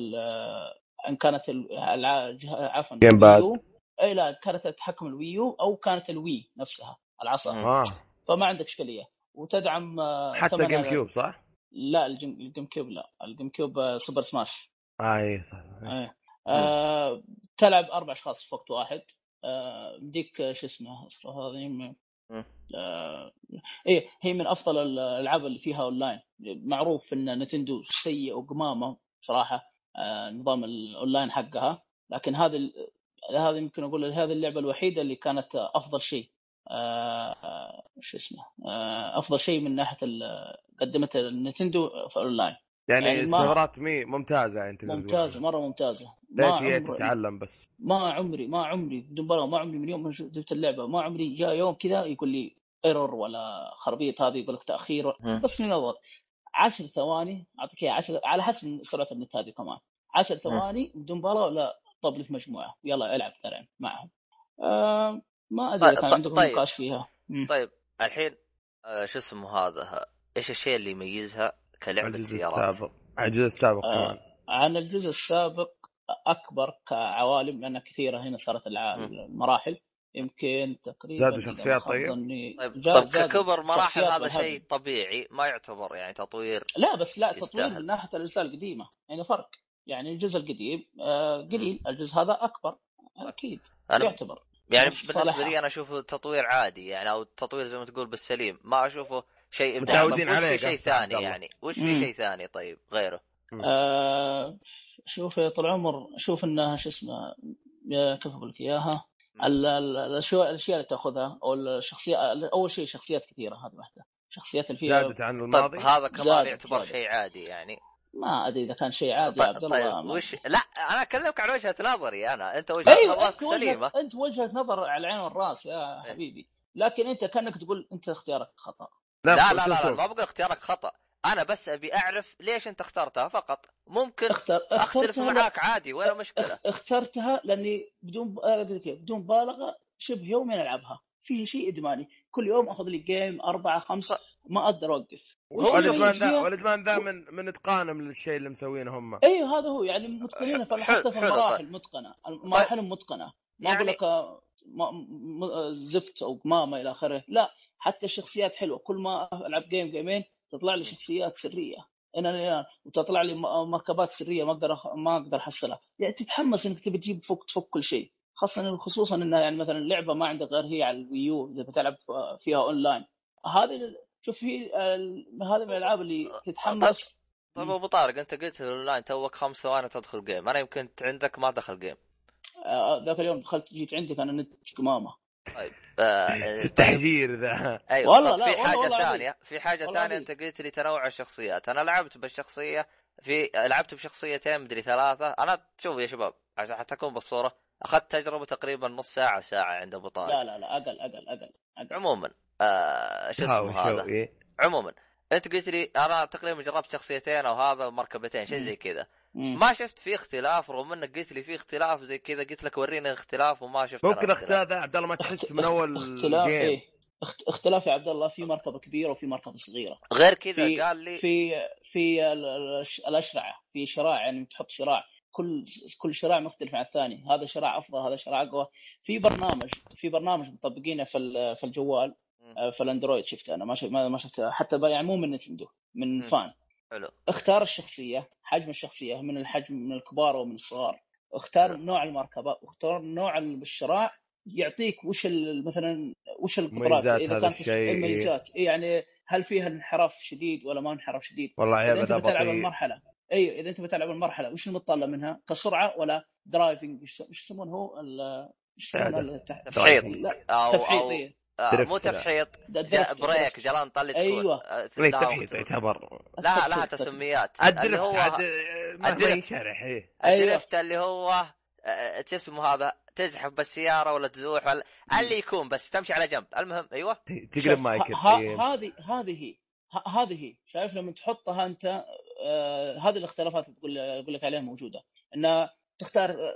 S3: ان كانت عفوا الويو اي لا كانت التحكم الويو او كانت الوي نفسها العصا
S2: آه.
S3: فما عندك اشكاليه وتدعم
S2: حتى جيم كيوب صح؟
S3: لا الجيم كيوب لا الجيم كيوب سوبر سماش
S2: اه اي صح
S3: آه. آه. تلعب اربع اشخاص في وقت واحد. آه. بديك شو اسمه اصلا هذه آه. ايه هي من افضل الالعاب اللي فيها اونلاين. معروف ان نتندو سيء وقمامه بصراحه آه. نظام الاونلاين حقها لكن هذا هذا يمكن اقول هذه اللعبه الوحيده اللي كانت افضل شيء آه. شو اسمه آه. افضل شيء من ناحيه قدمت النتندو في اونلاين
S2: يعني, يعني استمرت مي ممتازه انت
S3: ممتازه مره ممتازه
S2: ما عمري تتعلم بس
S3: ما عمري ما عمري بدون بلا ما عمري من يوم ما شفت اللعبه ما عمري جاء يوم كذا يقول لي ايرور ولا خربيط هذه يقول لك تاخير بس ننظر عشر ثواني اعطيك عشر على حسب سرعه النت هذه كمان عشر ثواني بدون بلا ولا طب في مجموعه يلا العب ترى معهم. آه ما ادري كان عندكم
S1: طيب.
S3: نقاش فيها.
S1: طيب الحين آه شو اسمه هذا ايش الشيء اللي يميزها كلعبه سيارات
S2: عن الجزء السابق
S3: آه
S2: كمان
S3: عن الجزء السابق اكبر كعوالم لان كثيره هنا صارت المراحل يمكن تقريبا
S2: زادوا شخصيات. طيب
S1: طيب, طيب ككبر مراحل هذا شيء طبيعي ما يعتبر يعني تطوير
S3: لا بس لا
S1: يستاهل.
S3: تطوير من ناحيه الاجزاء القديمه يعني فرق يعني الجزء القديم آه قليل الجزء هذا اكبر اكيد يعتبر
S1: يعني بالنسبه لي انا اشوفه تطوير عادي يعني او التطوير زي ما تقول بالسليم ما اشوفه شيء
S2: متعودين عليه
S1: شيء ثاني يعني وش في شيء ثاني طيب غيره
S3: آه شوف طول عمر شوف انها شو اسمه كيف اقول لك اياها الاشياء الاشياء اللي تاخذها او الشخصيه اول شيء شخصيات كثيره هذه واحده شخصيات اللي فيها
S2: زادت عن الماضي.
S1: طيب هذا كمان يعتبر شيء عادي يعني
S3: ما ادري اذا كان شيء عادي يا عبد الله.
S1: طيب وش لا انا اكلمك عن وجهه نظري انا انت وجهه
S3: أيوة
S1: نظرك سليمه
S3: انت وجهه نظر على العين والراس يا حبيبي لكن انت كانك تقول انت اختيارك خطا.
S1: لا لا لا, لا, لا ما بقول اختيارك خطا انا بس ابي اعرف ليش انت اخترتها فقط ممكن اختار اختلف معاك عادي ولا مشكله.
S3: اخترتها لاني بدون بدون مبالغه شبه يومي العبها فيه شيء ادماني كل يوم اخذ لي جيم أربعة خمسة ما اقدر اوقف.
S2: والادمان ذا والادمان ذا من من اتقانهم للشيء اللي مسوينه هم.
S3: ايوه هذا هو يعني متقنين حتى في المراحل متقنه المراحل متقنه ما اقول لك زفت او ماما الى اخره لا حتى الشخصيات حلوه كل ما العب جيم جيمين تطلع لي شخصيات سريه انا وتطلع لي مركبات سريه ما اقدر ما اقدر احصلها يعني تتحمس انك تبي تجيب فوق تفك كل شيء خاصه خصوصا انها يعني مثلا اللعبه ما عندك غير هي على الويو اذا بتلعب فيها اونلاين هذه شوف هي هذه من الالعاب اللي تتحمس.
S1: طيب ابو طارق انت قلت الاونلاين توك خمس ثواني تدخل جيم انا يمكن عندك ما دخل جيم
S3: ذاك اليوم دخلت جيت عندك انا نت قمامه.
S1: طيب
S2: التحذير ذا
S1: ايوه والله لا في حاجه والله ثانيه في حاجه ثانيه انت قلت لي تنوع الشخصيات انا لعبت بالشخصيه في لعبت بشخصيتين مدري ثلاثه انا شوف يا شباب عشان حتى اكون بالصوره اخذت تجربه تقريبا نص ساعه ساعه عند ابو طارق.
S3: لا لا لا اقل اقل اقل, أقل.
S1: عموما آه شو اسمه هذا
S2: إيه؟
S1: عموما انت قلت لي انا تقريبا جربت شخصيتين او هذا مركبتين شيء زي كذا ما شفت فيه اختلاف رغم انك قلت لي فيه اختلاف زي كذا قلت لك ورينا اختلاف وما شفت
S2: ممكن اختلاف عبد الله ما تحس من اول
S3: اختلاف ايه اختلاف يا عبد الله في مركبه كبيره وفي مركبه صغيره
S1: غير كذا قال لي
S3: في في الاشرعه في شراع يعني تحط شراع كل كل شراع مختلف عن الثاني هذا شراع افضل هذا شراع اقوى في برنامج في برنامج مطبقينه في في الجوال في الاندرويد شفت انا ما ما شفت حتى يعني مو من نتندو من م. فان
S1: حلو.
S3: اختار الشخصيه حجم الشخصيه من الحجم من الكبار ومن الصغار اختار حلو. نوع المركبه واختار نوع الشراع يعطيك وش مثلا وش القدرات اذا كانت الميزات يعني هل فيها انحراف شديد ولا ما انحراف شديد
S2: والله
S3: اذا انت بتلعب المرحله ايوه اذا انت بتلعب المرحله وش المتطلب منها كسرعه ولا درايفنج ايش يسمونه هو ايش يسمونه
S1: تفحيط
S3: او تفحيط
S1: آه مو تفحيط بريك جلان طلت
S3: ايوه
S2: تفحيط يعتبر
S1: لا لها تسميات
S2: اللي هو ما ينشرح ايه
S1: الدريفت اللي هو تسمه هذا تزحف بالسياره ولا تزوح ولا اللي يكون بس تمشي على جنب المهم ايوه
S2: تقلب مايك
S3: هذه هذه هي ه- هذه هي شايف لما تحطها انت آه هذه الاختلافات تقول اقول لك عليها موجوده، ان تختار آه،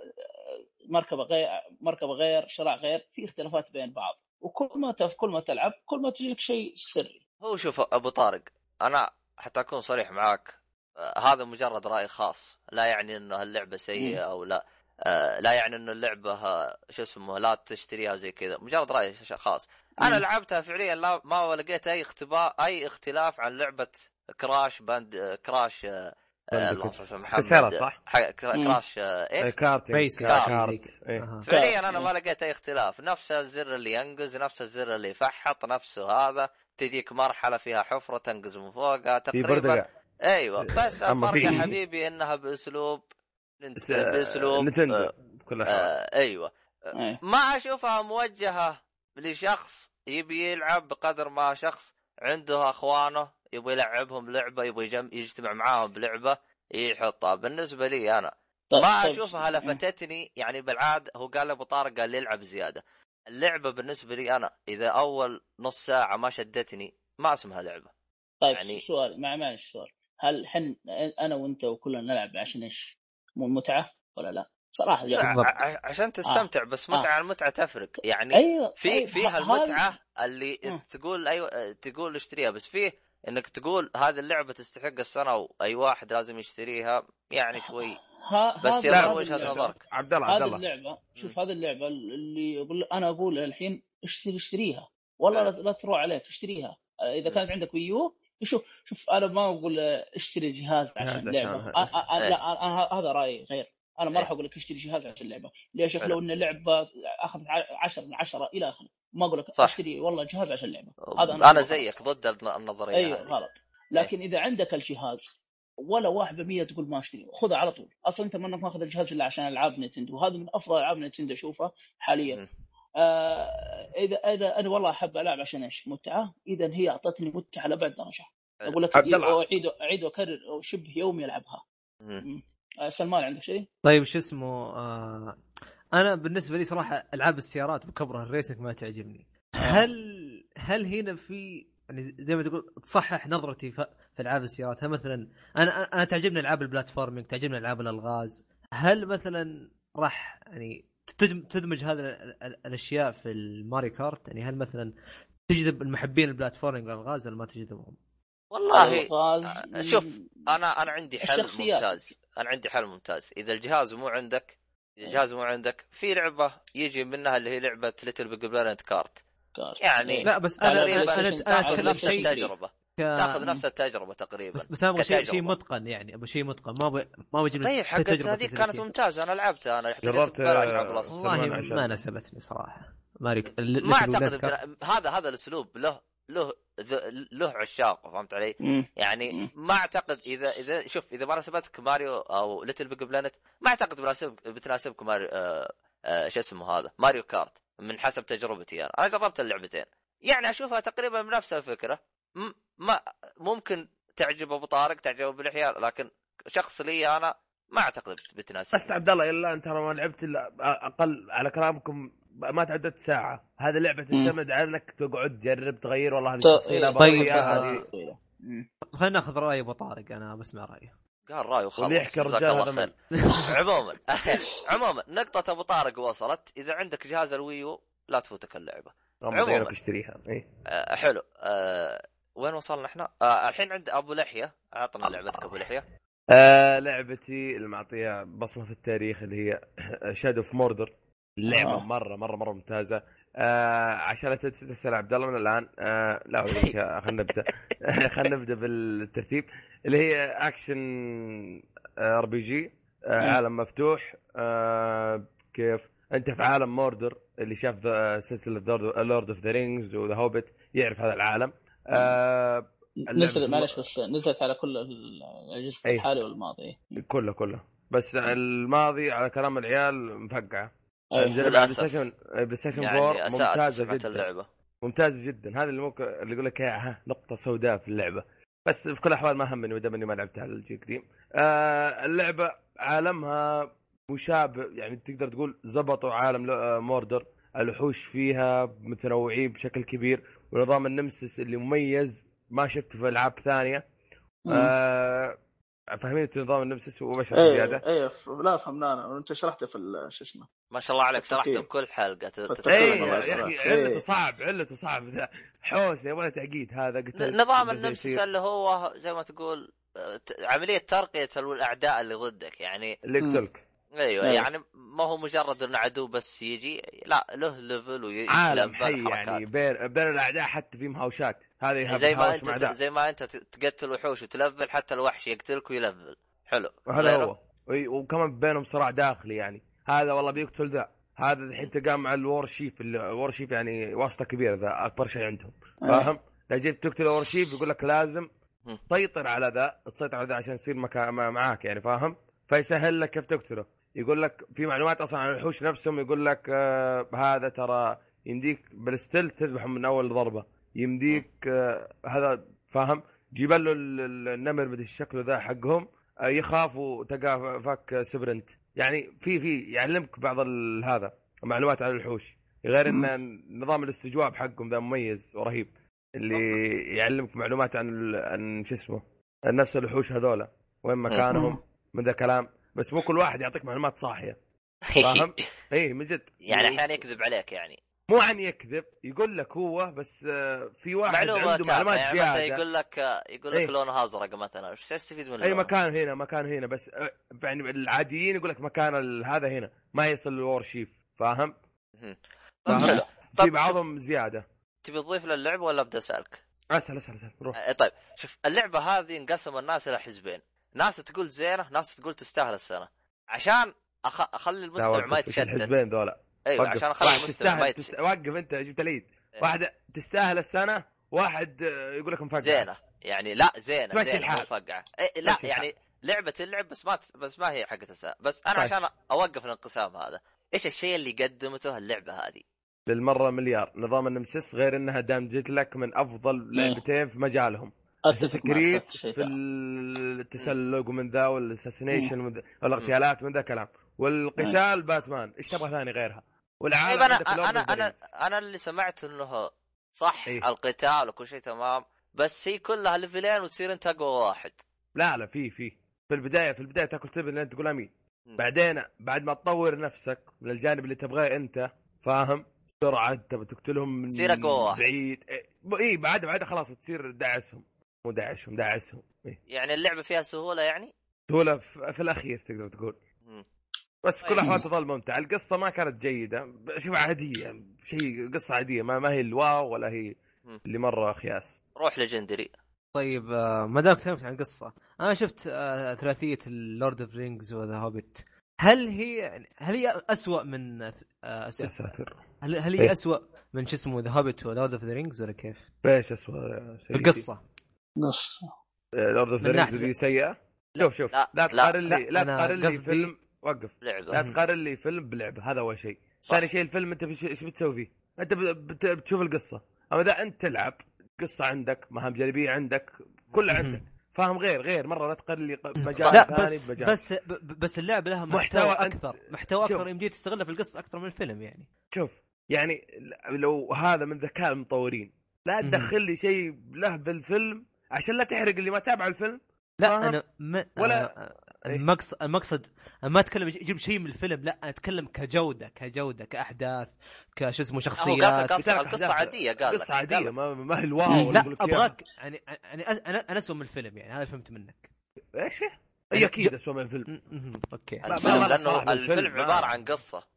S3: مركبه غير مركبه غير شراع غير، في اختلافات بين بعض، وكل ما تف كل ما تلعب كل ما تجي لك شيء سري.
S1: هو شوف ابو طارق، انا حتى اكون صريح معاك، آه هذا مجرد راي خاص، لا يعني انه اللعبه سيئه او لا، آه لا يعني انه اللعبه آه، شو اسمه لا تشتريها زي كذا، مجرد راي خاص. انا
S3: مم.
S1: لعبتها فعليا، لا ما لقيت اي اختبار اي اختلاف عن لعبه كراش باند آه، كراش آه آه اللهم صل على
S2: كسرت
S1: محمد،
S2: صح؟
S1: حق- كراش آه
S2: إيه
S1: ايش
S2: كارتينج
S4: ريسنج
S1: كارت.
S4: شيء زي
S2: كارت
S4: كذا.
S2: إيه.
S4: أها.
S1: فعليا
S3: كارت،
S1: انا
S3: إيه.
S1: ما لقيت اي اختلاف، نفس الزر اللي ينقز، نفس الزر اللي يفحط، نفسه هذا، تجيك مرحله فيها حفره تنقز من فوقها
S2: في
S1: تقريبا.
S2: بردقة.
S1: ايوه بس
S2: اما
S1: الفرق يا
S2: في
S1: حبيبي انها باسلوب ننت...
S2: س-
S1: باسلوب
S2: نتندو
S1: آه
S2: بكل احوال.
S1: آه ايوه آه
S3: إيه.
S1: ما اشوفها موجهه لشخص يبي يلعب بقدر ما شخص عنده اخوانه يبغى يلعبهم لعبه، يبغى يجم... يجتمع معاهم بلعبه يحطها. بالنسبه لي انا
S3: طيب
S1: ما
S3: طيب
S1: اشوفها
S3: إيه.
S1: لفتتني، يعني بالعاد هو قال ابو طارق قال لي العب زياده. اللعبه بالنسبه لي انا اذا اول نص ساعه ما شدتني ما اسمها لعبه.
S3: طيب
S1: يعني
S3: سؤال مع معلش سؤال، هل حن انا وانت وكلنا نلعب عشان ايش؟ مو المتعه ولا لا؟ صراحه
S1: لا
S3: جاوب.
S4: بالضبط.
S1: ع- عشان
S3: آه.
S1: تستمتع بس،
S3: آه.
S1: متعه المتعه تفرق يعني.
S3: ايوه
S1: في
S3: طيب
S1: فيها
S3: ه- هل
S1: المتعه اللي
S3: آه.
S1: تقول ايوه تقول اشتريها، بس فيه انك تقول هذه اللعبه تستحق السنه واي واحد لازم يشتريها، يعني شوي
S3: ه-
S1: بس
S3: هذه
S1: يظهر
S3: هذه
S1: وجهه
S3: اللعبة.
S1: نظرك.
S2: عبد الله عبد
S3: هذه
S2: الله
S3: اللعبه شوف، هذه اللعبه اللي يقول انا اقول الحين اشتري اشتريها والله، لا, لا تروح عليك اشتريها. اذا
S1: م.
S3: كانت عندك ويو شوف شوف انا ما اقول اشتري جهاز عشان
S2: جهاز
S3: لعبه.
S2: عشان-
S3: أ- أ-
S1: إيه.
S3: لا أنا هذا رايي غير. انا ما
S1: إيه.
S3: راح اقول لك اشتري جهاز عشان لعبه. ليش؟
S1: حلو.
S3: لو ان اللعبه اخذت عشرة من عشرة الى اخره، ما اقول لك
S1: صح.
S3: اشتري والله جهاز عشان لعبه. هذا
S1: انا, أنا
S3: أشوفه
S1: زيك
S3: غلط.
S1: ضد النظريه
S3: ايوه
S1: هذه.
S3: غلط. لكن اذا عندك الجهاز ولا واحد بالمية تقول ما اشتري، خذها على طول. اصلا انت منك ماخذ الجهاز الا عشان العاب نينتندو، وهذا من افضل العاب نينتندو اشوفها حاليا.
S1: م.
S3: آه اذا اذا انا والله احب العب عشان ايش؟ متعه. اذا هي اعطتني متعه لابعد درجه.
S1: حلو.
S3: اقول لك
S2: عبد الله.
S3: اعيد اعيد واكرر شبه يومي العبها.
S1: م.
S3: آه سلمان عندك شيء؟
S4: طيب شو اسمه آه انا بالنسبه لي صراحه العاب السيارات بكبرها الريسنج ما تعجبني. هل هل هنا في يعني زي ما تقول تصحح نظرتي في العاب السيارات؟ هل مثلا انا انا تعجبني العاب البلاتفورمينج، تعجبني العاب الالغاز، هل مثلا راح يعني تدمج, تدمج هذه الاشياء في الماري كارت؟ يعني هل مثلا تجذب المحبين البلاتفورمينج والالغاز ولا ما تجذبهم؟
S1: والله
S3: الغاز
S1: شوف انا انا عندي حل
S3: الشخصيات.
S1: ممتاز. انا عندي حل ممتاز اذا الجهاز مو عندك، اذا الجهاز مو عندك في لعبه يجي منها اللي هي لعبه ليتل بيج بلانت كارت.
S3: كارت.
S1: يعني
S3: إيه.
S4: لا بس انا
S3: على
S4: انا
S3: بلاي
S4: انا
S3: ستيشن-
S4: أنا
S3: على
S4: أتكلم
S3: بلاي
S1: نفس
S4: شيء
S3: ستيشن
S1: التجربه،
S4: ك...
S1: تاخذ نفس التجربه تقريبا.
S4: بس بس ابغى شيء
S1: كتجربة.
S4: شيء متقن، يعني ابغى شيء متقن، ما ابغى ما ابغى اجيب
S1: طيب حقت
S4: تجربة
S1: هذيك كانت
S4: تسليكية.
S1: ممتازه، انا لعبتها، انا احتاجت
S2: جربت
S1: ببلاش على بلس.
S4: والله
S2: سلمان
S4: ما
S2: عشان-
S4: ناسبتني صراحه ماري
S1: ما اعتقد بتنا... هذا هذا الاسلوب له له ذ- له عشاق، فهمت علي؟
S3: مم.
S1: يعني
S3: مم.
S1: ما اعتقد اذا اذا شوف اذا ما ناسبتك ماريو او ليتل بيج بلانت ما اعتقد بناسبك بتناسبك ماريو آه آه شو اسمه هذا ماريو كارت من حسب تجربتي. انا انا جربت اللعبتين، يعني اشوفها تقريبا بنفس الفكره. م... ما ممكن تعجب ابو طارق، تعجب ابو لحية، لكن شخص لي انا ما اعتقد بتناسب.
S2: بس عبد الله الا انت ما لعبت الا اقل على كلامكم ما تعدت ساعه. هذه لعبه تعتمد على انك تقعد تجرب تغير، والله هذه
S3: طيب.
S2: الشخصيه
S4: طيب،
S2: نبويه
S4: آه.
S2: هذه.
S3: مم.
S4: خلينا ناخذ راي ابو طارق، انا بسمع رايه.
S1: قال رايه خلاص.
S2: واللي يحكي
S1: جزاك
S2: الرجال
S1: الله
S2: هذا
S1: خير. عموما عموما نقطة ابو طارق وصلت. اذا عندك جهاز الويو لا تفوتك اللعبة.
S2: عموما اشتريها. اي
S1: آه حلو. آه وين وصلنا احنا؟ آه الحين عند ابو لحية، اعطنا لعبتك ابو لحية.
S2: آه لعبتي المعطيه بصمه في التاريخ اللي هي شادو اوف موردر. اللعبه
S3: آه.
S2: مره مره مره ممتازه. آه عشان لا تسال عبد الله من الان. آه لا خلينا نبدا خلينا نبدا بالترتيب. اللي هي اكشن ار بي جي، عالم مفتوح. آه كيف انت في عالم موردر، اللي شاف سلسله لورد اوف ذا رينجز وذا هوبيت يعرف هذا العالم. آه
S3: نزل معلش بس نزلت على كل الجزء
S2: أي.
S3: الحالي والماضي
S2: كله كله بس الماضي على كلام العيال مفقعه.
S3: أي.
S2: بلاي
S1: للأسف.
S2: ستيشن بلاي ستيشن
S1: يعني
S2: فور
S1: أساءت
S2: ممتازه
S1: سمعة
S2: جدا.
S1: اللعبة.
S2: ممتازه جدا. هذا اللي ممكن اللي يقول لك ها نقطه سوداء في اللعبه، بس في كل الاحوال ما همني ودام اني ما لعبتها على الجيل القديم. آه اللعبه عالمها مشابه، يعني تقدر تقول زبطوا عالم موردر. الوحوش فيها متنوعين بشكل كبير، ونظام النمسس اللي مميز ما شفته في العاب ثانيه. آه فاهمين نظام النمسيس وبشر
S3: أيه
S2: زياده؟
S3: ايه لا فهمنا انا، وانت شرحته في شو اسمه
S1: ما شاء الله عليك، شرحته بكل حلقه.
S2: ايه يا اخي علته صعب، علته صعب حوسه يبغى تعقيد. هذا قلت
S1: نظام النمسيس اللي هو زي ما تقول عمليه ترقيه الاعداء اللي ضدك، يعني
S2: اللي يقتلك.
S1: ايوه أيه. يعني ما هو مجرد انه عدو بس يجي، لا له ليفل
S2: وعالم حي يعني بين بين الاعداء حتى في مهاوشات. هذه
S1: زي ما انت زي ما انت تقتل وحوش وتلفل، حتى الوحش يقتلك ويلفل. حلو
S2: هذا هو. وكمان بينهم صراع داخلي، يعني هذا والله بيقتل ذا، هذا الحين تلقى مع الورشيف. الورشيف يعني واسطه كبيره، ذا اكبر شيء عندهم فاهم. لا جيت تقتل الورشيف يقول لك لازم تسيطر على ذا، تسيطر على ذا عشان يصير مكا... معاك يعني فاهم. فيسهل لك كيف تقتله. يقول لك في معلومات اصلا عن الوحوش نفسهم، يقول لك آه هذا ترى يمديك بالستيل تذبحهم من اول ضربه، يمديك آه هذا فاهم. جيب له النمر بدي الشكل ذا حقهم آه يخافوا تلقى فك سبرنت. يعني في في يعلمك بعض هذا معلومات عن الوحوش، غير ان نظام الاستجواب حقهم ذا مميز ورهيب، اللي يعلمك معلومات عن عن شو اسمه نفس الوحوش هذولا وين مكانهم من ذا كلام. بس مو كل واحد يعطيك معلومات صاحيه فاهم. ايه من جد
S1: يعني احيانا يكذب عليك، يعني
S2: مو عن يكذب، يقول لك هو بس في واحد عنده معلومات
S1: يعني
S2: زياده.
S1: يقول لك يقول لك
S2: ايه؟
S1: لونه ازرق مثلا، ايش تستفيد من
S2: اي مكان هنا مكان هنا، بس يعني العاديين يقول لك مكان هذا هنا ما يصل الورشيف فاهم.
S1: فاهم.
S2: في بعضهم زياده.
S1: تبي تضيف للعبه ولا ابدا اسالك؟
S2: اسال اسال اسال روح.
S1: طيب شوف، اللعبه هذه انقسم الناس الى حزبين، ناس تقول زينه، ناس تقول تستاهل السنه. عشان أخ... اخلي المستمع ما يتشتت.
S2: الحزبين ذولا
S1: ايوه عشان اخلي المستمع ما يتشتت.
S2: وقف انت جبت العيد. إيه؟ واحد تستاهل السنه، واحد يقول لك مفقعه
S1: زينه، يعني لا زينه
S2: ماشي
S1: زينه مفقعه. إيه لا يعني الحال. لعبه اللعب بس ما ت... بس ما هي حقت السنه. بس انا طيب. عشان اوقف الانقسام هذا، ايش الشيء اللي قدمته اللعبه هذه؟
S2: للمره مليار نظام النمسيس، غير انها دامجت لك من افضل لعبتين في مجالهم. التسكريت في التسلق ومن ذا والاساسينيشن والاغتيالات من ذا كلام، والقتال مم. باتمان ايش تبغى ثاني غيرها؟ والعالم
S1: انا انا انا انا اللي سمعت انه صح إيه؟ القتال وكل شيء تمام، بس هي كلها ليفلين وتصير انت اقوى واحد.
S2: لا لا في في في البدايه في البدايه تاكل تبن انت تقول امين، بعدين بعد ما تطور نفسك من الجانب اللي تبغاه انت فاهم، بسرعه تبى تقتلهم من بعيد. اي بعد بعد خلاص تصير دعسهم مو داعشهم داعسهم. إيه؟
S1: يعني اللعبة فيها سهولة، يعني
S2: سهولة في, في الأخير تقدر تقول. م. بس في كل الأحوال تظل ممتعة. القصة ما كانت جيدة، شوف عادية، شيء قصة عادية، ما ما هي الواو ولا هي م. اللي مرة خياس.
S1: روح لجندري.
S4: طيب ما دام تكلمت عن قصة، أنا شفت ثلاثية اللورد اوف رينجز وذا هوبيت. هل هي هل هي أسوأ من أسوأ؟
S2: يا ساتر.
S4: هل هل هي أسوأ من شو اسمه ذا هوبيت ولورد اوف رينجز ولا كيف؟
S2: بايش أسوأ؟
S4: القصة
S3: نص
S2: لورد اوف ذا رينجز سيئة. شوف شوف لا, لا تقارن لي لا تقارن لي فيلم. وقف لعبة. لا تقارن لي فيلم بلعبة، هذا أول شيء. ثاني شيء الفيلم أنت ايش بتسوي فيه؟ أنت بتشوف القصة، أما إذا أنت تلعب قصة عندك، مهام جانبية عندك، كل عندك فاهم. غير غير مرة لا تقارن لي مجال
S4: لا
S2: ثاني
S4: بس
S2: بمجال.
S4: بس بس اللعبة لها محتوى أكثر، محتوى أكثر يمدي تستغله في القصة أكثر من الفيلم. يعني
S2: شوف يعني لو هذا من ذكاء المطورين لا تدخل لي شيء له بالفيلم عشان لا تحرق اللي ما تابع الفيلم.
S4: لا انا ما ولا المقصد المقصد ما اتكلم يجيب شيء من الفيلم، لا اتكلم كجوده كجوده كاحداث كش اسمه شخصيات.
S1: قصة, قصة عاديه، قال
S2: قصة عاديه ما ما هي الواو.
S4: لا ابغاك يعني يعني انا انا اسوء من الفيلم، يعني هذا فهمت منك.
S2: ايش هي اكيد اسوء من الفيلم.
S1: اوكي الفيلم لانه الفيلم عباره عن قصه.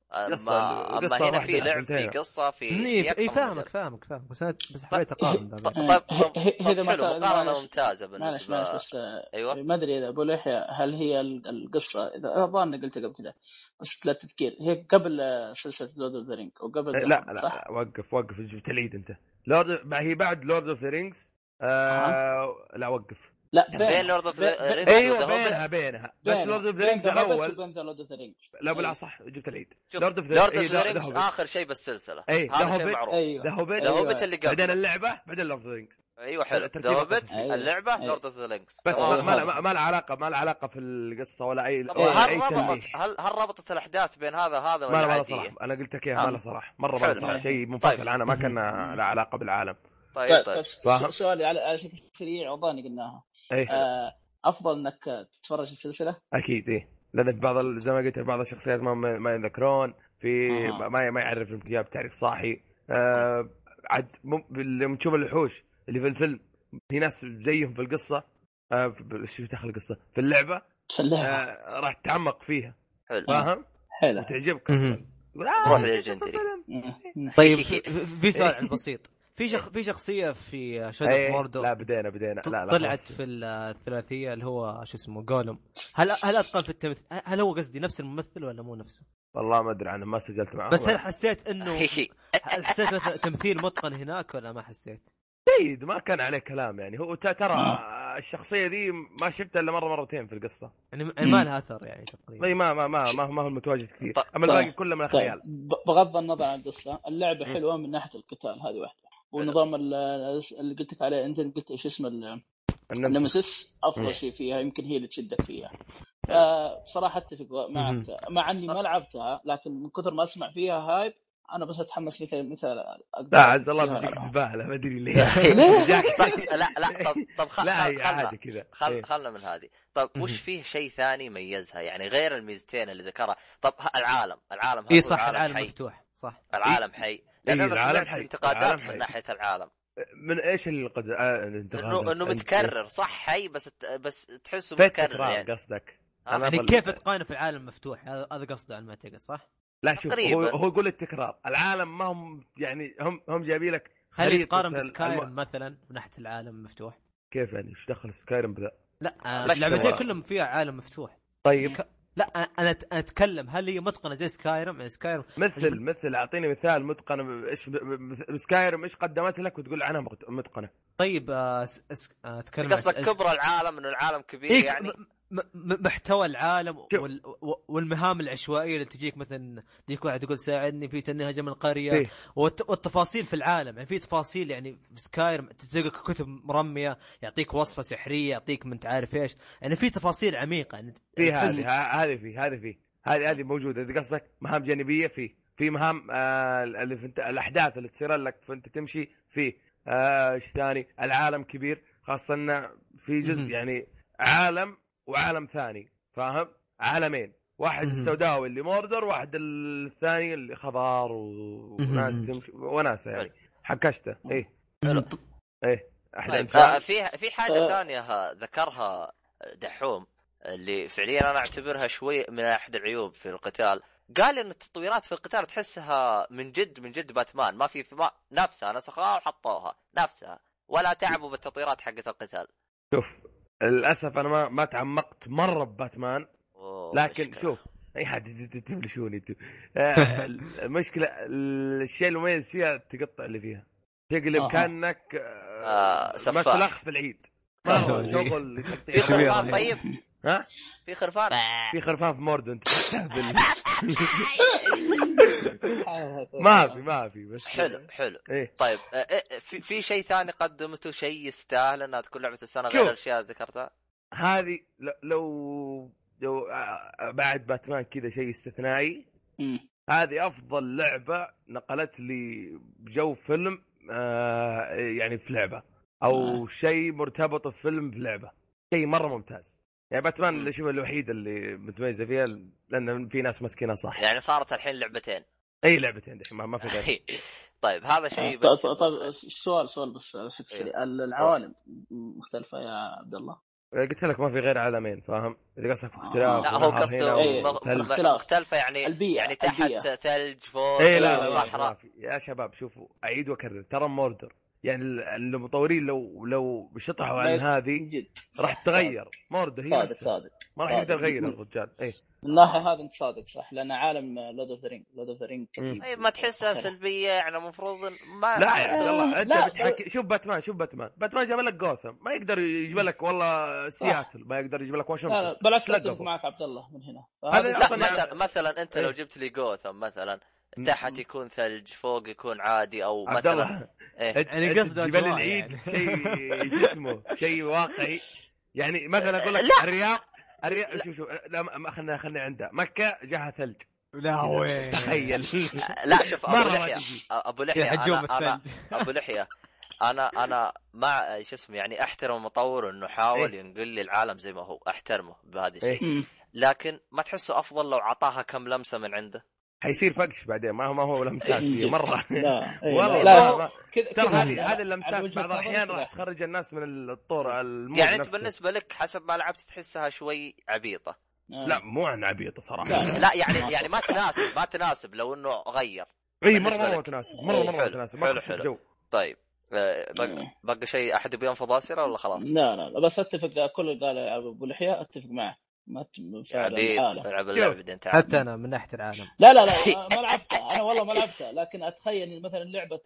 S1: ما قصة هنا في لعب في قصة في
S4: اي فاهمك فاهمك فاهم بس بس حبيت اقارن.
S1: طيب هذا مقارنة ممتازة بالنسبة.
S3: بس ايوه ما ادري اذا ابو لحية هل هي القصة، اذا اظن قلت قبل كذا بس لا تذكير، هي قبل سلسلة لورد اوف ذا رينج او قبل؟
S2: لا لا, لا وقف وقف جبت العيد انت. لورد هي بعد لورد اوف ذا رينجز. لا وقف.
S3: لا
S1: بين لورد اوف ذا رينجز.
S2: ايوه بينها بينها بس لورد اوف ذا رينجز الاول. لا بلا صح جبت العيد.
S1: لورد اوف ذا رينجز اخر شيء بالسلسله.
S2: هذا شيء معروف.
S1: ذا هوبيت اللي قبل
S2: بعدين اللعبه بعدين لورد اوف ذا رينجز.
S1: ايوه حلو. ذا هوبيت اللعبه لورد اوف ذا رينجز.
S2: بس ما ما له علاقه ما له علاقه في القصه ولا اي
S1: هل ربطت هل هل ربطت الاحداث بين هذا هذا ولا
S2: عاديه؟ انا قلت لك اياها ما له صراحه مره ما صراحه شيء منفصل عنه، ما كان له علاقه بالعالم.
S1: طيب طيب
S3: طيب سؤالي على على شكل سريع وظاني قلناها.
S2: ايه
S3: آه افضل انك تتفرج السلسله؟
S2: اكيد ايه، لان في بعض زي ما قلت بعض الشخصيات ما ما يذكرون في
S3: آه.
S2: ما ما يعرف الكتاب تعريف صاحي. آه عاد لما تشوف الوحوش اللي في الفيلم في ناس زيهم في القصه. آه شو دخل القصه في اللعبه؟
S3: في اللعبه
S2: آه راح تتعمق فيها.
S1: حلو
S2: فاهم؟
S3: حلو
S2: وتعجبك اصلا.
S1: روح للجندري.
S4: طيب في سؤال بسيط، في شخ... في شخصيه في شادو اوف موردور
S2: لا بدينا بدينا لا لا
S4: طلعت في الثلاثيه اللي هو شو اسمه جولم. هل هل اتقن في التمثيل؟ هل هو قصدي نفس الممثل ولا مو نفسه؟
S2: والله ما ادري عنه، ما سجلت معه.
S4: بس هل حسيت انه هل حسيت تمثيل متقن هناك ولا ما حسيت؟
S2: جيد، ما كان عليه كلام يعني. هو ترى الشخصية دي ما شفتها الا مرة مرتين في القصة
S4: يعني ما لها اثر يعني تقريبا.
S2: ما ما ما ما, ما هو المتواجد كثير. اما الباقي كله من الخيال.
S3: بغض النظر عن القصة اللعبة حلوة من ناحية القتال هذه واحدة، ونظام اللي قلت لك عليه انت قلت ايش اسمه النمسيس افضل شيء فيها، يمكن هي اللي تشدك فيها. بصراحة اتفق معك مع اني ما لعبتها، لكن من كثر ما اسمع فيها هايب انا بس اتحمس مثل مثل
S2: لا عز الله بديك زباله ما ادري ليه.
S1: لا لا طب طب خل...
S2: لا
S1: خلنا
S2: كذا
S1: خل... خلنا من هذه. طب وش فيه شيء ثاني ميزها يعني غير الميزتين اللي ذكرها؟ طب العالم العالم
S4: اي صح، العالم مفتوح صح،
S1: العالم حي. لأن أنا سمعت انتقادات من ناحية العالم.
S2: من ايش اللي قد
S1: انه انه متكرر صح حي، بس بس تحسه متكرر يعني.
S2: قصدك
S4: يعني كيف اتقان في العالم مفتوح؟ هذا قصده على ما اعتقد صح.
S2: لا شوف هو, هو يقول التكرار. العالم ما هم يعني هم هم جايبين لك
S4: خلينا نقارن بسكايرم الم... مثلا من ناحيه العالم مفتوح.
S2: كيف يعني ايش دخل سكايرم بذا؟
S4: لا اللعبتين كلهم فيها عالم مفتوح.
S2: طيب
S4: ك... لا انا اتكلم هل هي متقنه زي سكايرم؟ يعني سكايرم
S2: مثل مش... مثل اعطيني مثال متقنه. ايش سكايرم ايش قدمت لك وتقول عنها متقنه؟
S4: طيب اتكلم
S1: قصدك أس... كبر العالم انه العالم كبير إيه يعني
S4: م... محتوى العالم وال... والمهام العشوائيه اللي تجيك مثلا تجيك واحد يقول ساعدني في تنهي هجم القريه فيه. والت... والتفاصيل في العالم يعني في تفاصيل يعني في سكايرم تلقى كتب مرميه يعطيك وصفه سحريه يعطيك من تعرف ايش يعني في تفاصيل عميقه يعني
S2: في هذه هذه في هذه في هذه هذه موجوده. اذا قصدك مهام جانبيه في في مهام آه اللي في الاحداث اللي تصير لك فانت تمشي في ايش آه ثاني. العالم كبير خاصه انه في جزء م- يعني عالم وعالم ثاني فاهم. عالمين واحد السوداوي اللي موردر واحد الثاني اللي خضار وناس تمشي وناس يعني حكشته. ايه ايه
S1: آه في في حاجه ثانيه ذكرها دحوم اللي فعليا انا اعتبرها شوي من احد العيوب في القتال. قال ان التطويرات في القتال تحسها من جد من جد باتمان ما في, في ما نفسها نسخوها وحطوها نفسها ولا تعبوا بالتطويرات حقت القتال.
S2: شوف للاسف انا ما ما تعمقت مره بباتمان لكن مشكلة. شوف اي حد تبلشوني انتوا. المشكله الشيء المميز فيها التقطع اللي فيها تقلب آه. كانك
S1: آه
S2: مسلخ في العيد. ما هو شغل
S1: في خرفان. طيب
S2: ها
S1: في خرفان
S2: في خرفان في موردو انت ما في ما في بس
S1: حلو حلو
S2: إيه؟
S1: طيب في في شيء ثاني قدمته شيء يستاهل انها تكون لعبه السنه غير الاشياء اللي ذكرتها
S2: هذه؟ لو لو بعد باتمان كذا شيء استثنائي هذه افضل لعبه نقلت لي جو فيلم آه يعني في لعبه او شيء مرتبط بفيلم في لعبه. شيء مره ممتاز يعني. باتمان اللي شبه الوحيد اللي متميزه فيها لان في ناس مسكينها صح يعني.
S1: صارت الحين لعبتين
S2: اي لعبتين ما, ما في غير.
S1: طيب هذا شيء
S3: بس طيب السؤال سؤال بس شكلي العوالم مختلفه يا عبد الله.
S2: قلت لك ما في غير عالمين فاهم. اذا قصدك اختلاف
S1: لا هو قصده مختلفه يعني
S3: البيئة.
S1: يعني تحت
S3: البيئة.
S1: ثلج فوق
S2: اي لا صحراء. يا شباب شوفوا اعيد واكرر ترى موردر يعني المطورين لو لو بشطحوا عن هذه راح تتغير. موردر هي
S3: صادق صادق
S2: ما راح يقدر يغير الرجال. اي
S3: من الناحيه هذا انت صادق صح لان عالم لود اوف ذا رينج لود اوف ذا رينج
S1: اي ما تحسها سلبيه يعني المفروض ما
S2: لا يا والله انت بتحكي. شوف باتمان شوف باتمان باتمان جاب لك جوثم ما يقدر يجيب لك والله سياتل ما يقدر يجيب لك واشنطن.
S3: بالعكس اتفق معك عبد الله من هنا.
S1: هذا مثلا مثلا انت لو جبت لي جوثم مثلا تحت يكون ثلج فوق يكون عادي او مثلا
S2: إيه؟ يعني قصده جبال العيد يعني. شيء اسمه شيء واقعي يعني. مثلا اقول لك الرياض الرياض شوف شوف لا ما خلنا خلنا عنده مكة جاها ثلج.
S4: لا وين
S2: تخيل.
S1: لا شوف ابو لحية ابو لحية أنا أنا ابو لحية انا انا مع شو اسمه يعني احترم المطور انه حاول
S2: إيه؟
S1: ينقل لي العالم زي ما هو، احترمه بهذا الشيء.
S2: إيه؟
S1: لكن ما تحسه افضل لو عطاها كم لمسه من عنده؟
S2: حيصير فقش بعدين، ما هو ما هو لمسات هي مره.
S3: لا إيه
S2: والله
S3: لا,
S2: ما-
S3: لا. كذا
S2: ترى
S3: كذا
S2: هذه هذه
S3: على
S2: اللمسات
S3: وجهة
S2: بعض
S3: نظري
S2: الاحيان
S3: كذا.
S2: راح تخرج الناس من الطور المود
S1: يعني انت
S2: نفسه.
S1: بالنسبه لك حسب ما لعبت تحسها شوي عبيطه؟
S3: آه.
S2: لا مو عن عبيطه صراحه.
S3: لا.
S1: لا يعني يعني ما تناسب ما تناسب لو انه غير.
S2: اي مره
S1: بالنسبة
S2: مره
S1: لك.
S2: تناسب مره
S3: إيه،
S2: مره
S1: حلو،
S2: تناسب ما
S1: حلو،
S2: تخش
S1: حلو.
S2: الجو.
S1: طيب آه، بقى, بقى شيء احد يبي ينفض اسره ولا خلاص؟
S3: لا لا لا بس اتفق كل اللي قال ابو لحية اتفق معه. ما ت- فعلا
S1: عبيد
S3: العالم.
S1: العب اللعبه دي انت عارف.
S4: حتى انا من ناحيه العالم
S3: لا لا لا ما لعبتها انا والله ما لعبتها، لكن اتخيل مثلا لعبه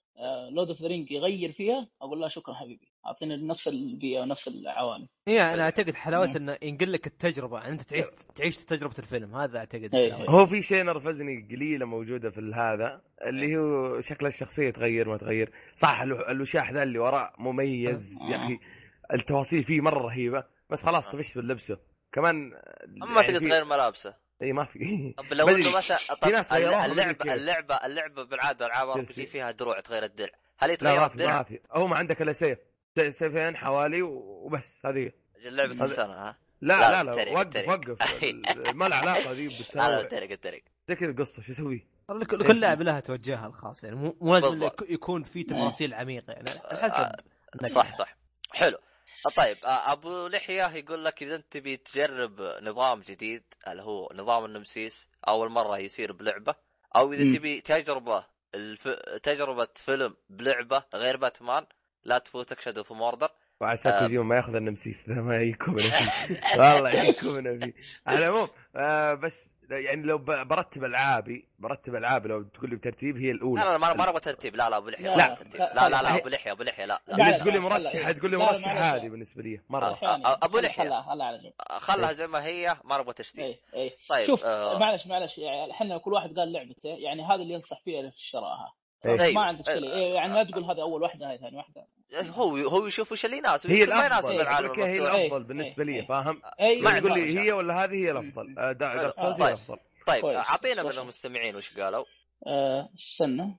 S3: لود اوف ذا رينج يغير فيها اقول له شكرا حبيبي اعطيني نفس البيئه ونفس العوالم.
S4: هي انا اعتقد حلاوه انه ينقل لك التجربه، انت تعيش تعيش تجربه الفيلم، هذا اعتقد
S3: إيه.
S4: حلاوة.
S2: هو في شيء نرفزني قليله موجوده في هذا اللي هو شكل الشخصيه تغير ما تغير. صح الوشاح ذا اللي وراء مميز يا اخي، التفاصيل فيه مره رهيبه، بس خلاص طفشت باللبسه كمان.
S1: اما تقدر تغير ملابسه.
S2: اي ما في.
S1: طب لو انه مثلا طب
S2: اللعبه
S1: اللعبه اللعبه اللعبه بالعاده العاب ار بي جي فيها دروع تغير الدرع، هل يتغير
S2: لا
S1: الدرع؟
S2: ما في، هو ما عندك الا سيف سيفين حوالي وبس. هذه
S1: لعبه السنه ها.
S2: لا لا لا, لا وقف وقف ما له علاقه ذي بالتنوع.
S1: لا الدرق الدرق
S2: زي كذا القصه شو اسوي؟
S4: كل لاعب لها توجهها الخاص، يعني مو مو لازم يكون في تفاصيل عميقه، يعني حسب
S1: آه صح صح حلو. طيب ابو لحيه يقول لك اذا انت تبي تجرب نظام جديد اللي هو نظام النمسيس اول مره يصير بلعبه، او اذا تبي تجربه الف... تجربه فيلم بلعبه غير باتمان، لا تفوتك شادو اوف موردر.
S2: وعسى آه كوجيما ما ياخذ النمسيس ذا، ما يكون فيه والله يكون فيه. على العموم آه بس يعني لو برتب العابي برتب العابي لو تقول لي بترتيب هي الاولى.
S1: لا لا ما ما ابغى ترتيب. لا لا ابو لحيه
S3: لا
S1: لا لا لا ابو لحيه ابو لحيه لا
S2: لا تقول لي مرشح تقول لي مرشح هذه بالنسبه لي مره.
S1: ابو لحيه
S3: خلها
S1: خلها زي ما هي، ما ابغى تشتيت.
S3: اي اي
S1: طيب
S3: شوف
S1: آه
S3: معلش معلش يعني احنا كل واحد قال لعبته، يعني هذا اللي ينصح فيها في شراها.
S2: أيوه.
S3: ما عندك شيء إيه يعني لا تقول هذه اول واحده هاي ثاني واحده.
S1: هو هو يشوف وش اللي يناسب،
S2: هي
S1: ما يناسب
S2: الافضل.
S1: العالم
S2: هي الافضل بالنسبه لي فاهم.
S3: ما
S2: يقول لي هي ولا هذه هي الافضل. دارك سولز هي الافضل.
S1: طيب اعطينا من المستمعين وش قالوا.
S3: آه استنى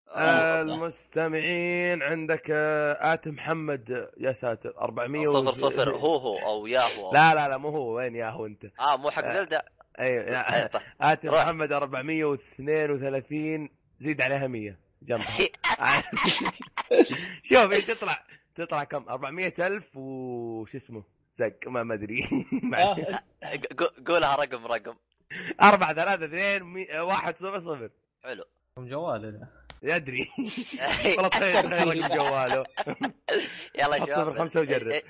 S2: آه المستمعين عندك آه آت محمد يا ساتر أربعمية
S1: صفر صفر هو هو او ياهو.
S2: لا لا لا مو هو، وين ياهو انت؟
S1: اه مو حق زلدة.
S2: ايوه آت محمد أربعمية واثنين وثلاثين زيد عليها مية جنبها. شوف انت تطلع تطلع كم أربعمية ألف وش اسمه زق ما ما ادري.
S1: قولها رقم رقم
S2: أربعة ثلاثة اثنين واحد صفر صفر.
S1: حلو
S4: جواله
S2: يدري والله تخيل تخيل رقم جواله.
S1: يلا
S2: حط صفر خمسة وجرب.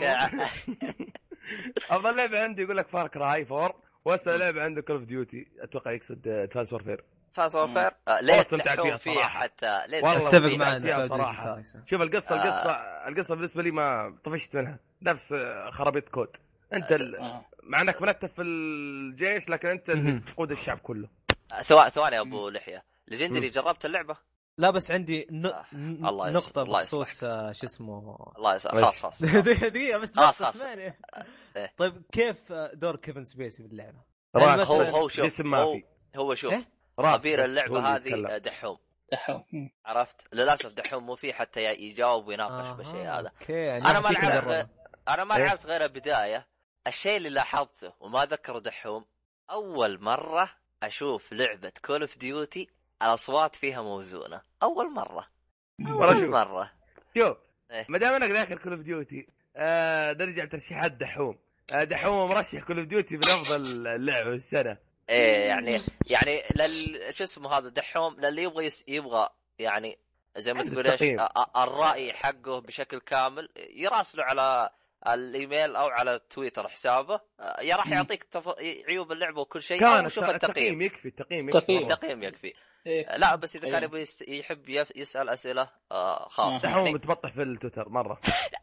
S2: افضل لعبه عندي يقول لك فار كراي فور، واسال لعبه عنده كول اوف ديوتي اتوقع يقصد ادفانس وورفير.
S1: فاز وورفير ليه
S2: استمتعت فيها صراحه
S1: حتى
S2: والله اتفق معك صراحه. شوف القصه القصه القصه بالنسبه لي ما طفشت منها، نفس خرابيط كود. انت مع انك ملتف في الجيش لكن انت اللي تقود الشعب كله.
S1: ثواني ثواني يا ابو لحيه، ليجندري جربت اللعبه؟
S4: لا بس عندي ن...
S1: آه.
S4: نقطة بخصوص شو اسمه
S1: الله يسعدك. خلاص خلاص
S4: دقيقة بس نقطة ثانية. طيب كيف دور كيفن سبيسي باللعبة؟
S2: يعني
S1: هو هو شوف
S2: جسم ما في.
S1: هو شوف
S4: إيه؟
S1: خبير اللعبة هذه دحوم
S3: دحوم
S1: عرفت للأسف دحوم مو فيه حتى يجاوب ويناقش آه بالشيء هذا.
S4: يعني
S1: أنا ما لعبت غير... أنا ما لعبت غير البداية. الشيء اللي لاحظته وما ذكر دحوم أول مرة أشوف لعبة كول اوف ديوتي الأصوات فيها موزونة أول مرة. أول مرة
S2: شوف ما دام أنك ذاكر كول اوف ديوتي آه نرجع ترشيحات دحوم. آه دحوم مرشح كول اوف ديوتي من أفضل اللعبة السنة.
S1: إيه يعني يعني لل شو اسمه هذا دحوم للي يبغى يس... يبغى يعني زي ما تقول ايش الرأي حقه بشكل كامل يراسله على الايميل او على تويتر حسابه يا راح يعطيك تف... عيوب اللعبه وكل شيء.
S2: كان شوف التقييم يكفي التقييم يكفي
S1: التقييم يكفي. إيه. لا بس اذا كان يبغى يس... يحب يف... يسال اسئله آه خاص
S2: دحوم يعني... متبطح في التويتر مره.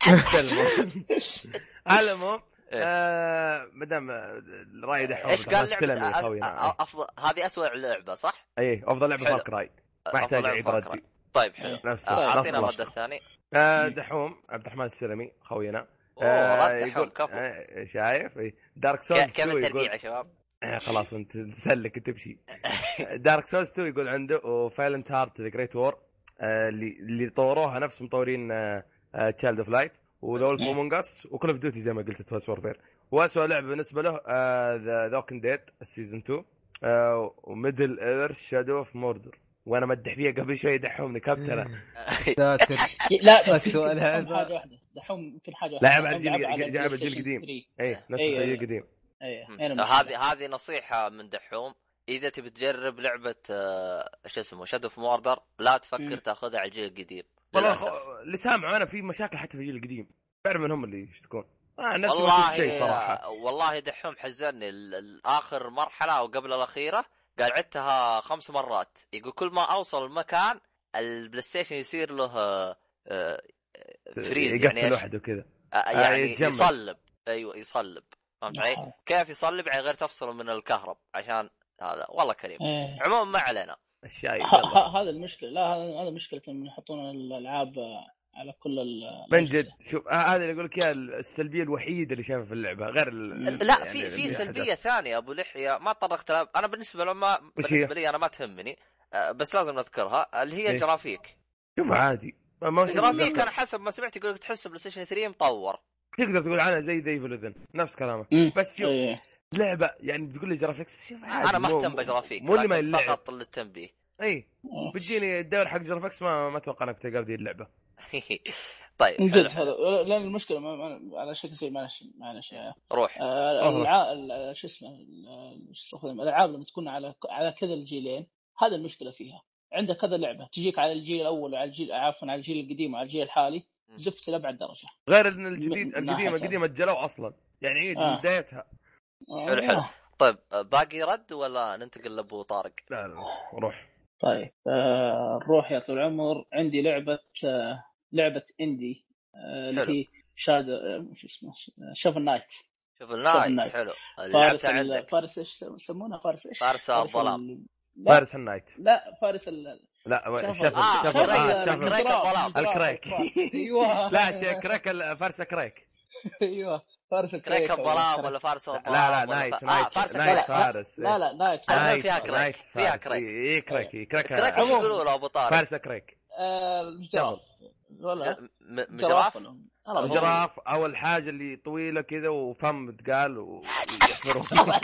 S2: على العموم آه مدام الراي دحوم
S1: ايش قال لعبه افضل هذه اسوء لعبه صح؟
S2: اي افضل لعبه فار كراي ما يحتاج اعيد ردي.
S1: طيب حلو اعطينا الرد الثاني.
S2: آه دحوم عبد الرحمن السلمي خوينا
S1: آه يقول
S2: آه شايف دارك سولز
S1: كيف الترقيع يا شباب؟
S2: آه خلاص انت تسلك تمشي. دارك سولز تو يقول عنده وفايلنت هارت ذا جريت وور اللي اللي طوروها نفس مطورين تشايلد اوف لايت وذا وولف امونج اس وكول اوف ديوتي زي ما قلت تواس وورفير. واسوء لعبه بالنسبه له ذا ذوكن ديد السيزون اثنين وميدل ايرث شادو اوف موردر وانا مدح فيها قبل شوي دحومني كابتن.
S3: لا بس سؤال هذا حاجه واحده دحوم يمكن حاجه واحده
S2: لعب على الجيل لعب الجيل القديم اي نفس الجيل القديم.
S1: هذه هذه نصيحه من دحوم اذا تبي تجرب لعبه ايش اسمه شادو اوف موردر لا تفكر تاخذها على الجيل القديم.
S2: والله اللي سامع انا في مشاكل حتى في الجيل القديم بعرف من هم اللي يشتكون.
S1: آه نفس والله صراحه والله دحوم حزنني الاخر مرحله او قبل الاخيره قال عدتها خمس مرات يقول كل ما اوصل المكان البلاي ستيشن يصير له فريز يعني
S2: لوحده كذا
S1: يعني يصلب. ايوه يصلب فهمت علي كيف يصلب يعني غير تفصله من الكهرب عشان هذا والله كريم. عموما ما علينا
S3: الشاي هذا المشكله. لا هذا مشكله لما يحطون الالعاب على كل
S2: من جد. شوف هذا اللي اقول لك اياه السلبيه الوحيده اللي شايفها في اللعبه غير
S1: لا يعني في في سلبيه ثانيه ابو لحيه ما طرقت لها انا بالنسبه له ما بالنسبه لي انا ما تهمني بس لازم نذكرها اللي هي الجرافيك.
S2: شوف عادي
S1: الجرافيك انا حسب ما سمعت يقول لك تحس بلاي ستيشن ثلاثة مطور
S2: تقدر تقول عنها زي ديفل اذن نفس كلامك بس شوف لعبه يعني بتقول لي جرافيكس شوف عادي
S1: انا ما اهتم بجرافيك مو اللي ما فقط للتنبيه.
S2: اي بتجيني الدور حق جرافيكس ما ما اتوقع انك تلقى دي اللعبه.
S1: طيب
S3: من جد هذا لان المشكله ما على شكل زي ما ما شيء
S1: روح
S3: آه شو اسمه الالعاب لما تكون على على كذا الجيلين هذا المشكله فيها. عندك كذا لعبه تجيك على الجيل الاول وعلى الجيل عفوا على الجيل القديم وعلى الجيل الحالي زفت لابعد درجه
S2: غير ان الجديد القديم القديم اجلوا اصلا يعني عيد آه. بدايتها
S1: حلو حلو. طيب باقي رد ولا ننتقل لابو طارق؟
S2: لا لا روح.
S3: طيب آه نروح يا طول العمر. عندي لعبه آه لعبه اندي اللي آه هي شاد آه شو اسمه شوف النايت.
S1: شوف النايت حلو.
S3: فارس ال... فارس ايش يسمونه فارس ايش؟
S1: فارس الظلام.
S2: فارس النايت.
S3: لا فارس ال...
S2: لا شاف شاف
S1: الكريك الظلام
S2: الكريك.
S3: ايوه
S2: لا شيء كريك فارس كريك.
S3: ايوه فارس
S1: الكريك الظلام ولا فارس الظلام.
S2: لا لا نايت نايت نايت فارس.
S3: لا لا نايت
S1: فيها كريك فيها كريك
S2: اي كريك كريك
S1: كريك ايش يقولوا له ابو طارق؟
S2: فارس كريك
S3: جراف ولا
S1: جراف
S2: جراف اول حاجه اللي طويله كذا وفم تقال ويحفرون.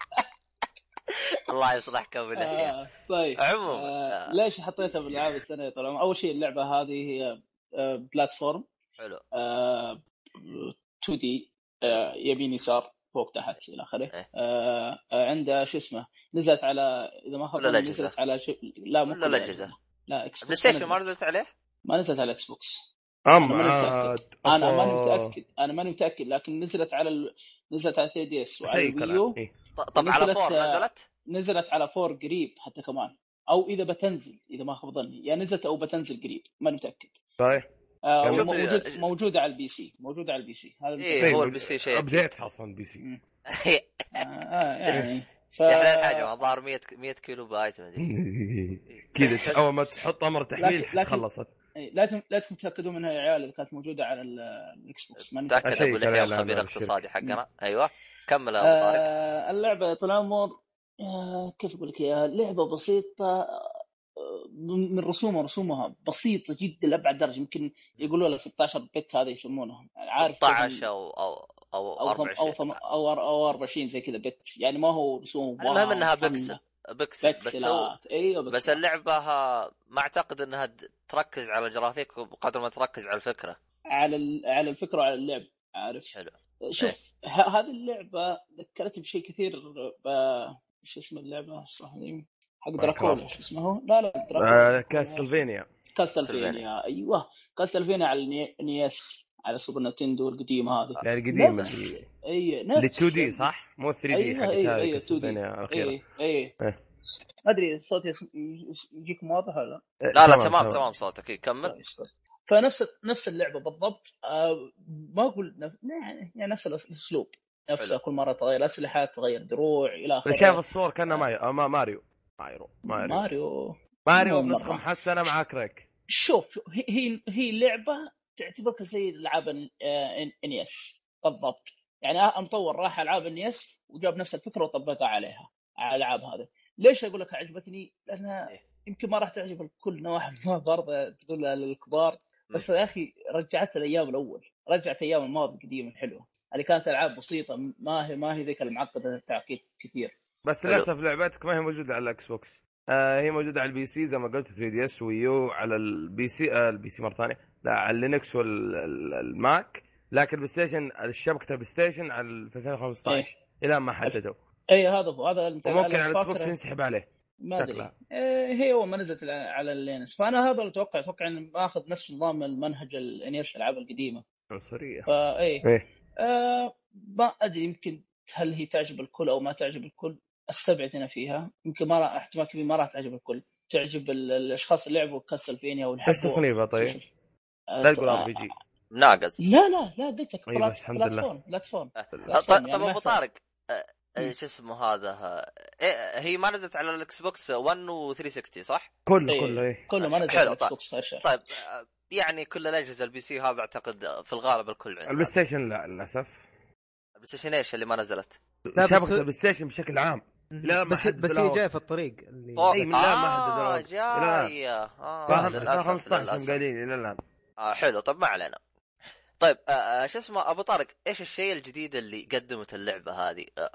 S1: الله يصلحك ابو لحيه.
S3: آه طيب
S1: عموما
S3: آه ليش حطيتها بالالعاب السنه طبعا اول شيء اللعبه هذه هي آه بلاتفورم
S1: حلو
S3: آه تو دي آه يمين يسار فوق تحت الى اخره. آه عنده شو اسمه نزلت على اذا ما خاب نزلت على شو... لا مو
S1: كل الاجهزه
S3: لا اكس
S1: بلاي ستيشن ما نزلت عليه
S3: ما نزلت على اكس بوكس.
S2: أم
S3: انا ماني متاكد انا ماني متاكد لكن نزلت على ال... نزلت على ثري دي اس وعلى الفيديو.
S1: طب على فور نزلت
S3: نزلت على فور قريب حتى كمان او اذا بتنزل اذا ما خاب ظني يا نزلت او بتنزل قريب ماني متاكد.
S2: صحيح
S3: آه موجود موجوده على البي سي موجوده على البي سي هذا
S1: إيه هو البي سي شيء
S2: ابديت اصلا بي سي
S3: اه يعني
S1: ف يحلى الحاجه الظاهر مية مية كيلو بايت ما ادري
S2: كذا اول ما تحط امر تحميل خلصت.
S3: لا لا تتاكدوا منها يا عيال اذا كانت موجوده على الاكس بوكس.
S1: ما نتاكد ابو لحيه الخبير الاقتصادي حقنا. ايوه كمل يا ابو طارق.
S3: آه اللعبه طال عمر آه كيف اقول لك يا لعبه بسيطه من رسومها رسومها بسيطه جدا لابعد درجه يمكن يقولوا لها ستة عشر بت هذا يسمونه عارف
S1: ستة عشر او او او أربعة وعشرين
S3: او او أربعة وعشرين زي كذا بت يعني ما هو رسوم.
S1: المهم انها بكسل بكسل بس هو
S3: ايوه
S1: بكسل. بس اللعبه ما اعتقد انها تركز على الجرافيك بقدر ما تركز على الفكره
S3: على على الفكره وعلى اللعب عارف.
S1: حلو.
S3: شوف ايه. هذه اللعبه ذكرتني بشيء كثير ب ايش اسم اللعبه صح حق دراكولا شو اسمه لا لا
S2: دراكولا كاستلفينيا
S3: كاستلفينيا ايوه كاستلفينيا على النيس على سوبر نينتندو القديم هذا
S2: يعني القديم اللي
S3: اي
S2: اللي تو دي صح مو ثري دي حق
S3: هذه كاستلفينيا الاخيره. اي اي ادري صوتي يجيك واضح ولا
S1: لا لا, لا تمام تمام صوتك يكمل.
S3: فنفس نفس اللعبه بالضبط آه ما اقول نف... يعني نفس الاسلوب نفسه كل مره تغير اسلحه تغير دروع الى اخره.
S2: شايف الصور كانه مايو ما ماريو ماريو
S3: ماريو ماريو,
S2: ماريو نسخه محسنه مع كريك.
S3: شوف هي هي لعبه تعتبرها زي العاب انيس بالضبط يعني المطور راح العاب انيس وجاب نفس الفكره وطبقها عليها على الالعاب هذه. ليش اقول لك عجبتني؟ لانها يمكن ما راح تعجب الكل نوعا ما برضه تقولها للكبار، بس يا اخي رجعت الايام الاول، رجعت ايام الماضي القديمه الحلوه اللي كانت العاب بسيطه، ما هي ما هي ذيك المعقده التعقيد كثير.
S2: بس للاسف لعبتك ما هي موجوده على الاكس بوكس. آه هي موجوده على البي سي زي ما قلت، ثري دي اس ويو على البي سي، آه البي سي مره ثانيه لا على اللينكس والماك، لكن البلاي ستيشن الشبكه البلاي ستيشن على ألفين وخمسة عشر
S3: ايه.
S2: الى ما حددوا.
S3: اي هذا هو هذا
S2: وممكن على الاكس بوكس ينسحب عليه
S3: ما ادري. إيه هي هو ما نزلت على اللينكس، فانا هذا اللي اتوقع اتوقع ان باخذ نفس نظام المنهج الانيس الالعاب القديمه
S2: عنصريه.
S3: فاي
S2: إيه.
S3: آه ما ادري يمكن هل هي تعجب الكل او ما تعجب الكل، استبعد هنا فيها، يمكن ما راح احتمال كبير ما راح تعجب الكل، تعجب الاشخاص اللي لعبوا كاسلفينيا والحبوا.
S2: ايش تصنيفها طيب؟ لا تقول ار بي جي
S1: ناقص.
S3: لا لا لا قلت لك
S2: أيوة بلاتفون
S3: بلاتفون.
S1: طب ابو طارق ايش اسمه هذا؟ إيه هي ما نزلت على الاكس بوكس ون و ثري سيكستي صح؟
S2: كله إيه. كله ايه
S3: كله ما نزل على الاكس بوكس غير شيء.
S1: طيب يعني كل الاجهزه البي سي هذا اعتقد في الغالب الكل عنده.
S2: البلاي ستيشن لا للاسف.
S1: البلاي ستيشن ايش اللي ما نزلت؟
S2: شبكه البلاي ستيشن بشكل عام لا ما
S4: بس بس هي جايه في الطريق اللي
S1: اي
S2: من لا ما حددوا
S1: جايه
S2: اه خمسة عشر قايلين الى الان.
S1: اه حلو. طب ما علينا. طيب آه شو اسمه ابو طارق، ايش الشيء الجديد اللي قدمت اللعبه هذه؟ آه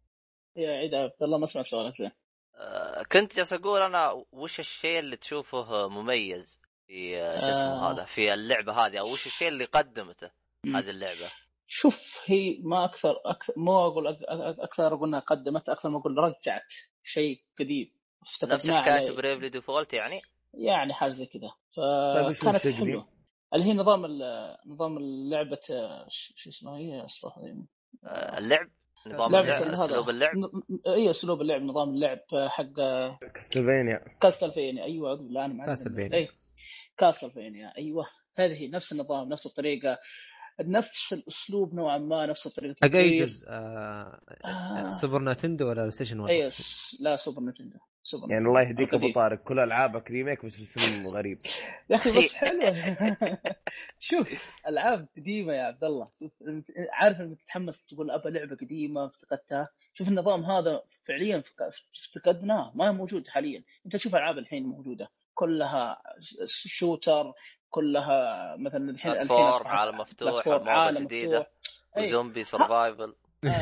S3: يا عيد عبد الله ما اسمع سؤالك زين.
S1: آه كنت جالس اقول انا وش الشيء اللي تشوفه مميز في آه شو اسمه آه. هذا في اللعبه هذه، او وش الشيء اللي قدمته م. هذه اللعبه؟
S3: شوف هي ما اكثر اكثر مو اقول اكثر قلنا قدمت، اكثر ما اقول رجعت شيء قديم
S1: نفس حكايه بريفلي ديفولت يعني
S3: يعني حاجه زي كذا، فكانت حلوه. اللي هي نظام نظام اللعبه شو اسمه هي اصلا
S1: اللعب نظام اللعب اسلوب اللعب
S3: اي اسلوب اللعب نظام اللعب حق
S2: كاستلفينيا
S3: كاستلفينيا ايوه لا انا
S4: كاستلفينيا
S3: اي كاستلفينيا ايوه هذه نفس النظام نفس الطريقه نفس الاسلوب نوعا ما نفس الطريقه
S4: اي جزء آه... آه... سوبر نتندو ولا ستيشن واحد؟
S3: اي لا سوبر نتندو سوبر
S2: يعني الله يهديك ابو طارق كل العابك ريميك بس اسم غريب
S3: يا اخي بس حلوه. شوف العاب قديمه يا عبد الله، عارف لما تتحمس تقول ابى لعبه قديمه افتقدتها، شوف النظام هذا فعليا افتقدناه ما موجود حاليا. انت تشوف العاب الحين موجوده كلها شوتر، كلها مثلا الحين
S1: الحين عالم مفتوح عالم جديده وزومبي سرفايفل.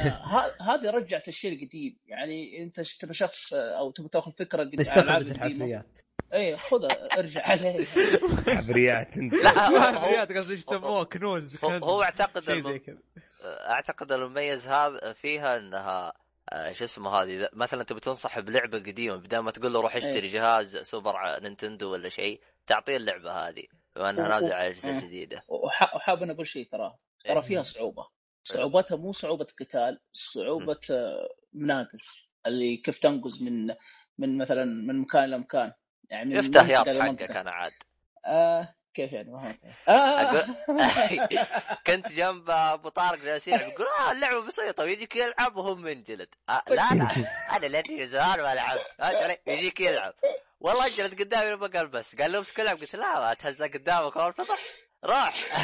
S3: هذه رجعت الشيء القديم، يعني انت تبغى شخص او تبغى تاخذ فكره
S4: قديمه العاب الحفريات
S3: اي خذها ارجع عليه
S2: حفريات.
S4: لا حفريات قصدي يسموها كنوز.
S1: هو اعتقد الم... اعتقد المميز هذا فيها انها شو اسمه هذه مثلا تبي تنصح بلعبه قديمه بدل ما تقول له روح اشتري جهاز سوبر نينتندو ولا شيء، تعطيه اللعبه هذه بما انها نازله على اجهزه جديده.
S3: وحاب انا اقول شيء ترى ترى فيها صعوبه، صعوبتها مو صعوبة قتال، صعوبة مناقص اللي كيف تنقز من من مثلا من مكان لمكان، يعني
S1: كيف تهياط حقك انا عاد
S3: آه كيف يعني ما
S1: آه. أقول... كنت جنب ابو طارق جالسين يقول اه اللعبه بسيطه ويجيك يلعب وهم منجلد آه لا لا انا لاني زمان ما لعبت يجيك يلعب والله جلد قدامي بقى بس قال له امسك العب، قلت لا ما تهزأ قدامك اول فضح راح.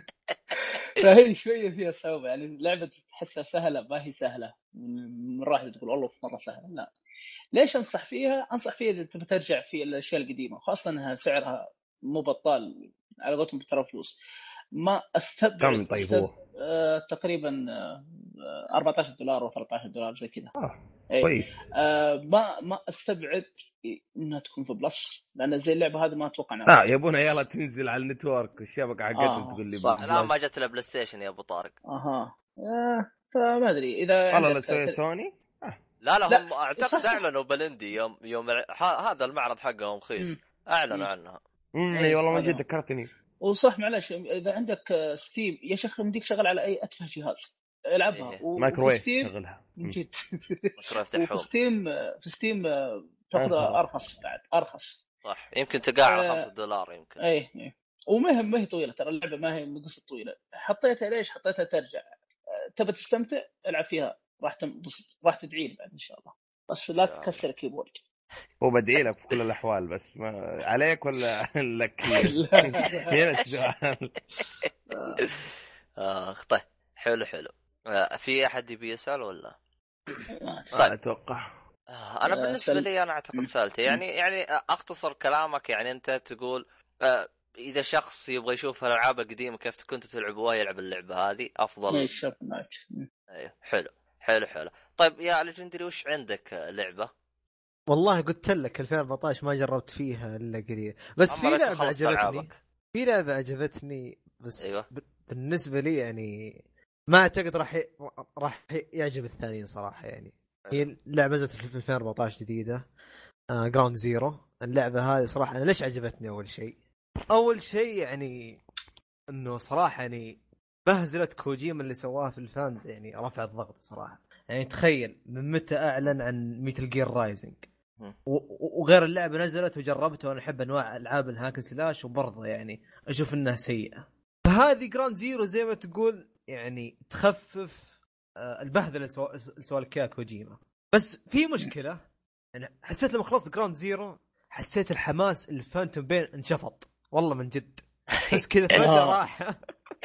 S3: فهي شويه فيها صعوبه، يعني لعبه تحسها سهله ما هي سهله من راح تقول والله مره سهله. لا ليش انصح فيها؟ انصح فيها اذا تبي ترجع في الاشياء القديمه، خاصه انها سعرها مو بطال على قولتهم ترى فلوس. ما استبعد
S2: كم طيب
S3: استب...
S2: هو
S3: آه تقريبا آه أربعة عشر دولار و ثلاثة عشر دولار زي كذا.
S2: اه كويس.
S3: آه ما ما استبعد انها تكون في بلس، لان زي اللعبه هذه ما اتوقع
S2: اه يبونها يلا تنزل على النتورك الشبكه حقتهم
S3: آه
S2: تقول لي
S1: لا ما جت البلاي ستيشن يا ابو طارق.
S3: اها آه فما ادري اذا
S2: والله لا تسوي سوني.
S1: آه. لا لا هم اعتقد اعلنوا بلندي يوم يوم هذا المعرض حقهم خيس اعلنوا عنها.
S2: امم اي والله ما جد ذكرتني.
S3: وصح معلش اذا عندك ستيم يا شيخ مديك شغل على اي اتفه جهاز العبها.
S1: إيه.
S2: مايكرويف شغلها
S3: من جد.
S1: مايكرويف
S3: في ستيم في ستيم تاخذ ارخص بعد ارخص
S1: صح يمكن تقع على خمسة دولار يمكن.
S3: اي اي ومهم ما هي طويله ترى اللعبه ما هي قصه طويله، حطيتها ليش حطيتها ترجع تبى تستمتع العب فيها راح تنبسط راح تدعي لي بعد ان شاء الله، بس لا تكسر الكيبورد.
S2: هو بدعي لك في كل الاحوال بس ما عليك ولا لك هنا السؤال.
S1: اخ طيب حلو حلو. في احد يبي يسال ولا؟
S2: طيب اتوقع
S1: انا بالنسبه
S3: سل...
S1: لي انا اعتقد سالته يعني يعني اختصر كلامك يعني انت تقول آه اذا شخص يبغى يشوف الالعاب القديمه كيف كنتوا تلعبوها يلعب اللعبه هذه افضل.
S3: اي شوف نايت.
S1: ايوه حلو حلو حلو. طيب يا ليجندري وش عندك لعبه؟
S4: والله قلت لك ألفين وأربعة عشر ما جربت فيها الا قليل، بس في لعبه عجبتني، في لعبه عجبتني بس
S1: أيوة.
S4: ب... بالنسبه لي يعني ما اعتقد راح ي... راح يعجب الثانيين صراحه يعني. هي لعبه نزلت في ألفين وأربعة عشر جديده، آه جراوند زيرو. اللعبه هذه صراحه انا ليش عجبتني؟ اول شيء اول شيء يعني انه صراحه يعني بهزلت كوجيما اللي سواه في الفانز يعني رفع الضغط صراحه. يعني تخيل من متى اعلن عن ميتل جير رايزنج وغير اللعبه نزلت وجربتها، وانا احب انواع العاب الهاك سلاش وبرضه يعني اشوف انها سيئه. فهذه جراوند زيرو زي ما تقول يعني تخفف البهذله اللي سوى لك كوجيما. بس في مشكله، يعني حسيت لما خلصت جراوند زيرو حسيت الحماس الفانتوم بين انشفط والله من جد، بس كذا فجأة راح.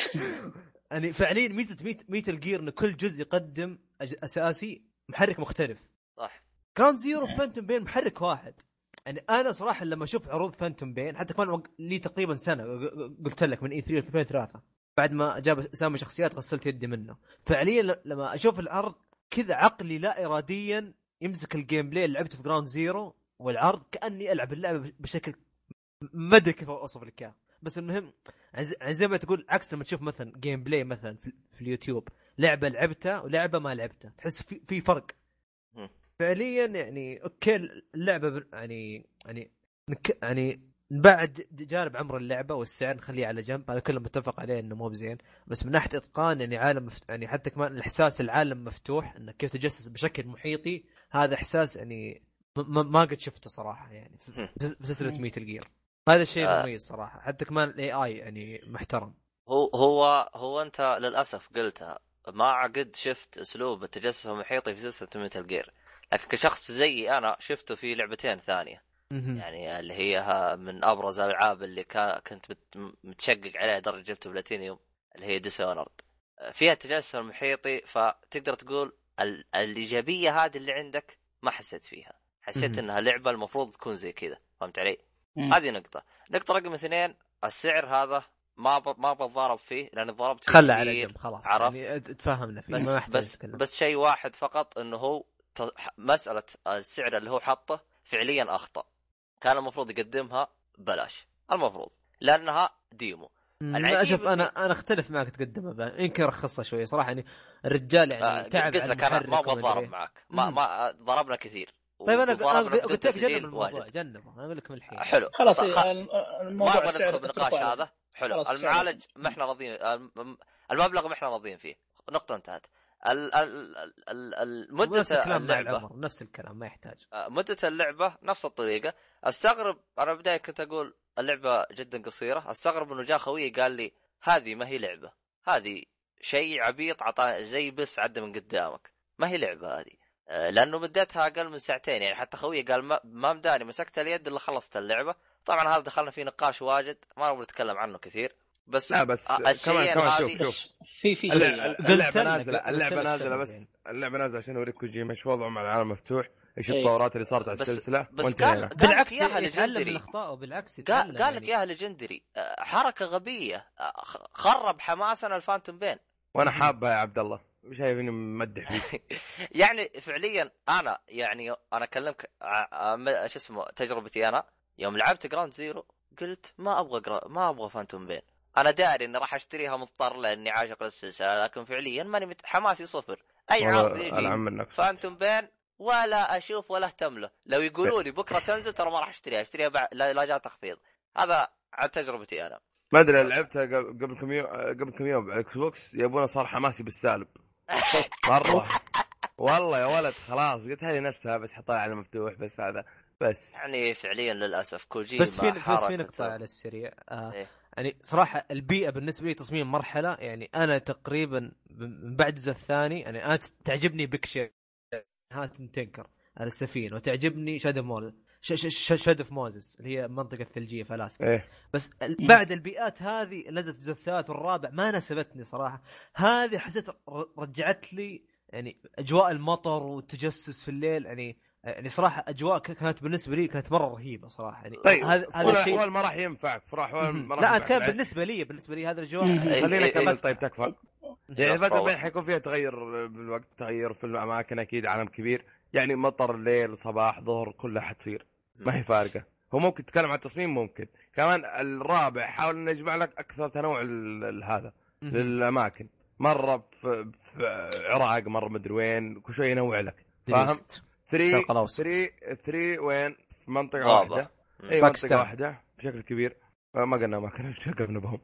S4: يعني فعليا ميزة ميت ميتل جير إن كل جزء يقدم أساسي محرك مختلف.
S1: صح.
S4: جراوند زيرو فانتوم بين محرك واحد. يعني أنا صراحة لما أشوف عروض فانتوم بين حتى كمان لي تقريبا سنة قلت لك من إي ثري ألفين وثلاثة بعد ما جاب اسامي شخصيات غسلت يدي منه. فعليا لما أشوف العرض كذا عقلي لا إراديا يمسك الجيم بلاي اللي لعبته في جراوند زيرو والعرض كأني ألعب اللعبة بشكل ما أدري كيف أوصف لك إياه. بس المهم زي ما تقول عكس لما تشوف مثلا جيم بلاي مثلا في اليوتيوب لعبة لعبتها ولعبة ما لعبتها تحس في في فرق فعليا. يعني اوكي اللعبة يعني يعني يعني نبعد جانب عمر اللعبة والسعر نخليه على جنب، هذا كله متفق عليه انه مو بزين. بس من ناحية اتقان يعني عالم مفت... يعني حتى كمان الاحساس العالم مفتوح انك كيف تجسس بشكل محيطي، هذا احساس يعني ما, ما قد شفته صراحة يعني في سلسلة ميتل جير. هذا الشيء آه. مميز صراحة. حتى كمان الاي اي يعني محترم.
S1: هو هو هو انت للاسف قلتها ما عقد شفت اسلوب التجسس المحيطي في سلسلة ميتل جير، لكن كشخص زيي انا شفته في لعبتين ثانية يعني اللي هي من ابرز الالعاب اللي كنت متشقق عليها درجة جبته بلاتينيوم اللي هي ديسونرد، فيها التجسس المحيطي. فتقدر تقول الايجابية هذه اللي عندك ما حسيت فيها، حسيت انها لعبة المفروض تكون زي كذا، فهمت علي؟ هذه نقطة. نقطة رقم اثنين، السعر هذا ما ب... ما بتضارب فيه لأن ضربت فيه
S4: خلى على جنب خلاص
S1: عرف؟
S4: يعني تفهمنا فيه
S1: بس
S4: ما
S1: بس, بس شيء واحد فقط انه هو ت... مسألة السعر اللي هو حطه فعليا اخطأ، كان المفروض يقدمها بلاش المفروض لأنها ديمو.
S4: اشوف انا انا اختلف معك تقدمها بلاش، يمكن رخصها شويه صراحه. يعني الرجال يعني
S1: آه
S4: تعب
S1: قلت لك انا ما ابغى اتضارب معك ما ما ضربنا كثير.
S4: طيب انا قلت لك جنب الموضوع جنبه، انا اقول لك من الحين
S1: حلو
S3: خلاص
S1: خ...
S3: الموضوع
S1: ما ندخل بالنقاش هذا. حلو المعالج ما احنا راضيين، المبلغ ما احنا راضيين فيه، نقطه انتهت. ال ال ال المدة اللعبة
S4: نفس الكلام ما يحتاج.
S1: مدة اللعبة نفس الطريقة. استغرب انا بداية كنت اقول اللعبة جدا قصيرة، استغرب انه جاء خويي قال لي هذه ما هي لعبة، هذه شيء عبيط عطا زي بس عدى من قدامك، ما هي لعبة هذه، لانه مدتها اقل من ساعتين. يعني حتى خويي قال ما, ما مداني مسكت اليد اللي خلصت اللعبة. طبعا هذا دخلنا في نقاش واجد ما نبغى نتكلم عنه كثير، بس
S2: لا بس كمان كمان شوف شوف
S3: في في
S2: اللعبة نازلة اللعبة نازلة بس اللعبة نازلة عشان اوريك كوجيما ايش وضعه مع العالم مفتوح، ايش التطورات اللي صارت على السلسلة.
S1: وانت بالعكس
S4: يتعلم من اخطائه، بالعكس
S1: قال, قال لك يا ليجندري حركة غبية خرب حماسنا الفانتوم بين،
S2: وانا حابها يا عبد الله شايفني ممدح فيه.
S1: يعني فعليا انا يعني انا اكلمك ايش اسمه تجربتي انا يوم لعبت جراوند زيرو قلت ما ابغى جرا... ما ابغى فانتوم بين. انا داري اني راح اشتريها مضطر لاني عاشق للسلسله، لكن فعليا ماني مت... حماسي صفر. اي عرض يجي فانتوم بين ولا اشوف ولا اهتم له. لو يقولوا لي بكره تنزل ترى ما راح اشتريها، اشتريها بع... لا, لا جاء تخفيض. هذا عن تجربتي انا.
S2: ما ادري لعبتها قبل كم يوم قبل كم يوم على اكس بوكس يبونه صار حماسي بالسالب مره والله يا ولد خلاص قلت هذه نفسها بس حطها على مفتوح بس هذا بس.
S1: يعني فعليا للاسف كوجيما
S4: بس في بس في نقطه على السريع آه إيه؟ يعني صراحه البيئه بالنسبه لي تصميم مرحله، يعني انا تقريبا من بعد الجزء الثاني يعني انا تعجبني بيكشر هات تنكر على السفينه وتعجبني شادو مول شادو في موزس اللي هي المنطقه الثلجيه في الاسكا
S2: إيه؟
S4: بس بعد البيئات هذه نزلت الجزء الثالث والرابع ما ناسبتني صراحه. هذه حسيت رجعت لي يعني اجواء المطر والتجسس في الليل، يعني يعني صراحه اجواء كانت بالنسبه لي كانت مره رهيبه صراحه يعني.
S2: طيب
S4: هذا
S2: هذا الاحوال ما راح ينفعك في احوال ما راح
S4: لا كان بالنسبه لي بالنسبه لي هذا الجواب
S2: خلينا نكمل. طيب تكفى. يعني فترة بين حيكون فيها تغير بالوقت، تغير في الاماكن اكيد، عالم كبير يعني مطر الليل صباح ظهر كلها حتصير ما هي فارقه. هو ممكن تتكلم عن التصميم، ممكن كمان الرابع حاول نجمع لك اكثر تنوع هذا للاماكن، مره في, في عراق مره مدري وين، كل شوي ينوع لك فاهم. ثلاثة ثلاثة وين في منطقه واحده، اي منطقه واحده بشكل كبير ما قلنا ما كنا شكلنا بهم.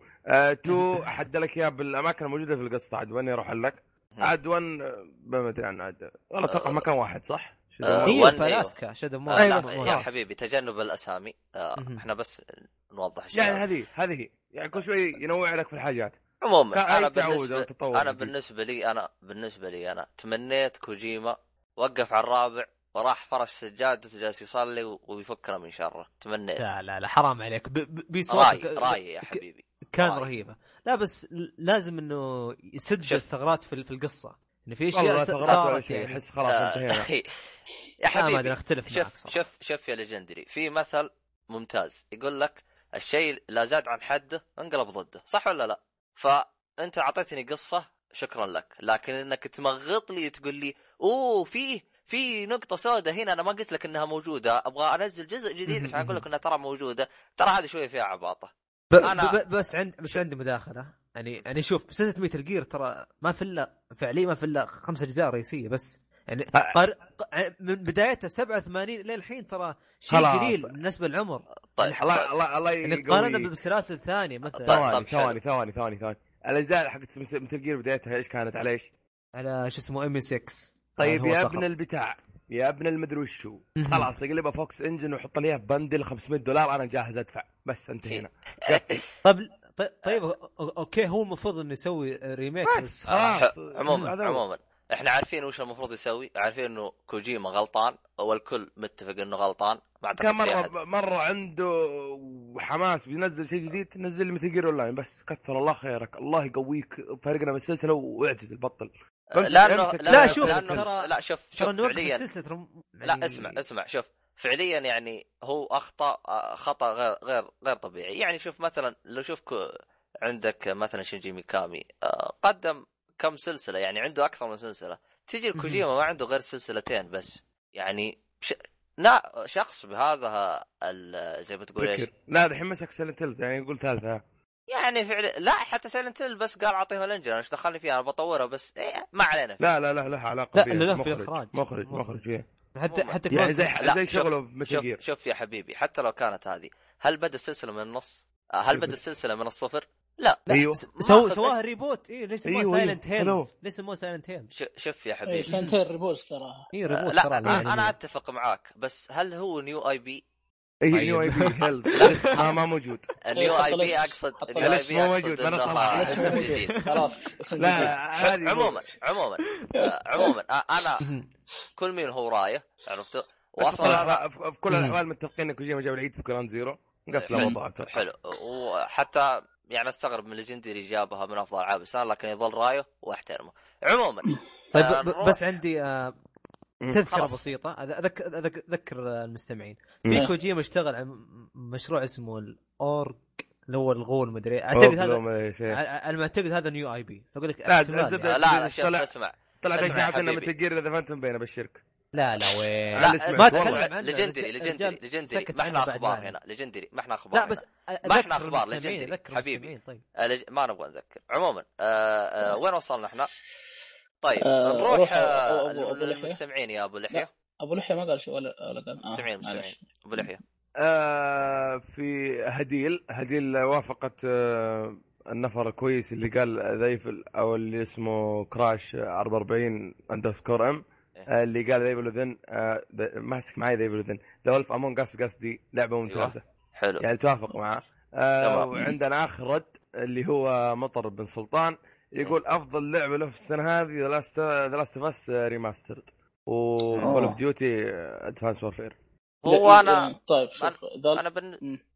S2: تو حد لك اياه بالاماكن الموجوده في القصه. عاد وين يروح لك؟ عاد وين ما ادري عن عاد والله اتوقع مكان واحد صح.
S4: ايوه في الاسكا شادو مو
S1: يا حبيبي تجنب الاسامي. احنا بس نوضح الشيء
S2: يعني هذه هذه يعني كل شوي ينوع لك في الحاجات.
S1: عموما انا بالنسبه انا بالنسبه لي انا بالنسبه لي انا تمنيت كوجيما وقف على الرابع وراح فرش سجاده وجالس يصلي ويفكنا من شره. تمنيت.
S4: لا لا لا حرام عليك.
S1: راي راي يا حبيبي
S4: كان رأي. رهيبه. لا بس لازم انه يسد الثغرات في في القصه ان في اشياء صارت يعني
S2: احس خلاص انتهينا.
S1: يا حبيبي
S4: نختلف معك
S1: صراحه. شوف شوف يا ليجندري في مثل ممتاز يقول لك الشيء لا زاد عن حده انقلب ضده، صح ولا لا؟ فانت اعطيتني قصه شكرا لك، لكن انك تمغط لي تقول لي اوه فيه في نقطه سوداء هنا انا ما قلت لك انها موجوده، ابغى انزل جزء جديد عشان اقول لك انها ترى موجوده، ترى هذه شويه فيها عباطه.
S4: ب... أنا... ب... بس عند بس عندي مداخله يعني يعني شوف سلسله ميتل جير ترى ما في الا فعليا ما في الا خمس اجزاء رئيسيه بس يعني قار... من بدايتها سبعة وثمانين الى الحين ترى شيء قليل بالنسبه للعمر.
S1: طيب
S2: الله الله الله
S4: يعني قارنا بسلاسل الثانيه مثلا.
S2: ثواني ثواني ثواني ثواني ثواني الاجزاء حقت ميتل جير بدايتها ايش كانت على ايش؟
S4: على شو اسمه ام ستة.
S2: طيب يا ابن البتاع يا ابن المدري وشو خلاص يقلبها فوكس انجن وحط ليها بندل خمسمية دولار انا جاهز ادفع بس انتهينا.
S4: طيب طيب اوكي هو المفروض انه يسوي ريميك
S1: بس خلاص. عموما عموما احنا عارفين وش المفروض يسوي، عارفين انه كوجيما غلطان والكل متفق انه غلطان.
S2: كان مره مره عنده حماس بينزل شيء جديد تنزل لي مثل جير اونلاين بس كثر الله خيرك الله يقويك فرقنا بالسلسله واعجز البطل.
S1: لا لا,
S4: لا شوف
S1: ترى لا شوف شوف فعليا يعني... لا اسمع اسمع شوف فعليا يعني هو اخطا خطا غير غير غير طبيعي. يعني شوف مثلا لو شوفك عندك مثلا شينجي ميكامي قدم كم سلسله، يعني عنده اكثر من سلسله. تيجي الكوجيما ما عنده غير سلسلتين بس. يعني ش... لا شخص بهذا زي ما تقول ايش
S2: لا الحين مسك سيلنتلز يعني يقول ثالثه
S1: يعني فعلا. لا حتى سايلنتل بس قال اعطيهم الانجن انا ايش دخلني فيها انا بطورها بس إيه ما علينا.
S2: لا لا لا لها علاقه
S4: فيها. لا لا في اخراج
S2: مخرج مخرج فيها
S4: حتى حتى
S2: يعني زي زي شغله
S1: شوف, شوف يا حبيبي حتى لو كانت هذه هل بدا السلسله من النص؟ هل بدا السلسله من الصفر؟ لا, لا.
S2: ايوه
S4: سو سواها ريبوت. ايه ليش مو سايلنت هيلز ليش مو سايلنت هيلز؟
S1: شوف يا حبيبي
S3: سايلنت هيل ريبوت ترى
S4: اي ريبوت
S1: لا ترى انا, أنا اتفق معاك بس هل هو نيو اي بي؟
S2: اي نيو اي بي هيلز ما ما موجود.
S1: النيو اي بي اقصد النيو اي بي
S2: ما موجود انا صراحه
S3: خلاص.
S2: لا
S1: عموما عموما عموما انا كل مين هو رايه عرفته
S2: واصلا في كل الاحوال متفقين انك كوجيما جاب العيد في جراند زيرو نقفل الموضوع
S1: حلو. وحتى يعني استغرب من ليجندري جابها من افضل العاب السنه لكن يظل رايه واحترمه. عموما
S4: طيب آه بس عندي آه تذكرة بسيطة أذكر أذكر المستمعين في كوجيما اشتغل على مشروع اسمه الأورك اللي هو الغول مدري أعتقد هذا أنا أعتقد هذا نيو آي بي فأقول لك
S1: لا لا لا شوف اسمع
S2: طلع ده ساعات إنه متجير إذا فانتم بينه بالشركة
S4: لا لا وين
S1: ما تكلم عنه ليجندري ليجندري ليجندري ما احنا اخبار هنا ليجندري ما احنا اخبار
S4: لا بس
S1: ما احنا اخبار ليجندري حبيبي طيب. ما نبغى نذكر. عموما آآ آآ وين وصلنا احنا؟ طيب آه نروح آه للمستمعين يا ابو لحيه.
S3: ابو لحيه ما قال شيء ولا ولا قال
S1: اه مستمعين مستمعين ابو لحيه
S2: آه في هديل هديل وافقت آه النفر الكويس اللي قال ذيف او اللي اسمه كراش أربعة وأربعين اندرسكور ام اللي قال ذيبل ذن آه ماسك معي ذيبل ذن ذا ولف امونج اس قصدي لعبه ممتازه
S1: حلو
S2: يعني توافق معه. آه وعندنا اخر رد اللي هو مطر بن سلطان يقول افضل لعبه له في السنه هذه ذا لاست ذا لاست اوف اس ريماسترد وكول اوف ديوتي ادفانس وورفير.
S1: هو انا
S3: طيب شوف
S1: انا, أنا بن...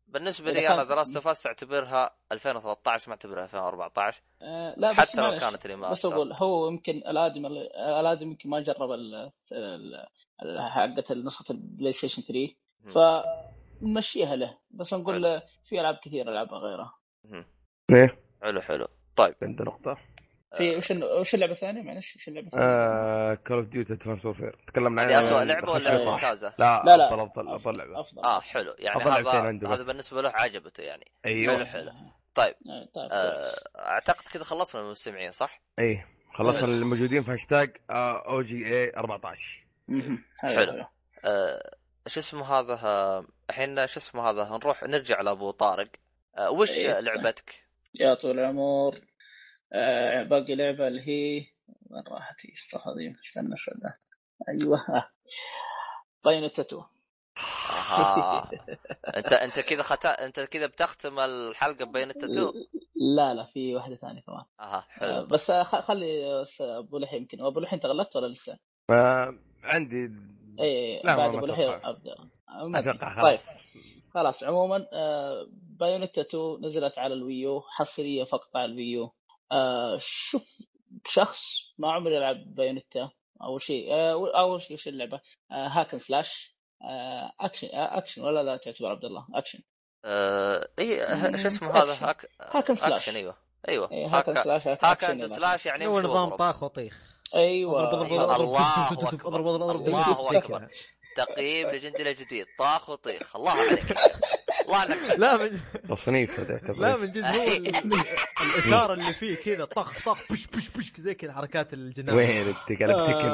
S1: بالنسبه لي انا دراسه فاس اعتبرها ألفين وثلاثة عشر ما اعتبرها ألفين وأربعة عشر.
S3: آه لا
S1: حتى
S3: بس
S1: لو كانت ريماستر.
S3: بس اقول هو يمكن الادم الادم يمكن ما جرب ال حقه نسخه البلاي ستيشن ثلاثة فنمشيها له، بس نقول له في العاب كثير العبها غيرها.
S2: ايه
S1: حلو حلو. طيب
S2: عندنا نقطه
S3: في وش وش اللعبه الثانيه معلش وش اللعبه الثانيه؟
S2: آه كول اوف ديوتي ادفانس وورفير تكلمنا
S1: عنها. أسوأ لعبه ولا ممتازه؟
S2: لا
S3: لا لا
S2: افضل افضل افضل لعبه.
S3: أفضل.
S1: اه حلو يعني هذا هذا بالنسبه له عجبته يعني.
S2: أيوه.
S1: حلو حلو. طيب,
S3: طيب
S1: آه اعتقد كذا خلصنا من المستمعين صح؟
S2: ايه خلصنا الموجودين في هاشتاج او جي اي أربعة عشر.
S1: حلو. آه ايش اسمه هذا الحين ايش اسمه هذا نروح نرجع لابو طارق. آه وش أيه. لعبتك
S3: يا طول العمر؟ آه باقي لعبه اللي هي وين راحت استخدم استنى استنى ايوه بايونيتا.
S1: آه. انت انت كذا ختا... انت كذا بتختم الحلقه ببايونيتا تو؟
S3: لا لا في واحده ثانيه كمان.
S1: اها حلو.
S3: آه بس خلي ابو لحي يمكن ابو لحي انت غلطت ولا لسه؟
S2: آه عندي
S3: اي بعد ابو لحي ابدا
S2: اتوقع خلاص.
S3: طيب خلاص عموما آه بايونيتا تو نزلت على الويو حصريه فقط على الويو. آه شوف شخص ما عمري يلعب بايونيتا اول شيء آه اول شيء وش اللعبه آه هاكن سلاش آه اكشن آه اكشن ولا لا تعتبر عبد الله اكشن؟
S1: آه ايه ايش اسمه هذا هاك
S3: هاكن سلاش
S1: اكشن ايوه ايوه
S3: إيه هاكن سلاش
S1: هاكن سلاش يعني
S4: هو نظام طاخ وطيخ.
S3: ايوه
S1: الله اكبر الله اكبر تقييم لجندي جديد طاخ وطيخ. الله عليك الله عليك.
S4: لا من
S2: تصنيف هذا
S4: لا من جد هو الاثاره اللي فيه كذا طخ طخ بش بش بش زي كذا حركات الجنان.
S2: وين انت قالك تكن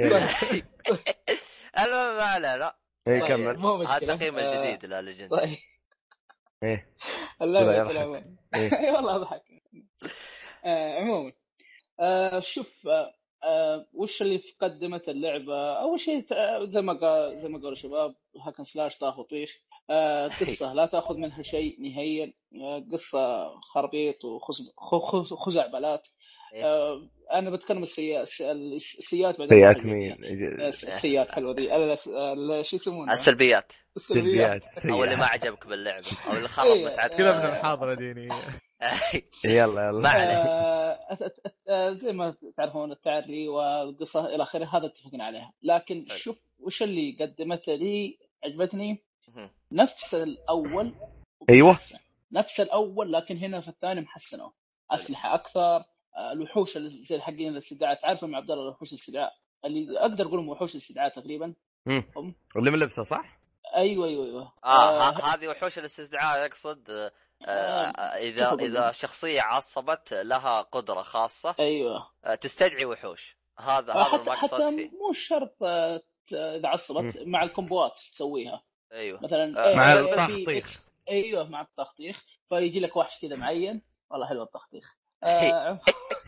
S1: انا ما لا لا
S2: ايه كمل.
S1: هذا تقييم الجديد لا لجندي.
S3: طيب
S2: ايه
S3: اللعبه اي والله اضحك. عموما شوف أه وش اللي قدمت اللعبة أول شيء زي ما قال زي ما قالوا الشباب هاكن سلاش طاخ وطيخ. أه قصة لا تأخذ منها شيء نهائيا. أه قصة خربيط وخزعبلات. أه أنا بتكلم السيئات السيئات بعدين.
S2: سيئات مين؟
S3: السيئات حلوة دي شو يسمونها؟
S1: السلبيات.
S3: السلبيات
S1: أو اللي ما عجبك باللعبة أو اللي خرب متعتك.
S4: كذا من المحاضرة دينية.
S2: يلا يلا
S1: ما عليك.
S3: زي ما تعرفون التعري والقصة إلى آخره هذا اتفقنا عليها. لكن شوف وش اللي قدمته لي عجبتني نفس الأول.
S2: أيوة
S3: نفس الأول لكن هنا في الثاني محسنه أسلحة أكثر. الوحوش زي الحقين الاستدعاء تعرفوا مع عبد الله الوحوش الاستدعاء اللي أقدر أقولهم وحوش الاستدعاء تقريبا
S2: هم اللي من لبسه صح؟
S3: أيوة أيوة أيوة.
S1: آه, آه هذه وحوش الاستدعاء يقصد آه إذا إذا شخصية عصبت لها قدرة خاصة
S3: أيوة
S1: آه تستدعي وحوش. هذا هذا
S3: حتى حتى مو شرط إذا عصبت م. مع الكومبوات تسويها.
S1: أيوة
S3: مثلا
S2: آه مع التخطيخ.
S3: أيوة مع التخطيخ فيجي لك وحش كذا معين والله حلو التخطيخ. آه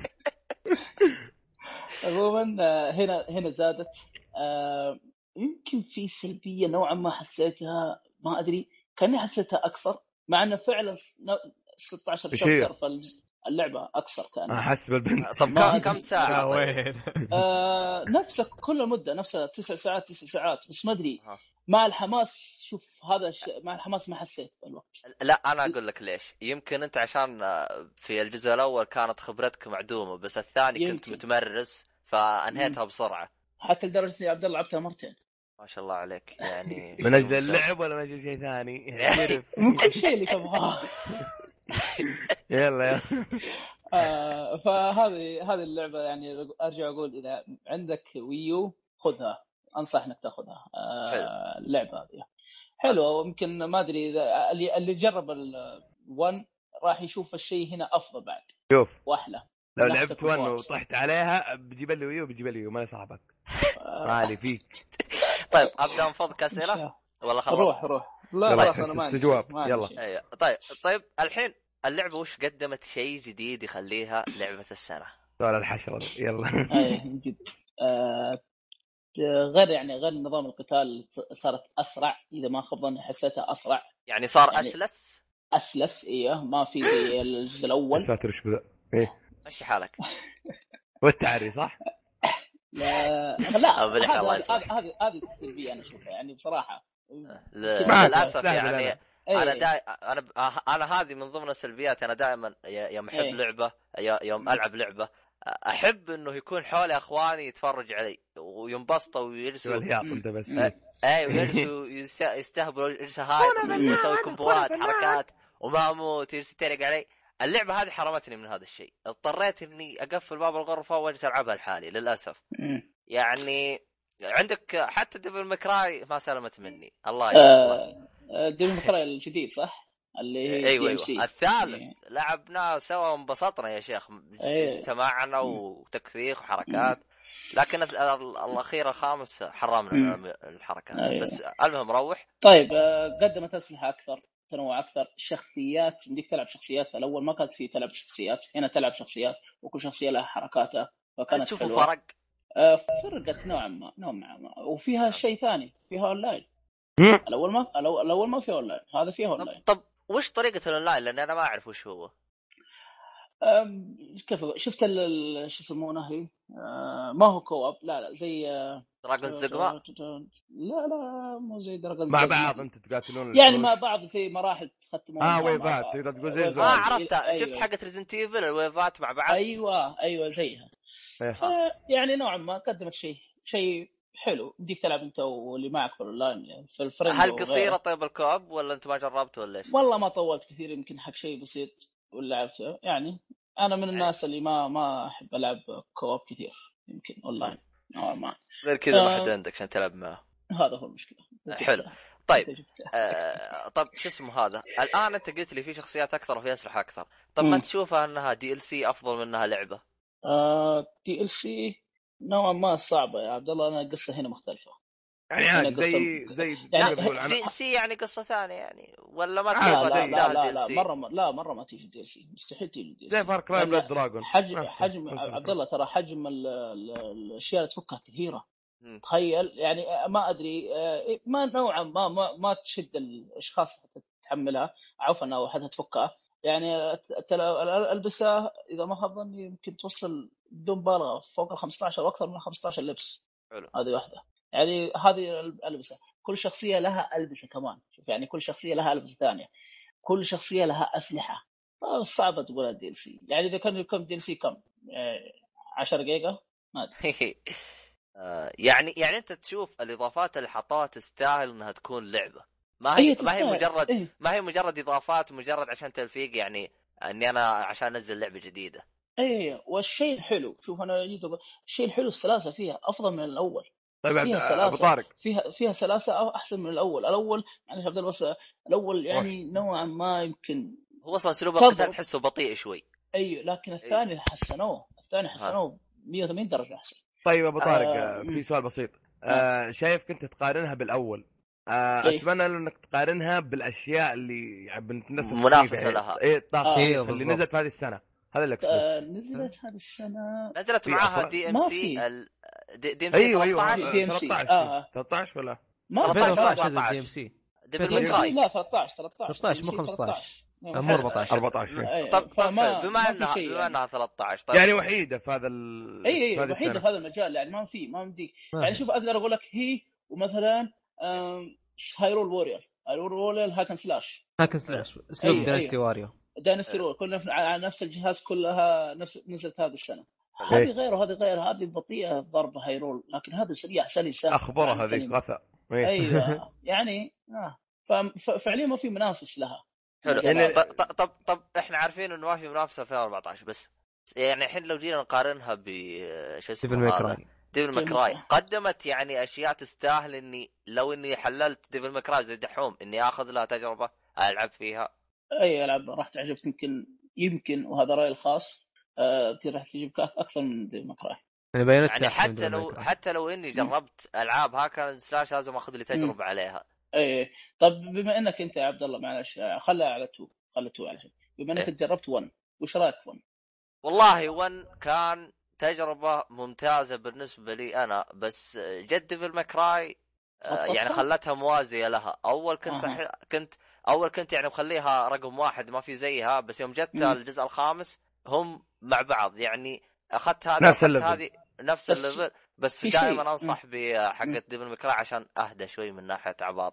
S3: عموما آه هنا هنا زادت آه يمكن في سلبية نوعا ما حسيتها ما أدري كأني حسيتها أكثر مع أنه فعلا ستة عشر شابتر فاللعبة أكثر كان
S2: أحس بالبنت.
S1: طب كم ساعة
S4: وين؟
S3: آه نفس كل المدة نفسها تسع ساعات تسع ساعات بس ما أدري مع الحماس. شوف هذا الش... مع الحماس ما حسيت بالوقت.
S1: لا أنا أقول لك ليش. يمكن أنت عشان في الجزء الأول كانت خبرتك معدومة بس الثاني يمكن. كنت متمرس فأنهيتها بسرعة.
S3: حتى لدرجة إني عبد الله لعبتها مرتين.
S1: ما شاء الله عليك يعني.
S2: من أجل اللعب ولا من أجل شيء ثاني؟
S3: ممكن شيء اللي تبغاه.
S2: يلا يلا.
S3: آه فهذه هذه اللعبة يعني أرجع أقول إذا عندك ويو خذها أنصح إنك تأخذها. آه اللعبة هذه حلوة ويمكن ما أدري إذا اللي اللي جرب الون راح يشوف الشيء هنا أفضل بعد.
S2: شوف
S3: وأحلى.
S2: لو لعبت ون وطحت عليها بجيب لي ويو بجيب لي ويو ما صاحبك. مالي فيك.
S1: طيب أبدأ نفضك أسئلة ولا خلاص؟
S3: روح روح. لا خلاص أنا ما
S2: استجواب يلا.
S1: أيه. طيب طيب الحين اللعبة وش قدمت شيء جديد يخليها لعبة السنة؟
S2: سؤال الحشرة يلا.
S3: أيه جد. آه غير يعني غير نظام القتال صارت أسرع إذا ما خبضني حسيتها أسرع.
S1: يعني صار يعني أسلس.
S3: أسلس إيه ما في زي الجزء الأول.
S2: ساتر إيش بذا إيه.
S1: مشي حالك.
S2: والتعري صح؟
S3: لا لا هذا هذا هذا السلبية أنا أشوفها يعني بصراحة.
S1: للأسف يعني انا دا... انا انا هذه من ضمن السلبيات. انا دائما يوم احب
S3: أيه.
S1: لعبه يوم العب لعبه احب انه يكون حولي اخواني يتفرج علي وينبسطوا ويجلسوا
S2: انت بس
S1: اي ويجلسوا يستهبلوا يجلسوا هاي يسوي كومبوات حركات وما اموت يجلس يتريق علي. اللعبه هذه حرمتني من هذا الشيء. اضطريت اني اقفل باب الغرفه واجلس العبها لحالي للاسف. يعني عندك حتى ديفل ماكراي ما سلمت مني الله يجزاك.
S3: آه ديفل ماكراي الجديد صح اللي هي
S1: ايوه
S3: دي ام سي.
S1: ايوه الثالث إيه. لعبناه سوا وانبسطنا يا شيخ اجتماعنا
S3: إيه.
S1: وتكفيخ وحركات. لكن الاخير الخامس حرمنا من الحركات.
S3: أيوة.
S1: بس المهم روح.
S3: طيب قدمت اسلحه اكثر تنوع اكثر شخصيات بدك تلعب شخصيات. الاول ما كانت في تلعب شخصيات هنا تلعب شخصيات وكل شخصيه لها حركاتها فكانت
S1: تشوفوا
S3: حلوة.
S1: فرق
S3: آه فرقت نوعا ما نوعا ما وفيها شيء ثاني فيها اونلاين. الاول ما الاول ما فيها اونلاين هذا فيها اونلاين.
S1: طب وش طريقه الاونلاين لان انا ما اعرف وش هو.
S3: كيف شفت شو يسمونه هي آه ما هو كواب لا لا زي
S1: دراجون زقما.
S3: لا لا مو زي دراجون
S2: مع بعض انت تقاتلون
S3: يعني مع بعض زي مراحل تختمون
S2: اه ويفات تقدر تقول زي
S1: ما عرفتها. أيوة. شفت حقه ريزنت ايفل الويفات مع بعض.
S3: ايوه ايوه زيها. آه يعني نوعا ما قدمت شيء شيء حلو بديك تلعب انت واللي معك في الاونلاين يعني في الفريند.
S1: هل قصيره طيب الكوب ولا انت ما جربت ولا ايش؟
S3: والله ما طولت كثير يمكن حق شيء بسيط ولعبته. يعني انا من الناس اللي ما ما احب العب كوب كثير يمكن اونلاين نوعا ما.
S1: غير كذا ما حد عندك عشان تلعب معه.
S3: هذا هو المشكله.
S1: حلو طيب آه طب شو اسمه هذا الان انت قلت لي في شخصيات اكثر وفي اسلحه اكثر. طب ما تشوفها انها دي ال سي افضل منها لعبه؟
S3: آه دي ال سي نوعا ما صعبه يا عبد الله. انا القصه هنا مختلفه
S2: يعني عادي زي زي
S3: يعني
S1: دي ال سي يعني قصه ثانيه يعني ولا ما
S3: تشوفها لا لا لا, لا مره ما لا مره ما تيجي دي ال سي مستحيل تيجي دي ال سي
S2: زي فار كراي بلاد دراجون.
S3: حجم حجم عبد الله ترى حجم الاشياء اللي تفكها كثيره. تخيل يعني ما ادري ما نوعا ما ما, ما تشد الاشخاص حتى تحملها عفوا او حتى تفكها. يعني البسه اذا ما اظن يمكن توصل بدون مبالغه فوق ال خمسة عشر واكثر من خمسة عشر لبس. هذه واحده يعني هذه الالبسه. كل شخصيه لها البسه كمان. شوف يعني كل شخصيه لها البسه ثانيه. كل شخصيه لها اسلحه. صعبه تقول دي ال سي. يعني اذا كان يكون دي ال سي كم عشرة جيجا ما ادري.
S1: يعني يعني انت تشوف الاضافات اللي حطوها تستاهل انها تكون لعبه. ما هي ما هي مجرد إيه؟ ما هي مجرد اضافات مجرد عشان تلفيق يعني اني انا عشان انزل لعبه جديده.
S3: ايه والشيء الحلو شوف انا الشيء الحلو السلاسه فيها افضل من الاول.
S2: طيب فيها ابو طارق
S3: فيها فيها سلاسه احسن من الاول. الاول يعني عبد الله بس الاول يعني نوعا ما يمكن
S1: هو اصلا اسلوب القتال تحسه بطيء شوي.
S3: ايوه لكن الثاني حسنوه. الثاني حسنوه مية وثمانين درجه احسن.
S2: طيب ابو طارق آه في سؤال بسيط. آه شايف كنت تقارنها بالاول. آه إيه؟ اتمنى انك تقارنها بالاشياء اللي يعني
S1: منافسه لها.
S2: ايه آه إيه اللي نزلت هذه السنه. هذا اللي
S3: آه نزلت هذه السنه
S1: نزلت معاها دي ام سي ال... دي ام سي
S2: ايوه ايوه ثلاثة عشر
S3: آه.
S2: ثلاثة عشر ولا
S3: ما
S4: ثلاثة عشر دي ام سي
S3: لا ثلاثة عشر ثلاثة
S4: عشر مو خمسة عشر مو أربعة عشر
S2: أربعة عشر.
S1: طب بما انها بما انها ثلاثة عشر
S2: طيب يعني وحيده في هذا ال
S3: اي اي وحيده في هذا المجال يعني ما في ما مديك يعني شوف اقدر اقول لك هي ومثلا هايرول وورير هايرول وورير هاكن سلاش
S4: هاكن سلاش اسلوب داينستي واريو
S3: داينستي وورير كلنا على نفس الجهاز كلها نفس نزلت هذه السنه. هذه غير وهذه غير. هذه بطيئه ضرب هايرول لكن هذه سريع سلسه
S2: اخبرها هذه غثى.
S3: ايوه يعني اه ففعليا ما في منافس لها.
S1: حلو يعني طب طب طب احنا عارفين انه ما في منافسه في أربعة عشر بس يعني الحين لو جينا نقارنها ب شو اسمه هذا ديفل ماكراي قدمت يعني اشياء تستاهل اني لو اني حللت ديفل ماكراي زي دحوم اني اخذ لها تجربه العب فيها.
S3: اي العب راح تعجبك يمكن يمكن وهذا رايي الخاص أه راح تعجبك اكثر من ديفل ماكراي.
S1: يعني, يعني حتى لو حتى لو اني جربت العاب هاكر سلاش لازم اخذ لي تجربه م. عليها.
S3: اي طب بما انك انت يا عبد الله معلش خلها على تو خلها تو على شيء بما انك إيه؟ جربت ون وش رايك ون؟
S1: والله ون كان تجربه ممتازه بالنسبه لي انا بس جد ديفل ماكراي آه يعني خلتها موازيه لها. اول كنت أه. كنت اول كنت يعني مخليها رقم واحد ما في زيها بس يوم جت الجزء الخامس هم مع بعض يعني اخذت هذا
S2: نفس
S1: هذه نفس الليفل بس دائما انصح بحقه ديفل ماكراي عشان اهدى شوي من ناحيه عباطه.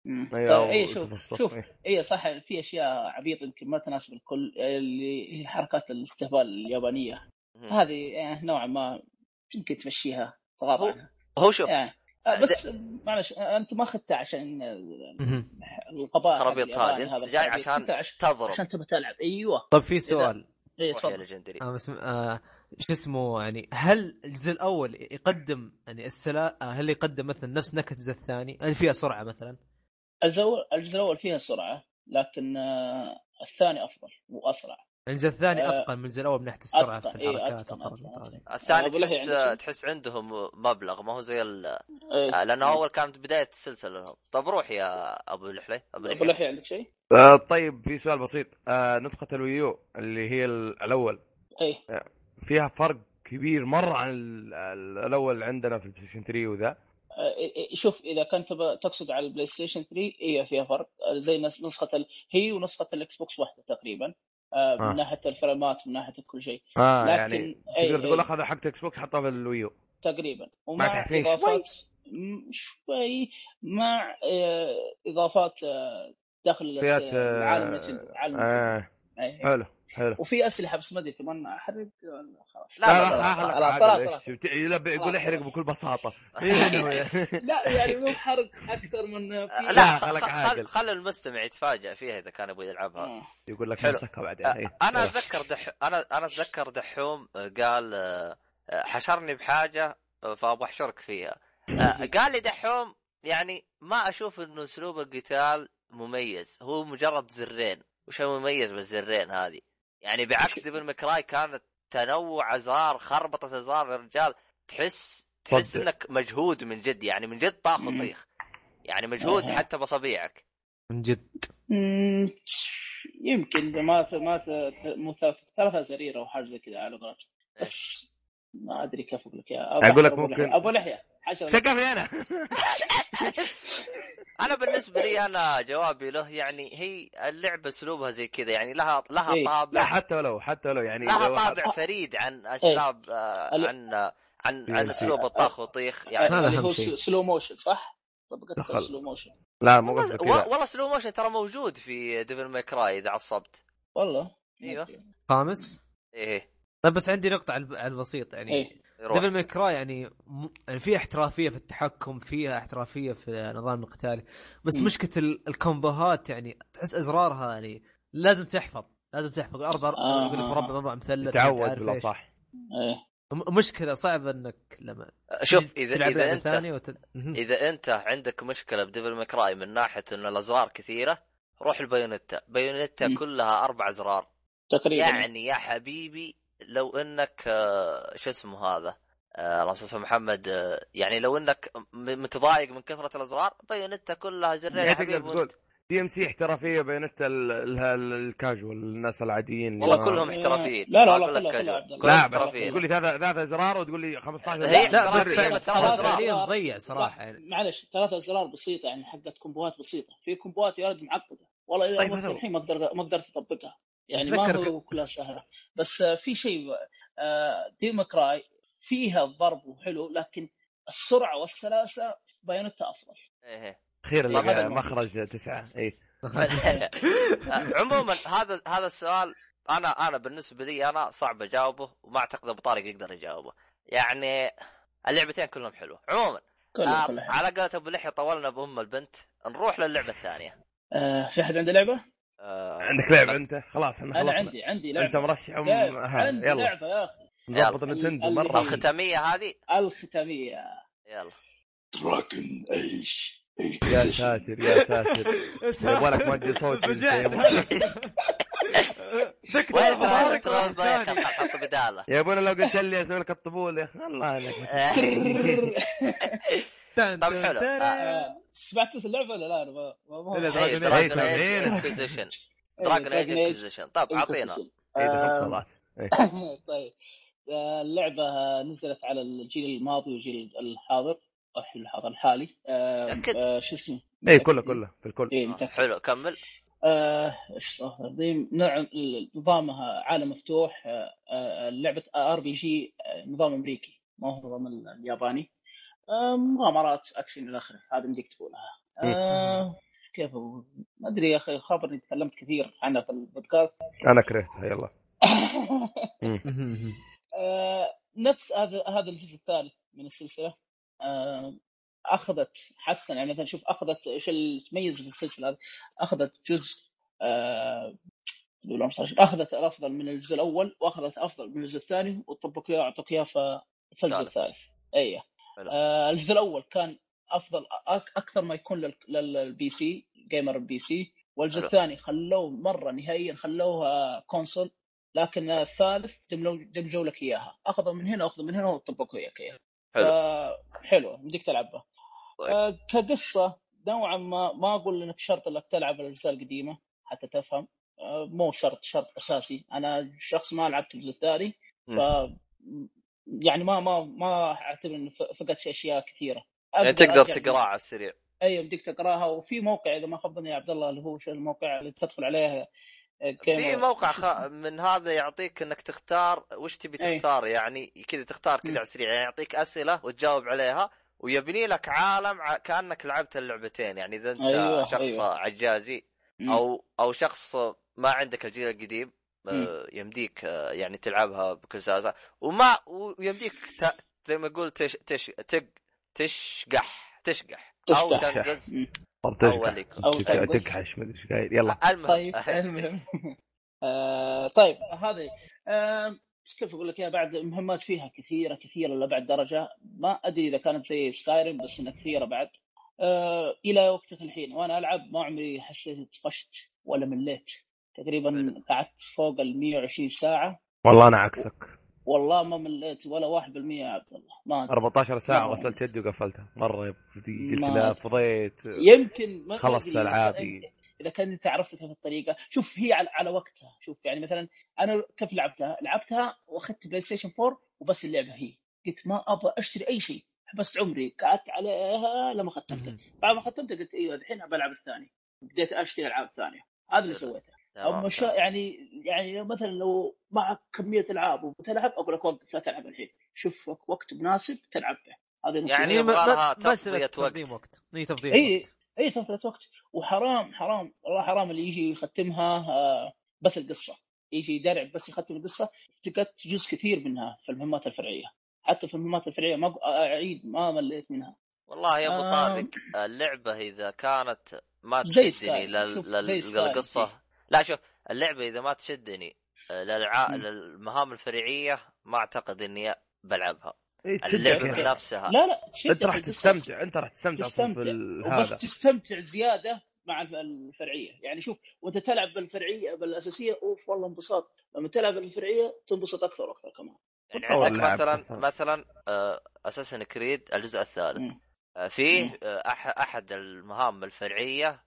S2: ايوه
S3: اي شوف شوف اي صح في اشياء عبيطه يمكن ما تناسب الكل اللي هي حركات الاستهبال اليابانيه هذه يعني نوعا ما يمكن تمشيها تغاضى عنها
S1: هو شوف
S3: يعني بس معلش انت ما اخذتها عشان القبائل
S1: خرابيط هذه انت جاي عشان تضرب
S3: عشان تبى تلعب ايوه.
S4: طيب في سؤال
S3: اي تفضل
S1: اه
S4: بس آه شو اسمه يعني هل الجزء الاول يقدم يعني السلا هل يقدم مثلا نفس نكهه الجزء الثاني هل فيها سرعه مثلا؟
S3: الجزء الاول فيها سرعه لكن آه الثاني افضل واسرع.
S4: الجزء الثاني اتقن من الجزء الاول من ناحيه السرعه في الحركات.
S1: الثاني تحس تحس عندهم مبلغ ما هو زي ال ايه. لانه اول كانت بدايه السلسله لهم. طب روح يا ابو اللحلي.
S3: ابو اللحلي عندك شيء؟
S2: آه طيب في سؤال بسيط آه نسخه الويو اللي هي الاول
S3: ايه
S2: آه فيها فرق كبير مره عن الاول عندنا في البلاي ستيشن ثري وذا.
S3: شوف اذا كنت تقصد على البلاي ستيشن ثري هي فيها فرق زي نسخه ال... هي ونسخه الاكس بوكس واحده تقريبا آه من آه. ناحيه الفريمات من ناحيه كل شيء
S2: آه لكن يعني تقدر تقول اخذ حق اكس بوكس حطها في الويو
S3: تقريبا ومع اضافات شوي مع آه اضافات آه داخل العالم العالم
S2: آه. حلو حلو.
S3: وفي اسلحه بس ما ادري اتمنى احرق
S2: خلاص لا لا لا لا يقول احرق بكل بساطه.
S3: لا يعني مو حرق اكثر من
S1: لا خل خل المستمع يتفاجئ فيها اذا كان يبغى يلعبها.
S2: يقول لك مسكها بعدين.
S1: انا اتذكر دح انا انا اتذكر دحوم قال حشرني بحاجه فابغى احشرك فيها. قال لي دحوم يعني ما اشوف انه اسلوب القتال مميز هو مجرد زرين وش مميز بالزرين هذه يعني بعكس ديفل ماكراي كانت تنوع ازرار خربطه ازرار يا رجال تحس تحس فضل. انك مجهود من جد يعني من جد طاخ طيخ يعني مجهود حتى بصبيعك
S4: من جد.
S3: يمكن ما ما ثلاثة زريره او حاجه زي كذا على قولتك بس ما ادري كيف اقول لك يا
S2: اقول لك ممكن
S3: ابو لحيه
S2: ثقافي انا
S1: انا بالنسبه لي انا جوابي له يعني هي اللعبه اسلوبها زي كذا يعني لها لها
S3: إيه؟
S1: طابع
S2: لا حتى ولو حتى ولو يعني
S1: لها طابع فريد عن اسلوب إيه؟ آه عن عن عن اسلوب الطخ وطيخ يعني
S3: هذا هو سلو موشن صح طبقت سلو موشن.
S2: لا مو قصدك كذا
S1: والله سلو موشن ترى موجود في ديفل ماي كراي اذا عصبت
S3: والله.
S1: ايوه
S4: خامس
S1: ايه.
S4: طيب بس عندي نقطه على البسيط يعني
S3: إيه؟
S4: ديفل ماي كراي يعني م... يعني فيها احترافيه في التحكم فيها احترافيه في نظام القتال بس م. مشكله الكومبوهات يعني تحس ازرارها يعني لازم تحفظ لازم تحفظ اربع
S3: آه
S4: يقول لك مربع مربع مثلث
S2: تعود ولا صح
S3: ايه
S4: مشكله صعبه انك لما
S1: شوف اذا اذا انت
S4: وت...
S1: اذا انت عندك مشكله بديفل ماي كراي من ناحيه ان الازرار كثيره روح البايونيتا بايونيتا م. كلها اربع ازرار
S3: تقريبا
S1: يعني يا حبيبي لو انك شو اسمه هذا اللهم صل على محمد يعني لو انك متضايق من كثره الازرار بايونيتا كلها زرين
S2: تقدر تقول دي ام سي احترافيه بايونيتا الكاجوال الناس العاديين
S1: والله كلهم احترافيين.
S3: لا لا لا
S2: لا بس تقول لي ثلاثه ثلاثه ازرار وتقول لي خمسة عشر
S1: هي
S4: لا بس فعليا ضيع صراحه يعني
S3: معلش ثلاثه ازرار بسيطه يعني حقت كومبوات بسيطه في كومبوات يا رجل معقده والله الى طيب الحين ما اقدر ما قدرت اطبقها يعني ما هو كلها سهله بس في شيء دي ماكراي فيها الضرب وحلو لكن السرعه والسلاسه بايونيتا افضل.
S1: ايه
S2: اخيرا لقى مخرج تسعة. اي
S1: عموما هذا هذا السؤال انا انا بالنسبه لي انا صعب اجاوبه وما اعتقد ابو طارق يقدر يجاوبه يعني اللعبتين كلهم حلوه عموما. آه على قولة ابو لحية طولنا بام البنت نروح للعبه الثانيه.
S3: آه في احد عنده لعبه؟
S2: آه عندك لعبه انت خلاص
S3: انا خلصنا. عندي عندي لعبه
S2: انت مرشح ام
S3: عندي
S2: يلا
S3: لعبه يا اخي
S2: نضبط نتندو مره
S1: الختاميه هذه
S3: الختاميه
S1: يلا
S3: دراجون ايش
S2: يا ساتر يا ساتر يبغى لك ما تجي صوت
S1: حط بداله
S2: يا ابونا لو قلت لي اسوي لك الطبول يا اخي الله عليك.
S1: طب حلو
S3: سمعت اللعبه ولا لا؟ ما
S1: دراجون ايج دراجون ايج انكوزيشن. طب اعطينا.
S3: طيب اللعبه نزلت على الجيل الماضي والجيل الحاضر الحاضر الحالي. آه شو اسمه؟
S2: ايه كله كله في الكل.
S3: إيه
S1: حلو كمل.
S3: آه ايش دي نوع نظامها عالم مفتوح. آه لعبه ار بي جي نظام امريكي ما هو نظام الياباني. آه مغامرات اكشن الى اخره هذا بدك تقولها. آه كيف ما ادري يا اخي، خابر اني تكلمت كثير عنها في البودكاست.
S2: انا كرهتها يلا.
S3: آه نفس هذا هذا الجزء الثالث من السلسله آه اخذت حسن، يعني مثلا شوف اخذت ايش المتميز في السلسله هذه، اخذت جزء آه اخذت الافضل من الجزء الاول واخذت افضل من الجزء الثاني وطبقوا اياه اعطوك اياه في الجزء الثالث. اي آه الجزء الاول كان افضل اكثر ما يكون للبي سي جيمر البي سي، والجزء الثاني خلوه مره نهائيا خلوها كونسول، لكن الثالث دمجوا لك اياها، اخذوا من هنا واخذوا من هنا وطبقوا اياك اياها. حلو حلو بدك تلعبها. آه كقصه نوعا ما ما اقول انك شرط انك تلعب الاجزاء القديمه حتى تفهم، آه مو شرط شرط اساسي. انا شخص ما لعبت الجزء الثاني، ف يعني ما ما ما اعتبر انه فقدت اشياء كثيره.
S1: يعني تقدر تقراها على السريع.
S3: ايوه بدك تقراها، وفي موقع اذا ما خبرني يا عبد الله اللي هو شو الموقع اللي تدخل عليه،
S1: في موقع خ... من هذا يعطيك انك تختار وش تبي تختار. أي. يعني كذا تختار كذا على السريع، يعني يعطيك اسئله وتجاوب عليها ويبني لك عالم ع... كانك لعبت اللعبتين. يعني اذا انت أيوة شخص أيوة. عجازي او او شخص ما عندك الجيل القديم، آه يمديك آه يعني تلعبها بكل سلاسة، وما ويمديك ت... زي ما يقول تش... تش... تق... تشقح تشقح او تنقز
S2: او تشقح تكحش ما ادري ايش قايل. يلا
S3: المهم. طيب المهم آه طيب هذه آه كيف اقول لك يا بعد مهمات فيها كثيره كثيره لبعد درجه، ما ادري اذا كانت زي سكايريم بس انها كثيره بعد. آه الى وقتك الحين وانا العب ما عمري حسيت طفشت ولا مليت. تقريبا قعدت فوق ال مية وعشرين ساعه.
S2: والله انا عكسك،
S3: والله ما مليت ولا واحد بالمية يا عبد الله. ما
S2: أربعة عشر ساعة غسلت يدي وقفلتها مرة. قلت لا فضيت
S3: يمكن ما
S2: خلص العابي.
S3: إذا كنت عرفت كيف الطريقة. شوف هي على, على وقتها. شوف يعني مثلا أنا كيف لعبتها لعبتها وأخذت بلاي ستيشن فور وبس اللعبة هي، قلت ما أبغى أشتري أي شيء، حبست عمري قعدت عليها لما ختمتها. بعد ما ختمتها قلت أيوة الحين أبغى ألعب الثاني، بديت أشتري ألعاب ثانية. هذا اللي سويته. أما شا يعني يعني مثلا لو معك كمية ألعاب وبتلعب أقول لك وقف لا تلعب الحين، شوف وقت مناسب تلعب به. هذا
S1: يعني يبغى تفضية
S4: وقت. وقت اي تفضية
S3: اي وقت. اي تفضية وقت. وحرام حرام والله حرام اللي يجي يختمها آه بس القصة، يجي يدرع بس يختم القصة. افتقدت جزء كثير منها في المهمات الفرعية، حتى في المهمات الفرعية ما أعيد ما مليت منها.
S1: والله يا أبو آه طارق اللعبة إذا كانت ما تشدني للقصة، لا شوف اللعبة إذا ما تشدني للع... للمهام الفرعية ما أعتقد إني بلعبها. اللعبة نفسها
S3: لا لا
S2: انت راح تستمتع، انت راح تستمتع, تستمتع. في
S3: وبس تستمتع زيادة مع الفرعية. يعني شوف وانت تلعب بالفرعية بالأساسية اوف والله انبساط، لما تلعب بالفرعية تنبسط أكثر وأكثر كمان.
S1: يعني عندك مثلا مثلا أساسن كريد الجزء الثالث فيه أحد المهام الفرعية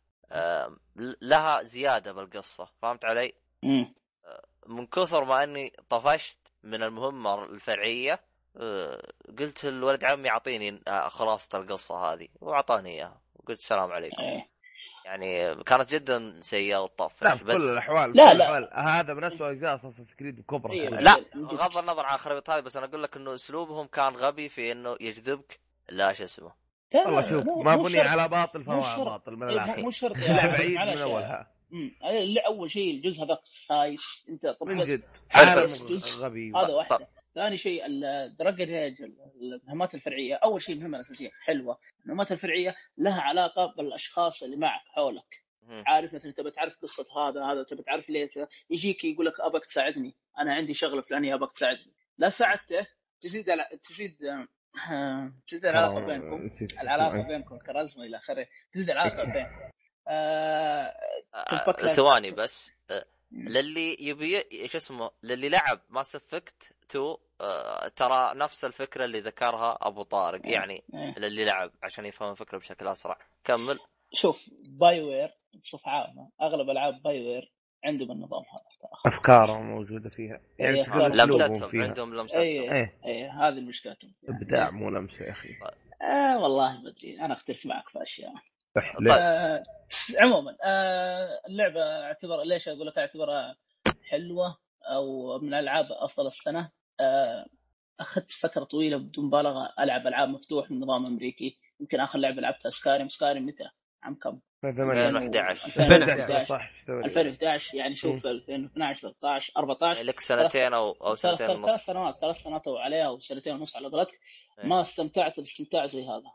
S1: لها زيادة بالقصة، فهمت علي؟
S3: مم.
S1: من كثر ما أني طفشت من المهمة الفرعية قلت الولد عمي يعطيني خلاصة القصة هذه وعطاني إياها وقلت السلام عليكم. يعني كانت جدا سيئة والطف.
S2: لا في
S1: بس
S2: كل الأحوال
S3: لا
S2: كل
S3: لا
S2: الأحوال هذا من أسوأ أجزاء أساس كريد كبرى.
S3: إيه
S1: لا غض النظر عن خريطة هذه، بس أنا أقول لك إنه أسلوبهم كان غبي في إنه يجذبك لا شو اسمه.
S2: والله شوف ما بني على باطل فهو باطل من الآخر.
S3: مو شرط
S2: لا بعيد من أولها.
S3: امم اللي اول شيء الجزء هذا خايس انت طبعا
S2: من جد عالم غبي.
S3: هذا واحده. ثاني شيء الدراجون هيج المهمات الفرعيه. اول شيء المهمه الاساسيه حلوه، المهمات الفرعيه لها علاقه بالاشخاص اللي معك حولك. م. عارف مثلا تبي تعرف قصه هذا هذا تبي تعرف ليه يجيك يقول لك ابغاك تساعدني، انا عندي شغله فلانيه ابغاك تساعدني. لا ساعدته تزيد على تزيد تزيد العلاقه بينكم، العلاقه بينكم كاريزما الى اخره، تزيد العلاقه بينكم. آه...
S1: ثواني بس آه... للي يبي ايش اسمه للي لعب ماس افكت تو آه... ترى نفس الفكره اللي ذكرها ابو طارق.
S3: إيه.
S1: يعني
S3: إيه.
S1: للي لعب عشان يفهم الفكره بشكل اسرع. كمل.
S3: شوف باي وير بصفه عامه اغلب العاب باي وير عندهم النظام هذا،
S2: افكارهم موجوده فيها يعني
S3: إيه.
S1: لمستهم
S3: فيها.
S1: عندهم لمستهم.
S3: ايه ايه, إيه. هذه مشكلتهم يعني.
S2: ابداع مو لمسه يا اخي.
S3: آه والله بدي انا اختلف معك في اشياء.
S2: آه
S3: عموما آه اللعبه اعتبر ليش اقول لك اعتبرها حلوه او من الالعاب افضل السنه. آه اخذت فتره طويله بدون مبالغه العب العاب مفتوح من نظام امريكي. يمكن اخر لعبه لعبتها سكايريم. سكايريم متى عام كم؟
S1: ألفين وأحد عشر
S3: ألفين وأحد عشر
S2: صح
S3: ألفين وأحد عشر يعني شوف ألفين واثناشر ثلاثة عشر أربعة عشر
S1: لك سنتين او او سنتين ونص
S3: ثلاث سنوات ثلاث سنوات عليها وسنتين ونص على قولتك ما استمتعت الاستمتاع زي هذا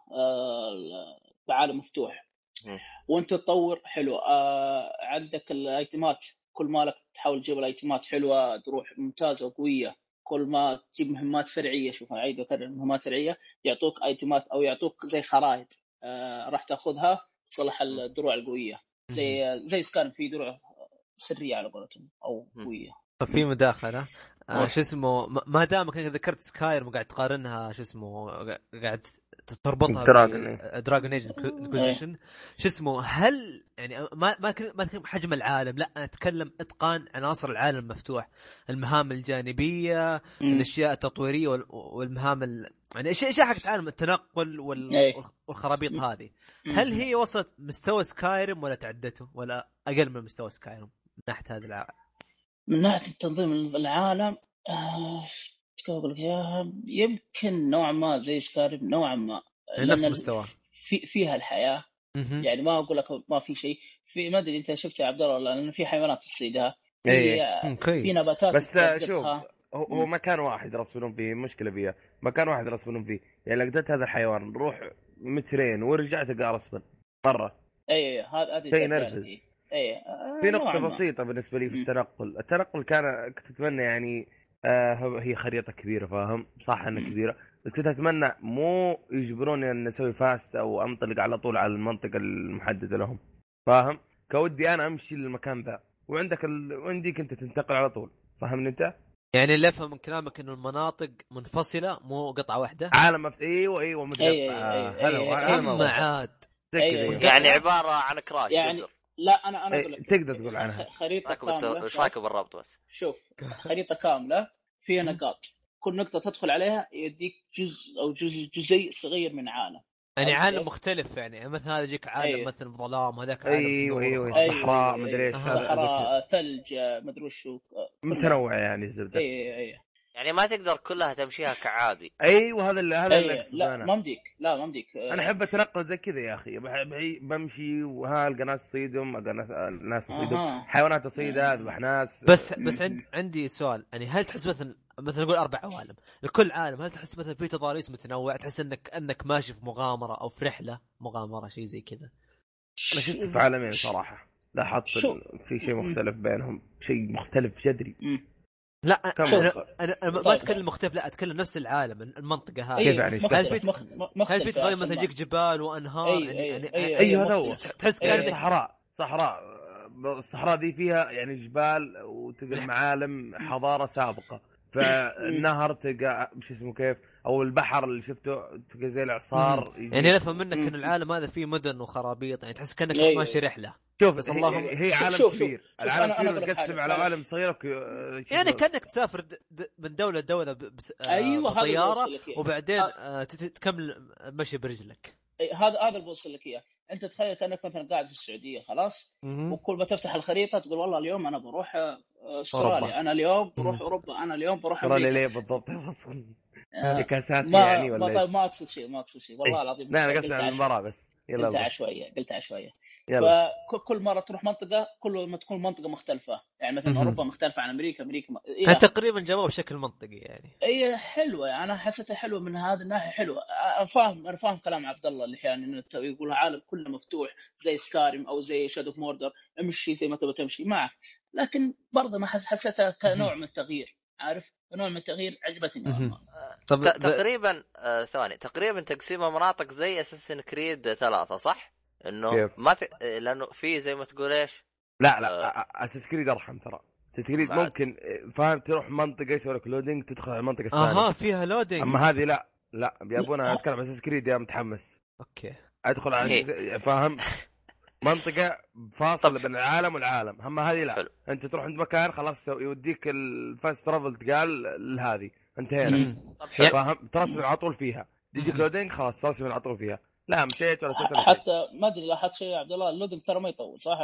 S3: آه بعالم مفتوح م. وانت تطور حلو آه عندك الايتمات كل مالك تحاول تجيب الايتمات حلوه تروح ممتازه وقويه كل ما تجيب مهمات فرعيه شوف عيد وكرر مهمات فرعيه يعطوك ايتمات او يعطوك زي خرائط آه راح تاخذها تصلح الدروع القويه زي زي كان في دروع سريه على قولتهم او قويه.
S4: طب في مداخله آه شو اسمه ما دامك انك ذكرت سكاير وقاعد تقارنها شو اسمه قاعد تربطها بدراجون ايج انكوزيشن شو اسمه هل يعني ما ما ما حجم العالم لا اتكلم اتقان عناصر العالم المفتوح المهام الجانبيه م. الاشياء التطويريه والمهام ال... يعني اشياء حق عالم التنقل وال... والخرابيط م. هذه هل هي وصلت مستوى سكايرم ولا تعدته ولا اقل من مستوى سكايرم من ناحيه هذا العالم
S3: من ناحيه تنظيم العالم آه... اقول لك اياها يمكن نوعا ما زي سكايرم نوعا ما
S4: نفس مستوى
S3: في فيها الحياه م-م. يعني ما اقول لك ما في شيء في ما ادري انت شفت يا عبد الله لان في حيوانات تصيدها في في نباتات
S2: بس شوف هو مكان واحد يرسلون فيه مشكله فيها مكان واحد يرسلون فيه يعني لقيت هذا الحيوان روح مترين ورجعت اقارص مره
S3: اي هذا هذه
S2: شيء نرفز
S3: اي
S2: في نقطه بسيطه بالنسبه لي في التنقل التنقل كان كنت اتمنى يعني آه هي خريطه كبيره فاهم صح انها كبيره بس كنت اتمنى مو يجبروني ان اسوي فاست او انطلق على طول على المنطقه المحدده لهم فاهم كودي انا امشي للمكان ذا وعندك ال... وعندك انت تنتقل على طول فهمني انت
S4: يعني اللي افهم من كلامك انه المناطق منفصله مو قطعه واحده
S2: عالم مفت... ايوه ايوه متقطع
S4: هلا اما عاد
S1: يعني عباره عن كراش
S3: يعني
S1: جزر.
S3: لا انا انا اقول لك
S2: تقدر تقول عنها
S3: خريطه كامله
S1: ايش رايك بالربط بس
S3: شوف خريطه كامله فيها نقاط كل نقطه تدخل عليها يديك جزء او جزء جزء صغير من عالم
S4: يعني عالم مختلف يعني مثلا هذا يجيك عالم أيوه. مثل ظلام هذاك عالم
S2: ايوه ايوه صحراء مدري ايش
S3: صحراء ثلج مدري وشو
S2: متنوع يعني الزبده
S3: ايوه ايوه
S1: يعني ما تقدر كلها تمشيها كعابي
S2: ايوه هذا اللي هذا اللي
S3: لا ما مديك لا ما مديك
S2: انا احب اتنقل زي كذا يا اخي بمشي وها القى ناس تصيدهم القى ناس تصيدهم حيوانات تصيدها اذبح ناس
S4: بس بس عندي عندي سؤال يعني هل تحس مثلا مثلا نقول اربع عوالم لكل عالم هل تحس مثلا في تضاريس متنوع تحس انك انك ماشي في مغامره او في رحله مغامره شيء زي كذا
S2: انا شفت في عالمين صراحه لاحظت في شيء مختلف بينهم شيء مختلف جذري
S4: لا انا انا, أنا ما اتكلم مختلف لا اتكلم نفس العالم المنطقه هذه
S2: كيف يعني
S4: هل في هل في تغير مثلا يجيك جبال وانهار
S3: أي
S4: يعني
S3: يعني
S4: اي
S2: أي هذا هو
S4: تحس كانك
S2: صحراء صحراء الصحراء دي فيها يعني جبال وتلقى معالم حضاره سابقه فالنهر تلقى مش اسمه كيف او البحر اللي شفته تلقى زي الاعصار
S4: يعني افهم منك ان العالم هذا فيه مدن وخرابيط يعني تحس كانك ماشي رحله
S2: شوف بس اللهم هي عالم شوف كبير شوف العالم كبير متقسم على عوالم صغيره
S4: يعني كانك تسافر د... د... من دوله لدوله بس...
S3: ايوه
S4: بطياره وبعدين آه تكمل مشي برجلك
S3: هذا هذا اللي بوصل لك اياه انت تخيل كانك مثلا قاعد في السعوديه خلاص وكل ما تفتح الخريطه تقول والله اليوم انا بروح استراليا انا اليوم بروح اوروبا انا اليوم بروح
S2: امريكا ليه بالضبط اصلا كاساسي
S3: ما
S2: يعني
S3: ولا ما, ما اقصد شيء ما اقصد شيء والله العظيم
S2: لا انا قصدي على المباراه بس
S3: يلا قلتها شويه قلتها شويه فكل مرة تروح منطقة كل ما تكون منطقة مختلفة يعني مثلا أوروبا مختلفة عن أمريكا أمريكا م...
S4: إيه تقريبا جواب بشكل منطقي يعني
S3: هي حلوة يعني أنا حسيتها حلوة من هذه الناحية حلوة أنا فاهم أنا فاهم كلام عبد الله اللي يعني إنه يقول العالم كله مفتوح زي سكاريم أو زي شادو اوف موردر امشي زي ما تبغى تمشي معك لكن برضه ما حسيتها كنوع من التغيير عارف نوع من التغيير عجبتني
S1: طب تقريبا آه ثواني تقريبا تقسيم مناطق زي أساسن كريد ثلاثة صح؟ انه ما ت... لانه في زي ما تقول ايش
S2: لا لا آه... اساس كريد ارحم ترى اساس كريد ممكن فاهم تروح منطقه يسوي لك لودينج تدخل على المنطقه الثانيه
S4: اها فيها لودينج
S2: اما هذه لا لا يابونا اتكلم عن اساس كريد يا متحمس
S4: اوكي
S2: ادخل على أساس... فاهم منطقه فاصله بين العالم والعالم اما هذه لا حلو. انت تروح عند مكان خلاص يوديك الفاست ترافل قال لهذه انتهينا فاهم ترسم على طول فيها يجيك لودينج خلاص ترسم على طول فيها لا مشيت ولا سويت
S3: حتى ما ادري لاحظت شيء يا عبد الله اللودنج ترى ما يطول صح ولا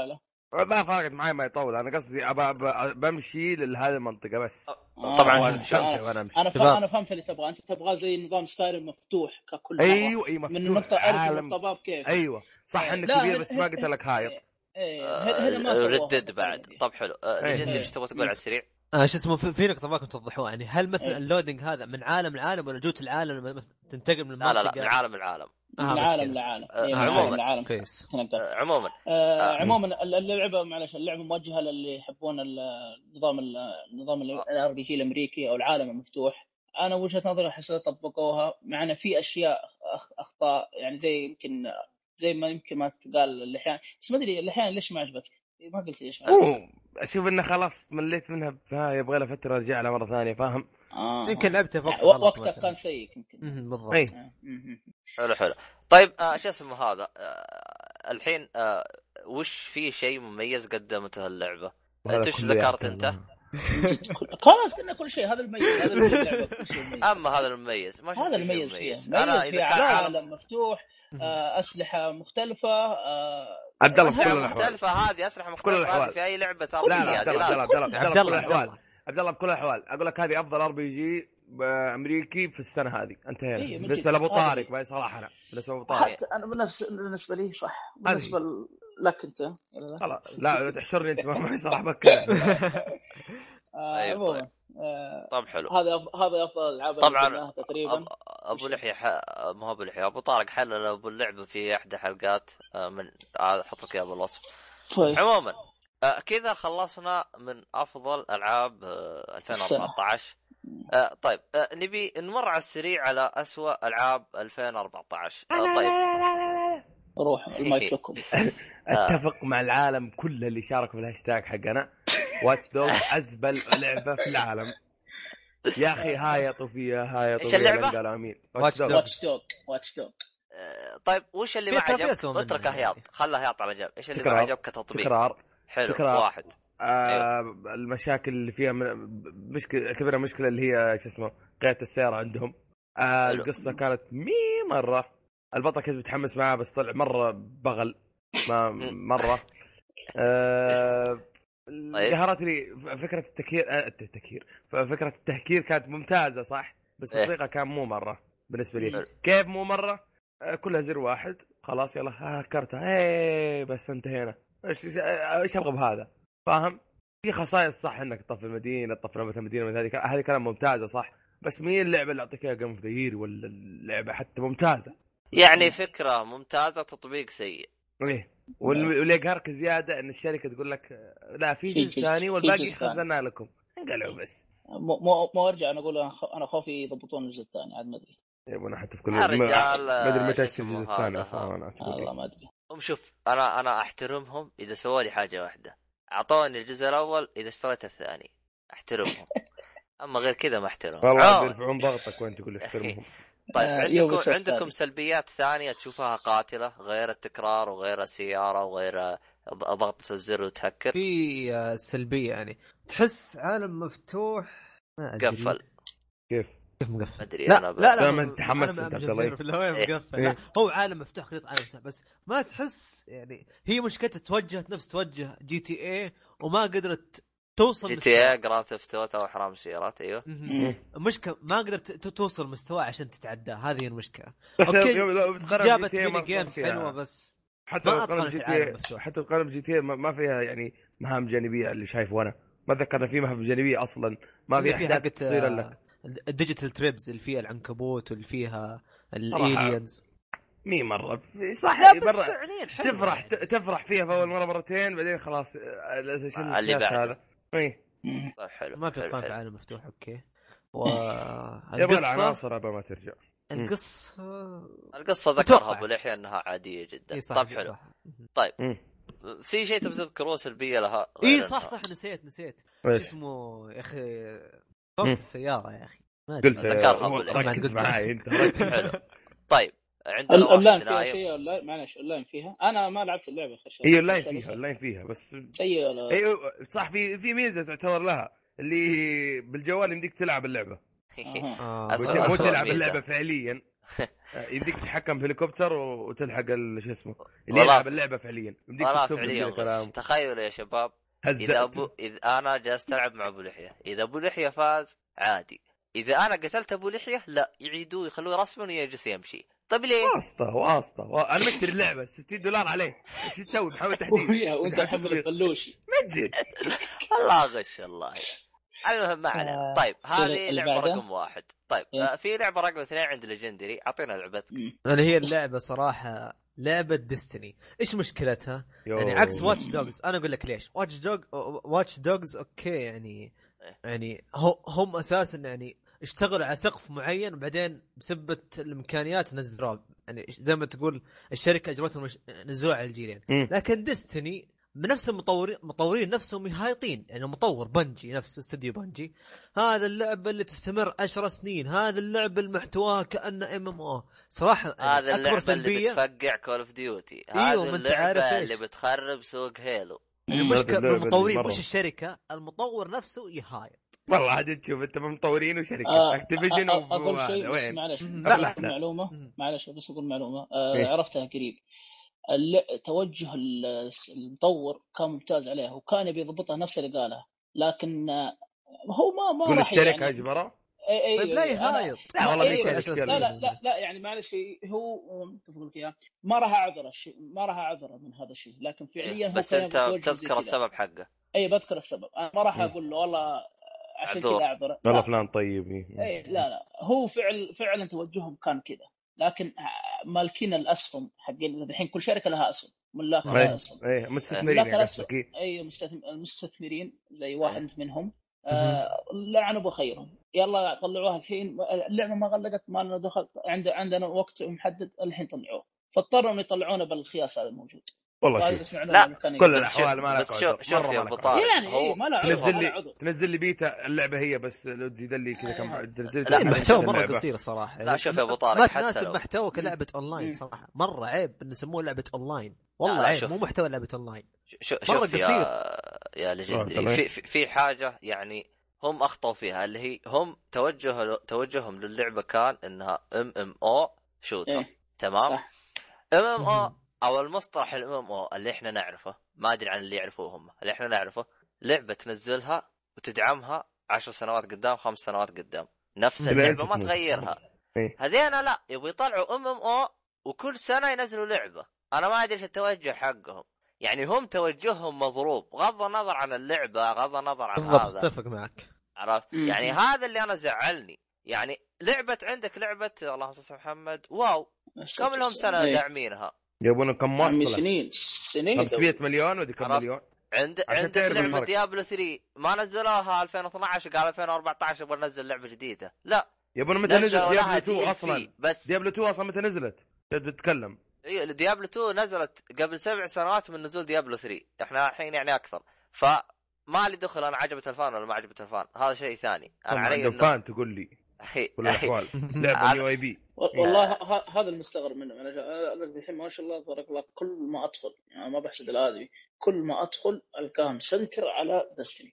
S2: ما فرقت معي ما يطول، انا قصدي ابى بمشي لهذه المنطقه بس.
S3: آه
S1: طبعاً
S3: أنا
S2: استمتع وانا امشي.
S3: أنا, فا... أنا فهمت اللي تبغى، أنت تبغى زي نظام سكايريم مفتوح ككل مرة.
S2: ايوه اي مفتوح
S3: من نقطة ألف
S2: عالم.
S3: لنقطة باب كيف.
S2: ايوه صح
S3: إيه.
S2: انه
S3: لا،
S2: كبير
S3: هل...
S2: بس ما قلت لك هايط.
S3: ايه هنا ما سووها.
S1: ردد بعد. طب حلو ليجند
S2: إيه.
S1: ايش تبغى تقول على السريع؟
S4: آه شو اسمه في, في نقطة باكم توضحوها، يعني هل مثلا
S3: إيه.
S4: اللودينج هذا من عالم لعالم ولا جوة العالم لما تنتقل من
S1: لا
S4: المنطقة؟
S1: لا لا من عالم العالم
S3: من
S4: آه
S3: عالم لعالم.
S1: آه
S3: إيه
S1: عموما
S3: العالم.
S4: كويس.
S1: آه عموما
S3: آه
S1: آه.
S3: عموما اللعبة معلش اللعبة موجهة للي يحبون النظام النظام الار بي جي الامريكي او العالم المفتوح. انا وجهة نظري احس طبقوها، معنا في اشياء اخطاء يعني زي يمكن زي ما يمكن ما تقال الاحيان، بس ما ادري الاحيان ليش ما عجبتك، ما قلت ليش ما عجبتك.
S2: اشوف انه خلاص مليت منها، يبغى لها فتره ارجع لها مره ثانيه فاهم.
S3: آه.
S4: يمكن لعبته وقت
S3: يعني وقتها كان سيء يمكن.
S4: بالضبط.
S2: أي.
S1: حلو حلو. طيب آه شو اسمه هذا آه الحين آه وش في شيء مميز قدمته اللعبة؟ انت ايش ذكرت انت؟
S3: خلاص قلنا كل شيء، هذا المميز، هذا اللعبة كل شيء مميز.
S1: اما هذا المميز ما
S3: هذا المميز فيه،
S1: انا
S3: اذا كان عالم مفتوح آه اسلحة مختلفة آه
S2: عبد الله في كل
S1: الاحوال مختلفة، هذه اسلحة مختلفة في اي لعبة ترى.
S2: لا لا عبد الله عبد الله
S4: عبد الله
S2: الاحوال عبد الله بكل الاحوال اقول لك هذه افضل ار بي جي امريكي في السنه هذه. انتهينا.
S3: إيه
S2: بالنسبه لابو طارق باي صراحه انا بالنسبه لابو طارق
S3: حتى انا بنفس بالنسبه لي صح، بالنسبه لك انت
S2: خلاص لا لا تحشرني انت ما يصلح بك.
S1: ايوه طب حلو.
S3: هذا هذا افضل العاب
S1: طبعا
S3: تقريبا.
S1: ابو لحيه ما هو ابو لحيه ابو طارق حلل ابو اللعبه في احدى حلقات من احط لك اياها بالوصف. عموما كذا خلصنا من افضل العاب ألفين وأربعة عشر. آه طيب آه نبي نمر على السريع على أسوأ ألعاب ألفين وأربعة عشر. آه طيب
S3: روح المايك لكم.
S2: اتفق مع العالم كله اللي شارك في الهاشتاج حقنا واتش دوغ أزبل لعبة في العالم يا أخي. هايطوا فيها هايطوا
S1: إيش اللعبة؟
S2: قالوا أمين
S3: واتش دوغ واتش دوغ.
S1: طيب وش اللي ما عجبك؟ اترك هياط خلها هياط على جنب. إيش اللي ما عجبك كتطبيق؟
S2: تكرار
S1: حلو
S2: تكرار.
S1: واحد
S2: آه أيوه. المشاكل اللي فيها مشكلة اعتبرها مشكلة اللي هي شو اسمه قيادة السيارة عندهم. آه القصة كانت مي مرة البطل كنت متحمس معاه بس طلع مرة بغل ما مرة. آه قهرت لي فكرة التكيير آه التكيير فكرة التهكير كانت ممتازة صح بس الطريقة كان مو مرة بالنسبة لي. كيف مو مرة؟ آه كلها زر واحد خلاص يلا هكرتها ايه بس انتهينا. ايش ايش ابغى بهذا فاهم؟ في خصائص صح انك تطفي المدينه تطفي مثلا المدينه من هذه هذه كلام ممتازه صح بس مين اللعبه اللي اعطيك اياها جيم اوف ذا يير ولا اللعبه حتى ممتازه
S1: يعني فكره ممتازه تطبيق سيء.
S2: ايه واللي يقهرك زياده ان الشركه تقول لك لا في جزء ثاني والباقي خزناه لكم انقلعوا بس
S3: مو مو ارجع انا اقول انا خوفي يضبطون الجزء الثاني عاد ما ادري
S2: يبغى حتى في كل ما ادري متى الجزء الثاني
S3: صراحه والله ما ادري.
S1: هم شوف انا انا احترمهم اذا سووا لي حاجه واحده اعطوني الجزء الاول اذا اشتريت الثاني احترمهم اما غير كذا ما احترمهم
S2: والله بيرفعون ضغطك وانت تقول احترمهم.
S1: طيب عندكم عندكم سلبيات ثانيه تشوفها قاتله غير التكرار وغير السياره وغير ضغطه الزر وتهكر؟
S4: في سلبيه يعني تحس عالم مفتوح
S1: ما ادري قفل
S2: كيف
S4: كيف مقفل
S1: ادري
S4: لا
S1: انا
S4: لا لا
S2: ما تحمست انت عبد الله
S4: لا وين مقفل إيه؟ هو عالم مفتوح خريطه عالم مفتوح بس ما تحس يعني هي مشكلتها توجهت نفس توجه جي تي اي وما قدرت توصل
S1: جي تي اي جراند ثيفت اوتو او حرام السيارات ايوه
S4: المشكله ما قدرت توصل مستوى عشان تتعدى هذه المشكله.
S2: اوكي
S4: جابت ميني جيمز حلوه بس
S2: حتى قلب جي تي اي حتى قلب جي تي اي ما فيها يعني مهام جانبيه اللي شايفه انا ما ذكرنا في مهام جانبيه اصلا ما في احداث تصير لك
S4: الديجيتال تريبز اللي فيها العنكبوت واللي فيها الايليانز
S2: مي مره صح مره تفرح تفرح فيها في اول مره مرتين بعدين خلاص
S1: اللي هذا
S2: اي
S1: حلو
S4: ما في قام في عالم مفتوح اوكي
S2: والقصه العناصر ابى ما ترجع
S4: القصه
S1: القصه ذكرها ابو لحيه انها عاديه جدا. طيب حلو طيب م. في شيء تبي تذكروه سلبيه لها؟
S4: اي صح صح نسيت نسيت ايش اسمه يا اخي صوت السياره يا اخي
S2: ما قلت ركز معي انت
S1: طيب عندنا
S3: الاونلاين فيها شيء ولا معلش اونلاين فيها انا ما لعبت اللعبه خش
S2: هي اونلاين فيها اونلاين فيها بس
S3: سيء ولا
S2: ايوه صح في في ميزه تعتبر لها اللي بالجوال يمديك تلعب اللعبه
S1: آه.
S2: مو تلعب اللعبه فعليا يمديك تتحكم في هليكوبتر وتلحق شو اسمه اللي يلعب اللعبه فعليا. يمديك
S1: تكتب كلام. تخيلوا يا شباب اذا ابو اذا انا جالس العب مع ابو لحيه، اذا ابو لحيه فاز عادي، اذا انا قتلت ابو لحيه لا يعيدوه يخلوه رسمي ويجلس يمشي. طيب ليه؟
S2: واسطه واسطه و... انا مشتري اللعبه ستين دولار عليه، ايش تسوي؟ محاول تحديد
S3: وانت محمد الفلوشي
S2: مجد.
S1: الله غش الله. المهم ما علينا. طيب هذه لعبه رقم واحد. طيب آه في لعبه رقم اثنين عند ليجندري، اعطينا لعبتك.
S4: انا هي اللعبه صراحه لعبه ديستني. ايش مشكلتها؟ يو. يعني عكس واتش دوجز. انا اقول لك ليش. واتش دوج واتش دوجز اوكي يعني يعني هم اساسا يعني اشتغلوا على سقف معين وبعدين بسبة الامكانيات نزلوه، يعني زي ما تقول الشركه اجبرتهم نزلوه على الجيلين. لكن ديستني بنفس المطورين مطورين نفسهم هايطين، يعني مطور بنجي نفس استوديو بنجي، هذا اللعبه اللي تستمر عشر سنين، هذا اللعبه المحتوى كانه ام ام او صراحه.
S1: هذا اللعبه اللي بتفقع كول اوف ديوتي، هذا اللعبه اللي بتخرب سوق هيلو.
S4: المشكله بالمطورين مش الشركه، المطور نفسه يهايط.
S2: والله عاد تشوف انت مطورين وشركه آه اكتيفيجن.
S3: اقول شيء معلش لا معلومه معلش بس اقول معلومه آه إيه؟ عرفتها قريب. توجه المطور كان ممتاز عليه وكان يبي يضبطها نفس اللي قاله، لكن هو ما ما راح
S2: الشركه يعني اجبره.
S3: اي اي
S4: طيب لا يهايط.
S2: لا والله
S3: لا لا لا لا يعني معلش هو متفق لك اياه، ما راح اعذره الشيء، ما راح اعذره من هذا الشيء، لكن فعليا هو
S1: بس انت تذكر السبب حقه.
S3: اي بذكر السبب، انا ما راح اقول له والله عشان كذا اعذره
S2: والله فلان طيب.
S3: اي لا لا هو فعل فعلا توجههم كان كذا، لكن مالكين الاسهم حقين الحين كل شركه لها اسهم ملاك لها اسهم.
S2: اي مستثمرين قصدك.
S3: اي المستثمرين زي واحد منهم آه لعنوا بخيرهم. يلا طلعوها الحين، اللعبه ما غلقت، ما لنا دخل، عند عندنا وقت محدد الحين طلعوه، فاضطروا ان يطلعونه بالخياس هذا الموجود.
S2: والله لا كل الاحوال ما لا
S1: شوف شوف يا بطال
S3: يعني هو ما لا
S2: تنزل لي تنزل لي بيتا اللعبه هي بس لو تنزل لي كذا كم تنزل
S4: لا محتوى مره قصير صراحه.
S1: لا شوف يا بطال
S4: ما تناسب محتوى كلعبه اونلاين صراحه، مره عيب ان يسموه لعبه اونلاين، والله عيب مو محتوى لعبه اونلاين مره قصير
S1: يا, يا ليجندري. في في حاجه يعني هم اخطأوا فيها، اللي هي هم توجه توجههم للعبه كان انها ام ام او شوتر. تمام. ام ام او او المصطلح الام ام او اللي احنا نعرفه، ما ادري عن اللي يعرفوه هم، اللي احنا نعرفه لعبه تنزلها وتدعمها عشر سنوات قدام، خمس سنوات قدام، نفس اللعبه ما تغيرها. هذين لا يبغوا يطلعوا ام ام او وكل سنه ينزلوا لعبه. انا ما ادري ايش التوجه حقهم، يعني هم توجههم مضروب بغض النظر عن اللعبه، بغض النظر عن هذا.
S4: اتفق معك.
S1: عرفت يعني هذا اللي انا زعلني. يعني لعبه عندك لعبه اللهم صل على محمد واو كم لهم سنه داعمينها،
S2: يبون كم موصله
S3: سنين سنين
S2: خمسمية مليون ودي كم مليون.
S1: عند عندك لعبه ديابلو ثري ما نزلوها ألفين واثناشر قال ألفين وأربعة عشر يبغى ننزل لعبه جديده. لا
S2: يبون متى نزل ديابلو تو اصلا؟ بس ديابلو تو اصلا متى نزلت تتكلم؟
S1: اي ديابلو تو نزلت قبل سبع سنوات من نزول ديابلو ثري، احنا الحين يعني اكثر. فما لي دخل انا عجبت الفان ولا ما عجبت الفان، هذا شيء ثاني. انا علي
S2: الفان تقول لي كل الاحوال لعبه يو اي بي.
S3: والله هذا المستغرب منه. انا الحين ما شاء الله تبارك الله كل ما ادخل يعني ما بحسد الادمي، كل ما ادخل الكام سنتر على دستني.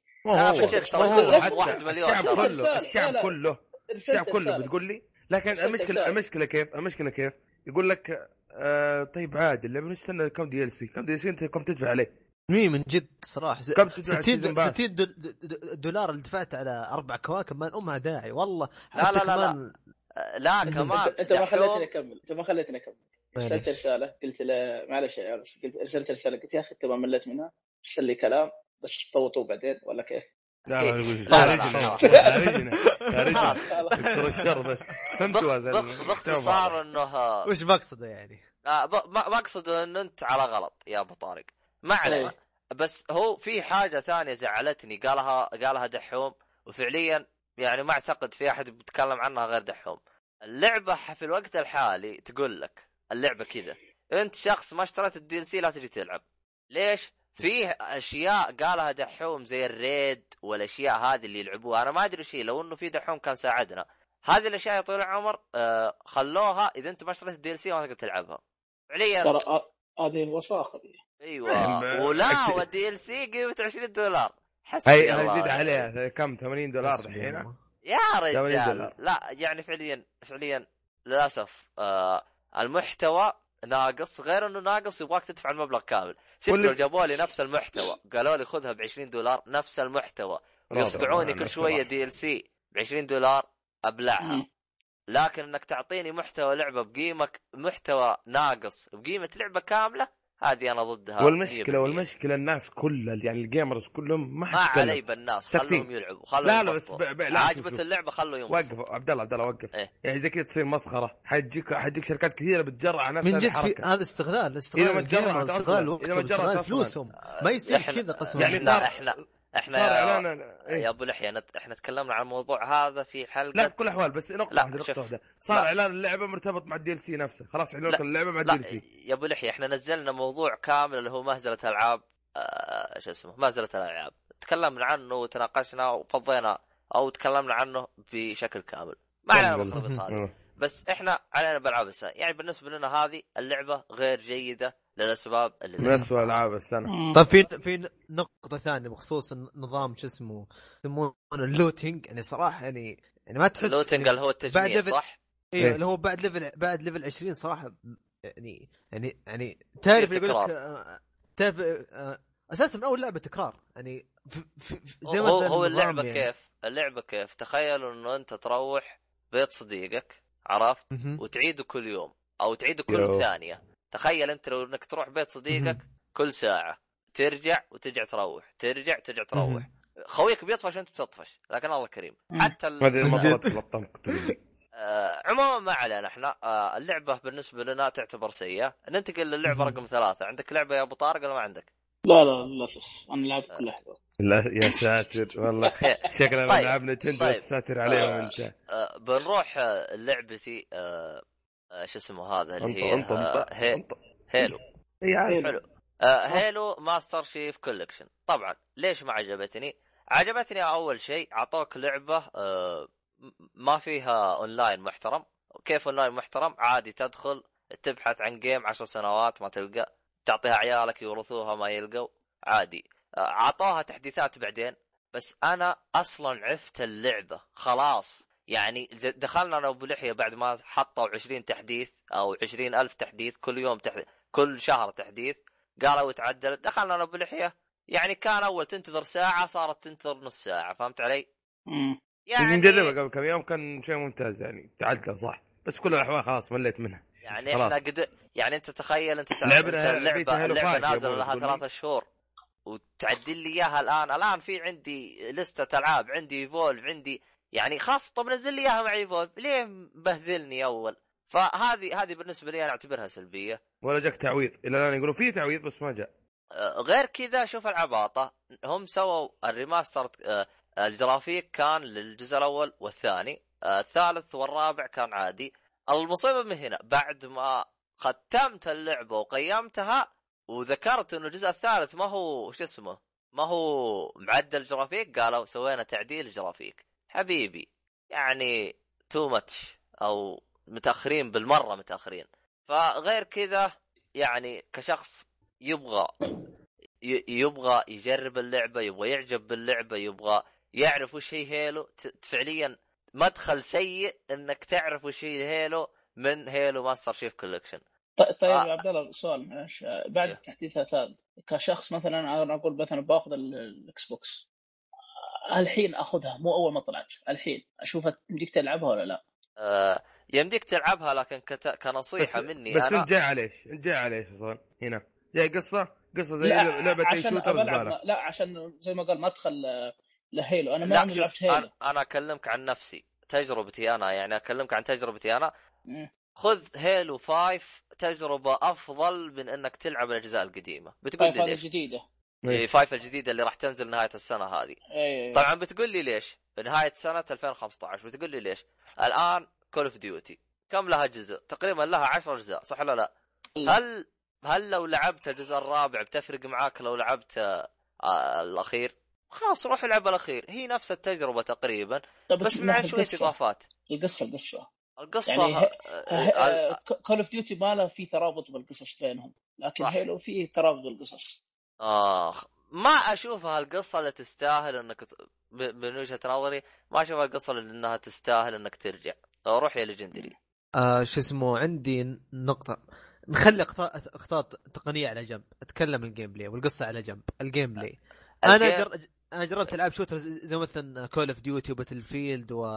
S1: واحد مليون
S2: الشعب كله الشعب كله الشعب كله بتقول لي. لكن المشكله المشكله كيف المشكله كيف يقول لك آه طيب عادي اللعبه نستنى كم دي ال سي كم دي ال سي انت كم تدفع عليه؟
S4: مي من جد صراحه ستين دولار اللي دفعت على اربع كواكب ما امها داعي والله.
S1: لا لا لا لا لا كمان
S3: انت ما خليتني اكمل انت ما خليتني اكمل ارسلت رساله قلت له معلش يا بس قلت ارسلت رساله قلت يا اخي تبغى مليت منها ارسل لي كلام بس طوطوا بعدين ولا كيف؟
S2: لا لا لا خارجنا خارجنا اكثر الشر بس فهمت وازن
S1: باختصار انه
S4: وش مقصده يعني؟
S1: اه مقصده ان انت على غلط يا ابو طارق ما عليه. بس هو في حاجه ثانيه زعلتني قالها قالها دحوم وفعليا يعني ما اعتقد في احد بيتكلم عنها غير دحوم. اللعبه في الوقت الحالي تقول لك اللعبه كذا انت شخص ما اشتريت الدي ال سي لا تجي تلعب. ليش؟ فيه اشياء قالها دحوم زي الريد والاشياء هذه اللي يلعبوها. انا ما ادري شيء لو انه في دحوم كان ساعدنا. هذه الاشياء يا طويل العمر آه خلوها اذا انت ما اشتريت الدي ال سي ما تقدر تلعبها فعليا.
S3: ترى هذه الوساخه دي.
S1: ايوه ولا والدي ال سي قيمه عشرين دولار
S2: هي هزيد عليها كم ثمانين دولار الحين
S1: يا رجال. لا يعني فعليا فعليا للاسف آه المحتوى ناقص، غير انه ناقص يبغاك تدفع المبلغ كامل. شفت لو جابوا لي نفس المحتوى قالوا لي خذها ب عشرين دولار نفس المحتوى يصقعوني كل شويه دي ال سي ب عشرين دولار ابلعها. لكن انك تعطيني محتوى لعبه بقيمه محتوى ناقص بقيمه لعبه كامله، هذه انا ضدها.
S2: والمشكله والمشكله الناس كلها يعني الجيمرز كلهم ما
S1: ما علي بالناس، خلوهم يلعبوا خلوهم
S2: لا لا بس ب... ب... لا
S1: عجبت اللعبه خلوا ينبسطوا.
S2: وقف عبد الله عبد الله وقف
S1: إيه؟
S2: يعني زي كذا تصير مسخره، حيجيك حيجيك شركات كثيره بتجرع على نفس
S4: من جد في هذا استغلال استغلال
S2: اذا ما تجرعت
S4: استغلال
S2: اذا ما تجرعت
S4: فلوسهم ما يصير كذا قسما
S2: يعني صار
S1: احنا احنا
S2: يا,
S1: إيه؟ يا ابو لحيه احنا تكلمنا عن الموضوع هذا في حلقه.
S2: لا في كل الاحوال بس نقطه واحده نقطه واحده صار لا. اعلان اللعبه مرتبط مع الدي ال سي نفسه، خلاص اعلان اللعبه مع الدي ال سي.
S1: يا ابو لحيه احنا نزلنا موضوع كامل اللي هو مهزله العاب آه شو اسمه مهزله الالعاب، تكلمنا عنه وتناقشنا وفضينا او تكلمنا عنه بشكل كامل. ما علينا بالخربط هذا، بس احنا علينا بالعاب السنه. يعني بالنسبه لنا هذه اللعبه غير جيده للاسباب اللي
S2: من اسوء العاب السنه.
S4: طيب في في نقطه ثانيه بخصوص النظام شو اسمه يسمونه اللوتينج، يعني صراحه يعني يعني ما تحس
S1: اللوتينج اللي هو التجميع صح؟
S4: ايوه اللي هو بعد ليفل بعد ليفل عشرين صراحه يعني يعني يعني تعرف يقول لك تعرف اساسا من اول لعبه تكرار يعني في في زي ما
S1: هو, هو اللعبه
S4: يعني.
S1: كيف اللعبه كيف تخيلوا انه انت تروح بيت صديقك عرفت
S4: م-م.
S1: وتعيده كل يوم او تعيده كل يو. ثانيه. تخيل انت لو انك تروح بيت صديقك م-م. كل ساعه ترجع وترجع تروح ترجع ترجع تروح م-م. خويك بيطفش وانت بتطفش، لكن الله كريم م-م. حتى آه عموما ما علينا احنا آه اللعبه بالنسبه لنا تعتبر سيئه. ننتقل للعبه م-م. رقم ثلاثة. عندك لعبه يا ابو طارق ولا ما عندك؟
S3: لا لا للاسف انا لعبت كل لعبه.
S2: لا يا ساتر والله شكلنا طيب. لعبنا نتندو طيب. ساتر عليهم
S1: آه
S2: انت.
S1: آه بنروح آه لعبتي آه شو اسمه هذا اللي هي
S2: انت انت
S1: آه هي
S2: انت.
S1: هيلو.
S2: اي عارف
S1: حلو. آه هيلو ماستر شيف كولكشن. طبعا ليش ما عجبتني؟ عجبتني اول شيء عطوك لعبه آه ما فيها اونلاين محترم. كيف اونلاين محترم؟ عادي تدخل تبحث عن جيم عشر سنوات ما تلقى، تعطيها عيالك يورثوها ما يلقوا عادي. عطوها تحديثات بعدين، بس انا اصلا عفت اللعبه خلاص. يعني دخلنا انا وابو لحيه بعد ما حطوا عشرين تحديث او عشرين ألف تحديث كل يوم تحديث كل شهر تحديث، قالوا تعدلت. دخلنا انا وابو لحيه يعني كان اول تنتظر ساعه صارت تنتظر نص ساعه، فهمت علي؟
S3: امم
S2: يعني نجربها قبل كم يوم كان شيء ممتاز يعني تعدل صح، بس كل الاحوال خلاص مليت منها.
S1: يعني خلاص. احنا قد يعني انت تخيل انت لعبنا اللعبه اللعبه نازله لها ثلاثة شهور وتعدل لي اياها الان. الان في عندي لستة العاب، عندي ايفولف، عندي يعني خاص. طب نزل لي اياها مع ايفولف ليه مبهذلني اول؟ فهذه هذه بالنسبه لي انا اعتبرها سلبيه.
S2: ولا جاك تعويض الى الان يقولوا في تعويض بس ما جاء.
S1: غير كذا شوف العباطه، هم سووا الريماستر الجرافيك كان للجزء الاول والثاني، الثالث والرابع كان عادي. المصيبه من هنا بعد ما ختمت اللعبه وقيمتها وذكرت انه الجزء الثالث ما هو شو اسمه ما هو معدل جرافيك، قالوا سوينا تعديل جرافيك. حبيبي يعني تو ماتش او متاخرين بالمره متاخرين. فغير كذا يعني كشخص يبغى يبغى يجرب اللعبه، يبغى يعجب باللعبه، يبغى يعرف وش هي هيلو، فعليا مدخل سيء انك تعرف وش هي هيلو من هيلو ماستر شيف كولكشن.
S3: طيب آه. يا عبد الله سؤال معلش، بعد التحديثات هذه كشخص مثلا انا اقول مثلا باخذ الاكس بوكس الحين اخذها مو اول ما طلعت، الحين اشوفها يمديك تلعبها ولا لا؟
S1: آه يمديك تلعبها لكن كت... كنصيحه
S2: بس
S1: مني
S2: بس
S1: انا
S2: انت جاي عليش انت جاي عليش اصلا هنا جاي قصه قصه زي لعبه اي شوتر
S3: ما... لا عشان زي ما قال ما ادخل لهيلو. انا ما عمري لعبت هيلو.
S1: انا, أنا اكلمك عن نفسي تجربتي انا، يعني اكلمك عن تجربتي انا.
S3: م.
S1: خذ هيلو فايف تجربه افضل من انك تلعب الاجزاء القديمه. بتقول لي ليش؟
S3: الجديده
S1: اي فايف الجديده اللي راح تنزل نهايه السنه هذه.
S3: أي.
S1: طبعا بتقول لي ليش نهايه سنه ألفين وخمسة عشر. بتقول لي ليش الان كول اوف ديوتي كم لها جزء؟ تقريبا لها عشر اجزاء صح ولا لا؟ هل هل لو لعبت الجزء الرابع بتفرق معاك لو لعبت آه الاخير؟ خلاص روح العب الاخير، هي نفس التجربه تقريبا بس مع شويه اضافات.
S3: القصه القصه
S1: القصه
S3: يعني كول اوف ديوتي ما له في ترابط بالقصص بينهم، لكن هيلو فيه ترابط بالقصص.
S1: اخ ما اشوفها القصه اللي تستاهل انك ت... من وجهه نظري ما اشوفها القصه اللي انها تستاهل انك ترجع. روح يا ليجندري.
S4: آه شو اسمه عندي نقطه، نخلي اخطاء اخطاء تقنيه على جنب، اتكلم الجيم بلاي والقصه على جنب. الجيم بلاي انا جر... انا جربت العاب شوتر زي مثلا كول اوف ديوتي وباتل فيلد و...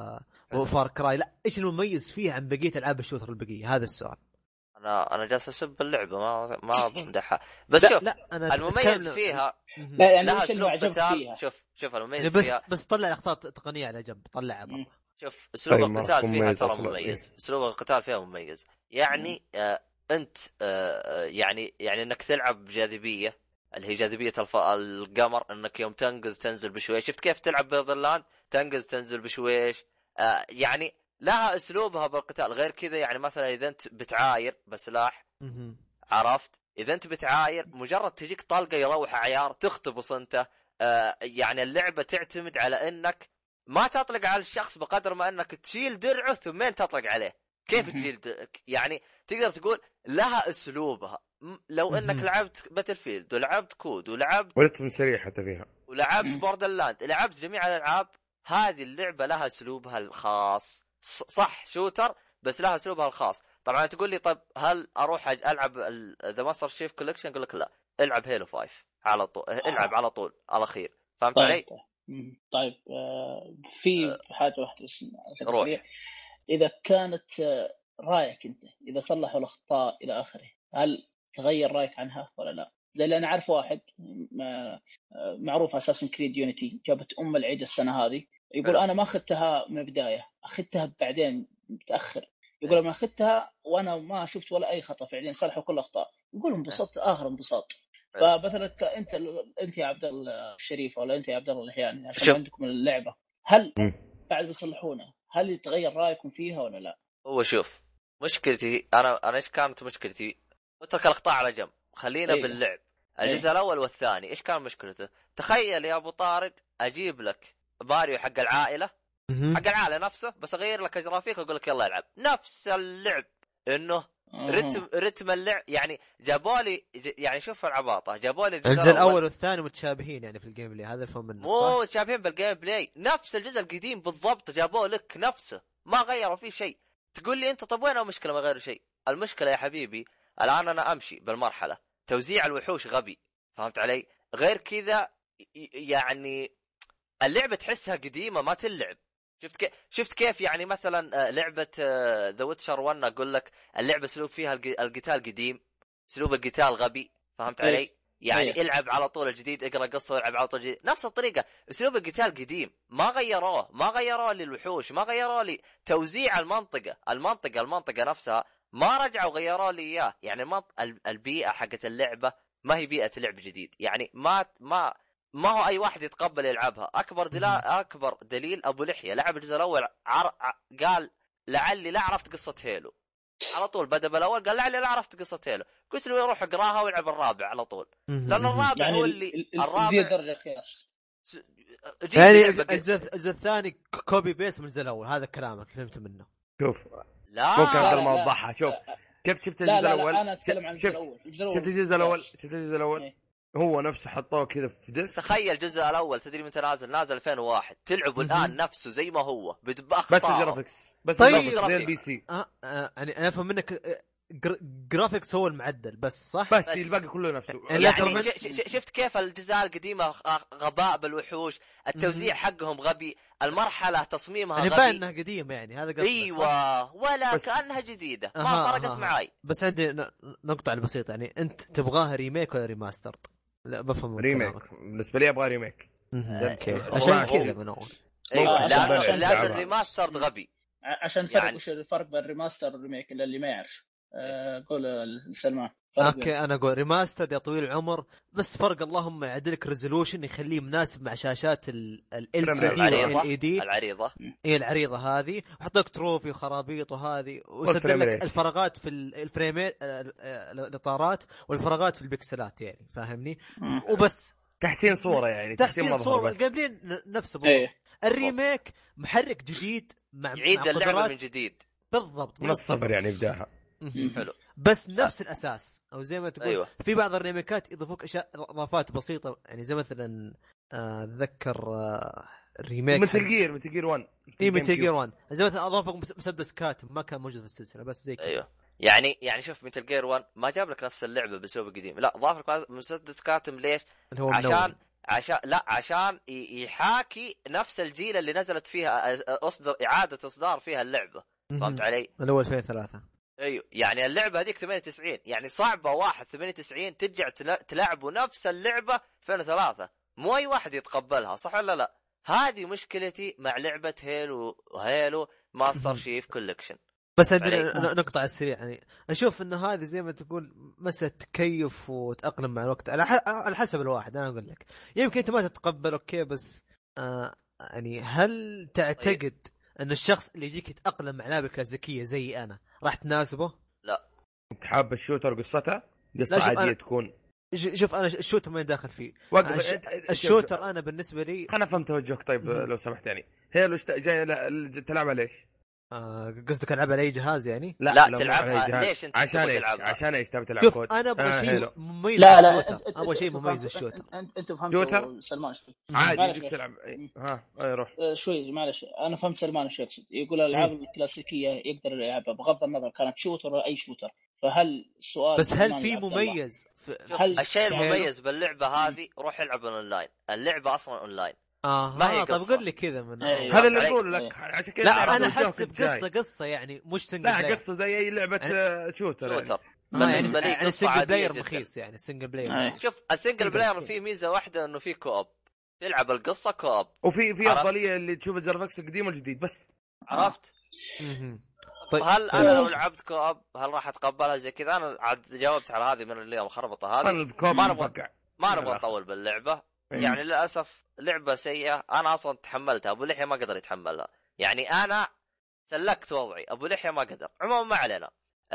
S4: وفار كراي. لا ايش المميز فيها عن بقيه العاب الشوتر البقيه؟ هذا السؤال.
S1: انا انا جالس اسب اللعبه، ما ما بمدحها، بس
S4: لا
S1: شوف
S4: لا أنا
S1: المميز فيها
S3: لا يعني
S1: لها
S3: ايش اللي
S1: اسلوب قتال.
S3: فيها؟
S1: شوف شوف المميز
S4: يعني بس
S1: فيها
S4: بس طلع الاخطاء التقنيه على جنب، طلعها برا.
S1: شوف اسلوب
S2: طيب
S1: القتال فيها ترى
S2: أصلاً.
S1: مميز، اسلوب القتال فيها مميز. يعني آه انت آه يعني يعني انك تلعب بجاذبيه، اللي هي جاذبيه الف... القمر، انك يوم تنقز تنزل بشويش. شفت كيف تلعب بيضلاند؟ تنقز تنزل بشويش. آه يعني لها اسلوبها بالقتال. غير كذا يعني مثلا اذا انت بتعاير بسلاح، عرفت؟ اذا انت بتعاير مجرد تجيك طلقه يروح عيار تختبص انت. آه يعني اللعبه تعتمد على انك ما تطلق على الشخص بقدر ما انك تشيل درعه ثم تطلق عليه. كيف تشيل د... يعني تقدر تقول لها اسلوبها. لو انك لعبت باتل فيلد ولعبت كود ولعبت
S2: ورتم سريع حتى فيها
S1: ولعبت بوردرلاند، لعبت جميع الالعاب، هذه اللعبه لها اسلوبها الخاص. صح شوتر بس لها اسلوبها الخاص. طبعا تقول لي طب هل اروح العب ذا ماستر شيف كولكشن؟ اقول لك لا، العب هيلو فايف على طول. العب على طول على خير. فهمت
S3: طيب
S1: علي؟
S3: طيب آه في
S1: آه
S3: حاجه واحده بس
S1: روح.
S3: اذا كانت آه رايك انت اذا صلحوا الاخطاء الى اخره، هل تغير رايك عنها ولا لا؟ زي اللي انا اعرف واحد ما معروف اساسا كريد يونيتي جابت ام العيد السنه هذه، يقول انا ما اخذتها من البدايه، اخذتها بعدين متاخر. يقول لما اخذتها وانا ما شفت ولا اي خطا فعليا، صلحوا كل الاخطاء. يقول انبسطت اخر انبساط. فمثلا انت انت يا عبد الله الشريف ولا انت يا عبد الله الحياني عشان شوف. عندكم اللعبه، هل بعد بيصلحونها هل يتغير رايكم فيها ولا لا؟
S1: هو شوف مشكلتي انا انا ايش كانت مشكلتي؟ اترك الاخطاء على جنب، خلينا أيه. باللعب. الجزء أيه. الاول والثاني ايش كان مشكلته؟ تخيل يا ابو طارق اجيب لك ماريو حق العائله، حق العائله نفسه، بس اغير لك جرافيك واقول لك يلا العب نفس اللعب. انه رتم رتم اللعب يعني جابولي يعني شوف العباطه، جابولي
S4: الجزء الاول والثاني متشابهين يعني في الجيم بلاي. هذا الفهم منه
S1: مو متشابهين بالجيم بلاي، نفس الجزء القديم بالضبط جابوه لك نفسه، ما غيروا فيه شيء. تقول لي انت طب وين المشكله ما غير شيء؟ المشكله يا حبيبي الان انا امشي بالمرحله، توزيع الوحوش غبي، فهمت علي؟ غير كذا يعني اللعبه تحسها قديمه ما تلعب. شفت كيف شفت كيف يعني مثلا لعبه ذا ويتشر واحد اقول لك اللعبه اسلوب فيها القتال قديم، اسلوب القتال غبي، فهمت علي؟ أي. يعني أي. العب على طول الجديد، اقرا قصه والعب على طول الجديد، نفس الطريقه. اسلوب القتال قديم ما غيروه، ما غيروا لي الوحوش، ما غيروا لي توزيع المنطقه المنطقه المنطقه نفسها ما رجعوا غيروا لي اياه. يعني البيئه حقت اللعبه ما هي بيئه لعب جديد، يعني ما ما ما هو اي واحد يتقبل يلعبها. اكبر دليل اكبر دليل ابو لحيه لعب الجزء الاول عر... قال لعلي لا عرفت قصه هيلو، على طول بدا بالاول قال لعلي لا عرفت قصه هيلو. قلت له يروح اقراها ويلعب الرابع على طول، لان الرابع يعني هو اللي الرابع
S3: دي درجه قياس.
S4: يعني الجزء الثاني كوبي بيس من الجزء الاول، هذا كلامك فهمت منه.
S2: شوف
S1: لا
S2: ممكن اقدر ما اوضحها. شوف كيف شفت الجزء الاول؟
S3: انا اتكلم عن الجزء الاول.
S2: شفت الجزء الاول شفت الجزء الاول هو نفسه حطوه كذا في ديسك.
S1: تخيل الجزء الاول تدري متى نازل؟ نازل ألفين وواحد، تلعبوا الان نفسه زي ما هو باخطاء
S2: بس الجرافيكس بس
S4: طيب
S2: زي البي سي.
S4: آه آه يعني انا افهم منك جرافيكس هو المعدل بس صح،
S2: بس, بس الباقي كله نفسه.
S1: يعني شفت كيف الجزء القديمه غباء بالوحوش، التوزيع حقهم غبي، المرحله تصميمها
S4: يعني
S1: غبي،
S4: يعني انها قديمه يعني هذا قصدك
S1: ايوه ولا كانها جديده ما
S4: آه
S1: فرقت
S4: آه
S1: معاي.
S4: بس عندي نقطه البسيطه، يعني انت تبغاها ريميك ولا ريماسترد؟ لا بفهم
S2: ريميك بالنسبه لي ابغى ريميك
S4: عشان كذا من اول.
S1: ايوه لازم الريماستر غبي.
S3: عشان فرق يعني. وش الفرق بين الريماستر والريميك اللي ما يعرف؟ قول سلمان.
S4: اوكي انا اقول ريماستر يا طويل العمر، بس فرق اللهم يعدلك ريزولوشن يخليه مناسب مع شاشات ال ال سي دي وال دي
S1: العريضه،
S4: اي العريضه هذه، وحطك تروفي وخرابيط وهذه، وسدد لك الفراغات في الفريمات الاطارات والفراغات في البكسلات، يعني فاهمني؟ وبس
S2: تحسين صوره يعني
S4: تحسين صوره قابلين نفس بالضبط. الريميك محرك جديد مع
S1: يعيد اللعبه من جديد
S4: بالضبط
S2: من الصفر يعني ابداها
S1: حلو،
S4: بس نفس الاساس. او زي ما تقول
S1: أيوة.
S4: في بعض الريميكات يضيفوك اشياء اضافات بسيطه، يعني زي مثلا اتذكر ريميك
S2: مثل جير مثل جير واحد
S4: اي مثل جير واحد زي مثلا اضافوا مسدس كاتم ما كان موجود في السلسله بس زي كذا.
S1: ايوه يعني يعني شوف مثل جير واحد ما جاب لك نفس اللعبه باسلوب قديم، لا ضاف لك مسدس كاتم. ليش؟ عشان عشان لا عشان يحاكي نفس الجيل اللي نزلت فيها اصدر اعاده اصدار فيها اللعبه. فهمت علي؟
S4: اللي هو ألفين وثلاثة.
S1: ايوه يعني اللعبه هذيك ثمانية وتسعين، يعني صعبه واحد ثمانية وتسعين ترجع تلعبوا نفس اللعبه ألفين وثلاثة، مو اي واحد يتقبلها، صح ولا لا؟ هذه مشكلتي مع لعبه هيلو هيلو ماستر شيف كولكشن.
S4: بس عندنا نقطة على السريع، يعني أشوف إنه هذه زي ما تقول مسألة تكيف وتأقلم مع الوقت على على حسب الواحد. أنا أقول لك يمكن أنت ما تتقبل أوكي، بس آه يعني هل تعتقد أن الشخص اللي يجيك يتأقلم مع لعبة كلاسيكية زي أنا راح تناسبه؟
S1: لا.
S2: أنت حاب الشوتر قصتها قصة عادية أنا... تكون
S4: شوف أنا الشوتر ما يداخل فيه.
S2: الش...
S4: الشوتر أنا بالنسبة لي
S2: أنا فهمت توجهك. طيب لو سمحت يعني هي اشت... جاي ل... تلعبها ليش؟
S4: آه قصدك العبها على اي جهاز يعني؟
S1: لا, لا تلعبها ليش انت
S2: عشان ايش عشان ايش تبي تلعب؟
S4: شوف انا ابغى آه شيء مميز.
S3: لا لا
S4: ابغى شيء مميز بالشوتر.
S3: انت انت فهمت سلمان شوي
S2: عادي تلعب. ها اي روح
S3: شوي معلش. انا فهمت سلمان ايش يقصد. يقول الالعاب الكلاسيكيه يقدر يلعبها بغض النظر كانت شوتر ولا اي شوتر. فهل السؤال
S4: بس هل في مميز
S1: في... هل الشيء المميز باللعبه هذه روح العب اونلاين. اللعبه اصلا اونلاين.
S4: اه ما هي طب قول لي كذا من
S2: أيوة. هذا اللي اقول لك. عشان كذا
S4: لا انا حسب قصه قصه يعني مش سنجل
S2: لا بلاير. قصه زي اي لعبه يعني... شوتر
S1: يعني.
S4: بالنسبه لي يعني سنجل بلاير رخيص يعني سنجل بلاير.
S1: شوف السنجل بلاير فيه ميزه واحده انه فيه كوب تلعب القصه كوب
S2: وفي في افضليه اللي تشوف الجرافكس القديم والجديد بس.
S1: عرفت؟ طيب هل انا لو لعبت كوب هل راح اتقبلها زي كذا؟ انا عاد جاوبت على هذه من اللي مخربطه هذه.
S2: ما
S1: نبغى ما نبغى نطول باللعبه يعني للاسف لعبه سيئه. انا اصلا تحملتها، ابو لحيه ما قدر يتحملها. يعني انا سلكت وضعي، ابو لحيه ما قدر. عموما ما علينا.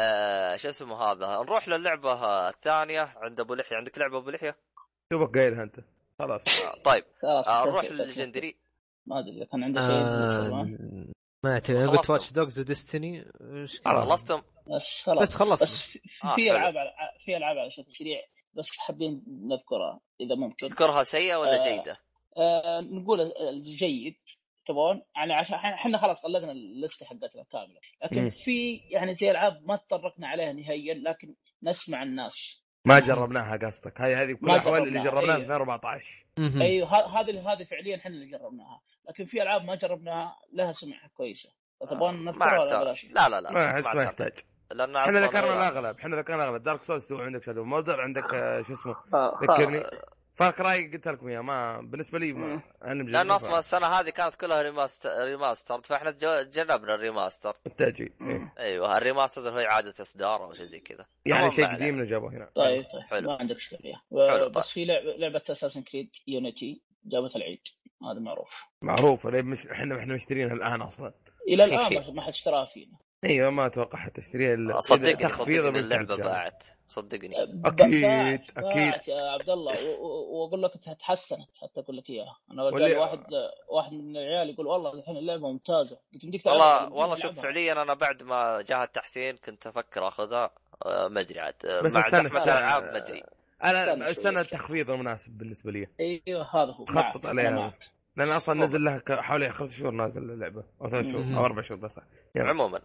S1: آه شو اسمه هذا، نروح للعبه الثانيه عند ابو لحيه. عندك لعبه ابو لحيه؟
S2: شوفك قايلها انت خلاص.
S1: آه طيب آه نروح للليجندري.
S3: ما ادري اذا كان عنده شيء آه
S4: ما ادري. قلت واتش دوجز وديستني
S1: خلصتم
S3: بس خلاص
S4: بس خلصت.
S3: بس في العاب آه في العاب على شكل سريع بس حابين نذكرها اذا ممكن.
S1: تذكرها سيئه ولا
S3: آه
S1: جيده؟
S3: آه نقول الجيد تبون يعني عشان احنا خلاص خلقنا اللسته حقتنا كامله. لكن م. في يعني زي العاب ما تطرقنا عليها نهائيا لكن نسمع الناس
S2: ما جربناها. قصدك هاي هذه كل الاحوال اللي جربناها في ألفين وأربعة عشر.
S3: ايوه هذه هذه فعليا احنا اللي جربناها. لكن في العاب ما جربناها لها سمعه كويسه. تبون نذكرها ولا بلاش؟
S1: لا لا لا
S2: ما احس ما يحتاج.
S1: لان
S2: احنا ذكرنا الاغلب احنا ذكرنا الاغلب. دارك سولز عندك شادو مودر عندك شو اسمه ذكرني فارك راي قلت لكم يا ما بالنسبه لي ما انا مجرب.
S1: لان اصلا السنه هذه كانت كلها ريماستر ريماستر فاحنا جربنا الريماستر
S2: التاجي.
S1: ايوه الريماستر هو اعاده اصدار او شيء زي كذا
S2: يعني شيء قديم اللي جابوه هنا.
S3: طيب طيب حلو. ما عندك اشكاليه. بس في لعبه لعبه اساسن كريد يونيتي جابت العيد هذا معروف
S2: معروف. مش احنا احنا مشترينها الان اصلا
S3: الى الان ما حد اشتراها فينا.
S2: ايوه ما اتوقع حتى اشتريها.
S1: صدقني تخفيض اللعبه باعت صدقني
S2: اكيد
S3: باعت
S2: اكيد
S3: باعت يا عبد الله. واقول لك تحسنت حتى اقول لك اياها. انا ولي... واحد واحد من العيال يقول والله الحين اللعبه ممتازه. قلت بديك
S1: والله والله شوف فعليا انا بعد ما جاء التحسين كنت افكر اخذها ما ادري عاد
S2: بس السنه
S1: الالعاب ما ادري
S2: انا السنه التخفيض المناسب بالنسبه لي.
S3: ايوه هذا هو
S2: خطط عليها لان اصلا نزل لها حوالي خمس شهور نازل اللعبه او ثلاث شهور او اربع شهور بس.
S1: عموما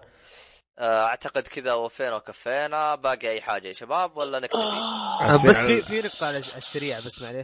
S1: اعتقد كذا وفينا وكفينا. باقي اي حاجه يا شباب ولا نكتفي؟
S4: آه بس في في نقطه على السريع بس معليه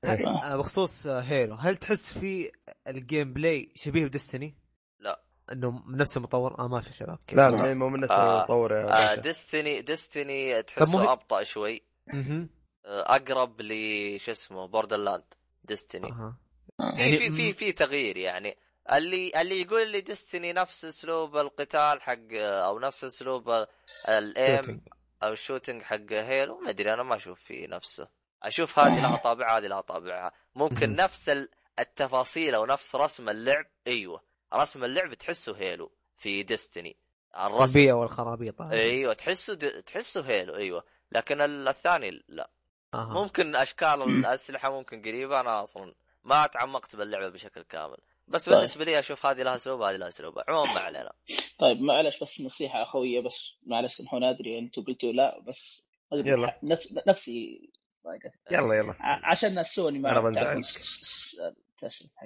S4: بخصوص هيلو. هل تحس في الجيم بلاي شبيه بديستني؟
S1: لا
S4: انه من نفس المطور. اه ما في شباب
S2: لا لا مو من نفس المطور يا
S1: آه ديستني ديستني تحسه ابطا شوي. اها اقرب لش اسمه بوردرلاند ديستني. أه. يعني في في في تغيير يعني. اللي اللي يقول لي ديستني نفس اسلوب القتال حق او نفس اسلوب الايم او الشوتينج حق هيلو ما ادري. انا ما اشوف فيه نفسه. اشوف هذه لها طابع هذه لها طابعها. ممكن نفس التفاصيل او نفس رسم اللعب. ايوه رسم اللعب تحسه هيلو في ديستني.
S4: الرسم والخرابيط
S1: ايوه تحسه د... تحسه هيلو. ايوه لكن الثاني لا. أه. ممكن اشكال الاسلحه ممكن قريبه. انا اصلا ما تعمقت باللعبه بشكل كامل بس طيب. بالنسبه لي اشوف هذه لها اسلوب هذه لها اسلوب. عموما ما علينا.
S3: طيب معلش بس نصيحه اخويه بس معلش نحن ادري انتم قلتوا لا بس
S2: يلا
S3: نفس نفسي
S2: يلا يلا
S3: عشان السوني ما
S2: تعرف
S3: تسلم حبيبي.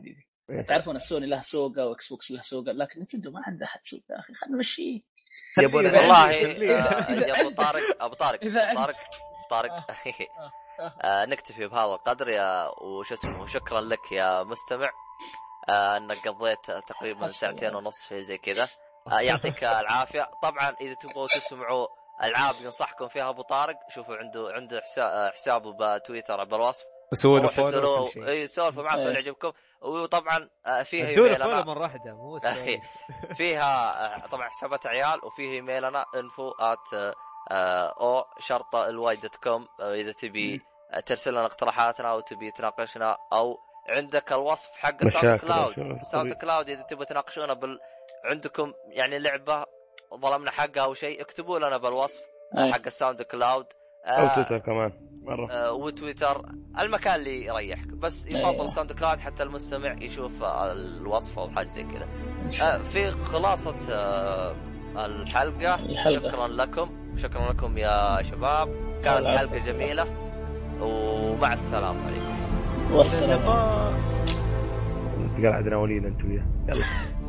S3: تعرفون السوني له سوقه واكس بوكس له سوقه، لكن نتندو ما عنده احد سوق يا اخي، خلينا نمشيه.
S2: يبون
S1: والله يا ابو طارق ابو طارق طارق طارق آه نكتفي بهذا القدر يا وش اسمه. شكرا لك يا مستمع آه انك قضيت تقريبا ساعتين ونص في زي كذا. آه يعطيك العافيه. طبعا اذا تبغوا تسمعوا العاب ينصحكم فيها ابو طارق، شوفوا عنده عنده حسابه بتويتر بالوصف،
S4: وسووا له فولو
S1: اي سولفوا معه اللي يعجبكم. وطبعا فيها
S4: ايميلنا مره واحده مو
S1: فيها طبعا حسابات عيال، وفيه ايميلنا info at او شرطه الواي دوت كوم اذا تبي ترسل لنا اقتراحاتنا او تبي تناقشنا، او عندك الوصف حق ساوند كلاود. ساوند كلاود اذا تبي تناقشونا بال... عندكم يعني لعبه ظلمنا حقها او شيء، اكتبوا لنا بالوصف أي. حق الساوند كلاود
S2: او آه تويتر كمان
S1: مره آه وتويتر، المكان اللي يريحك، بس يفضل أيه. ساوند كلاود حتى المستمع يشوف الوصف او حاجه زي كذا. آه في خلاصه آه الحلقه. الحلقة. شكرا لكم شكرا لكم يا شباب، كانت حلقه جميله ومع السلامه عليكم.
S3: والسلام.
S2: انت قاعد عندنا وليد انت وياه. يلا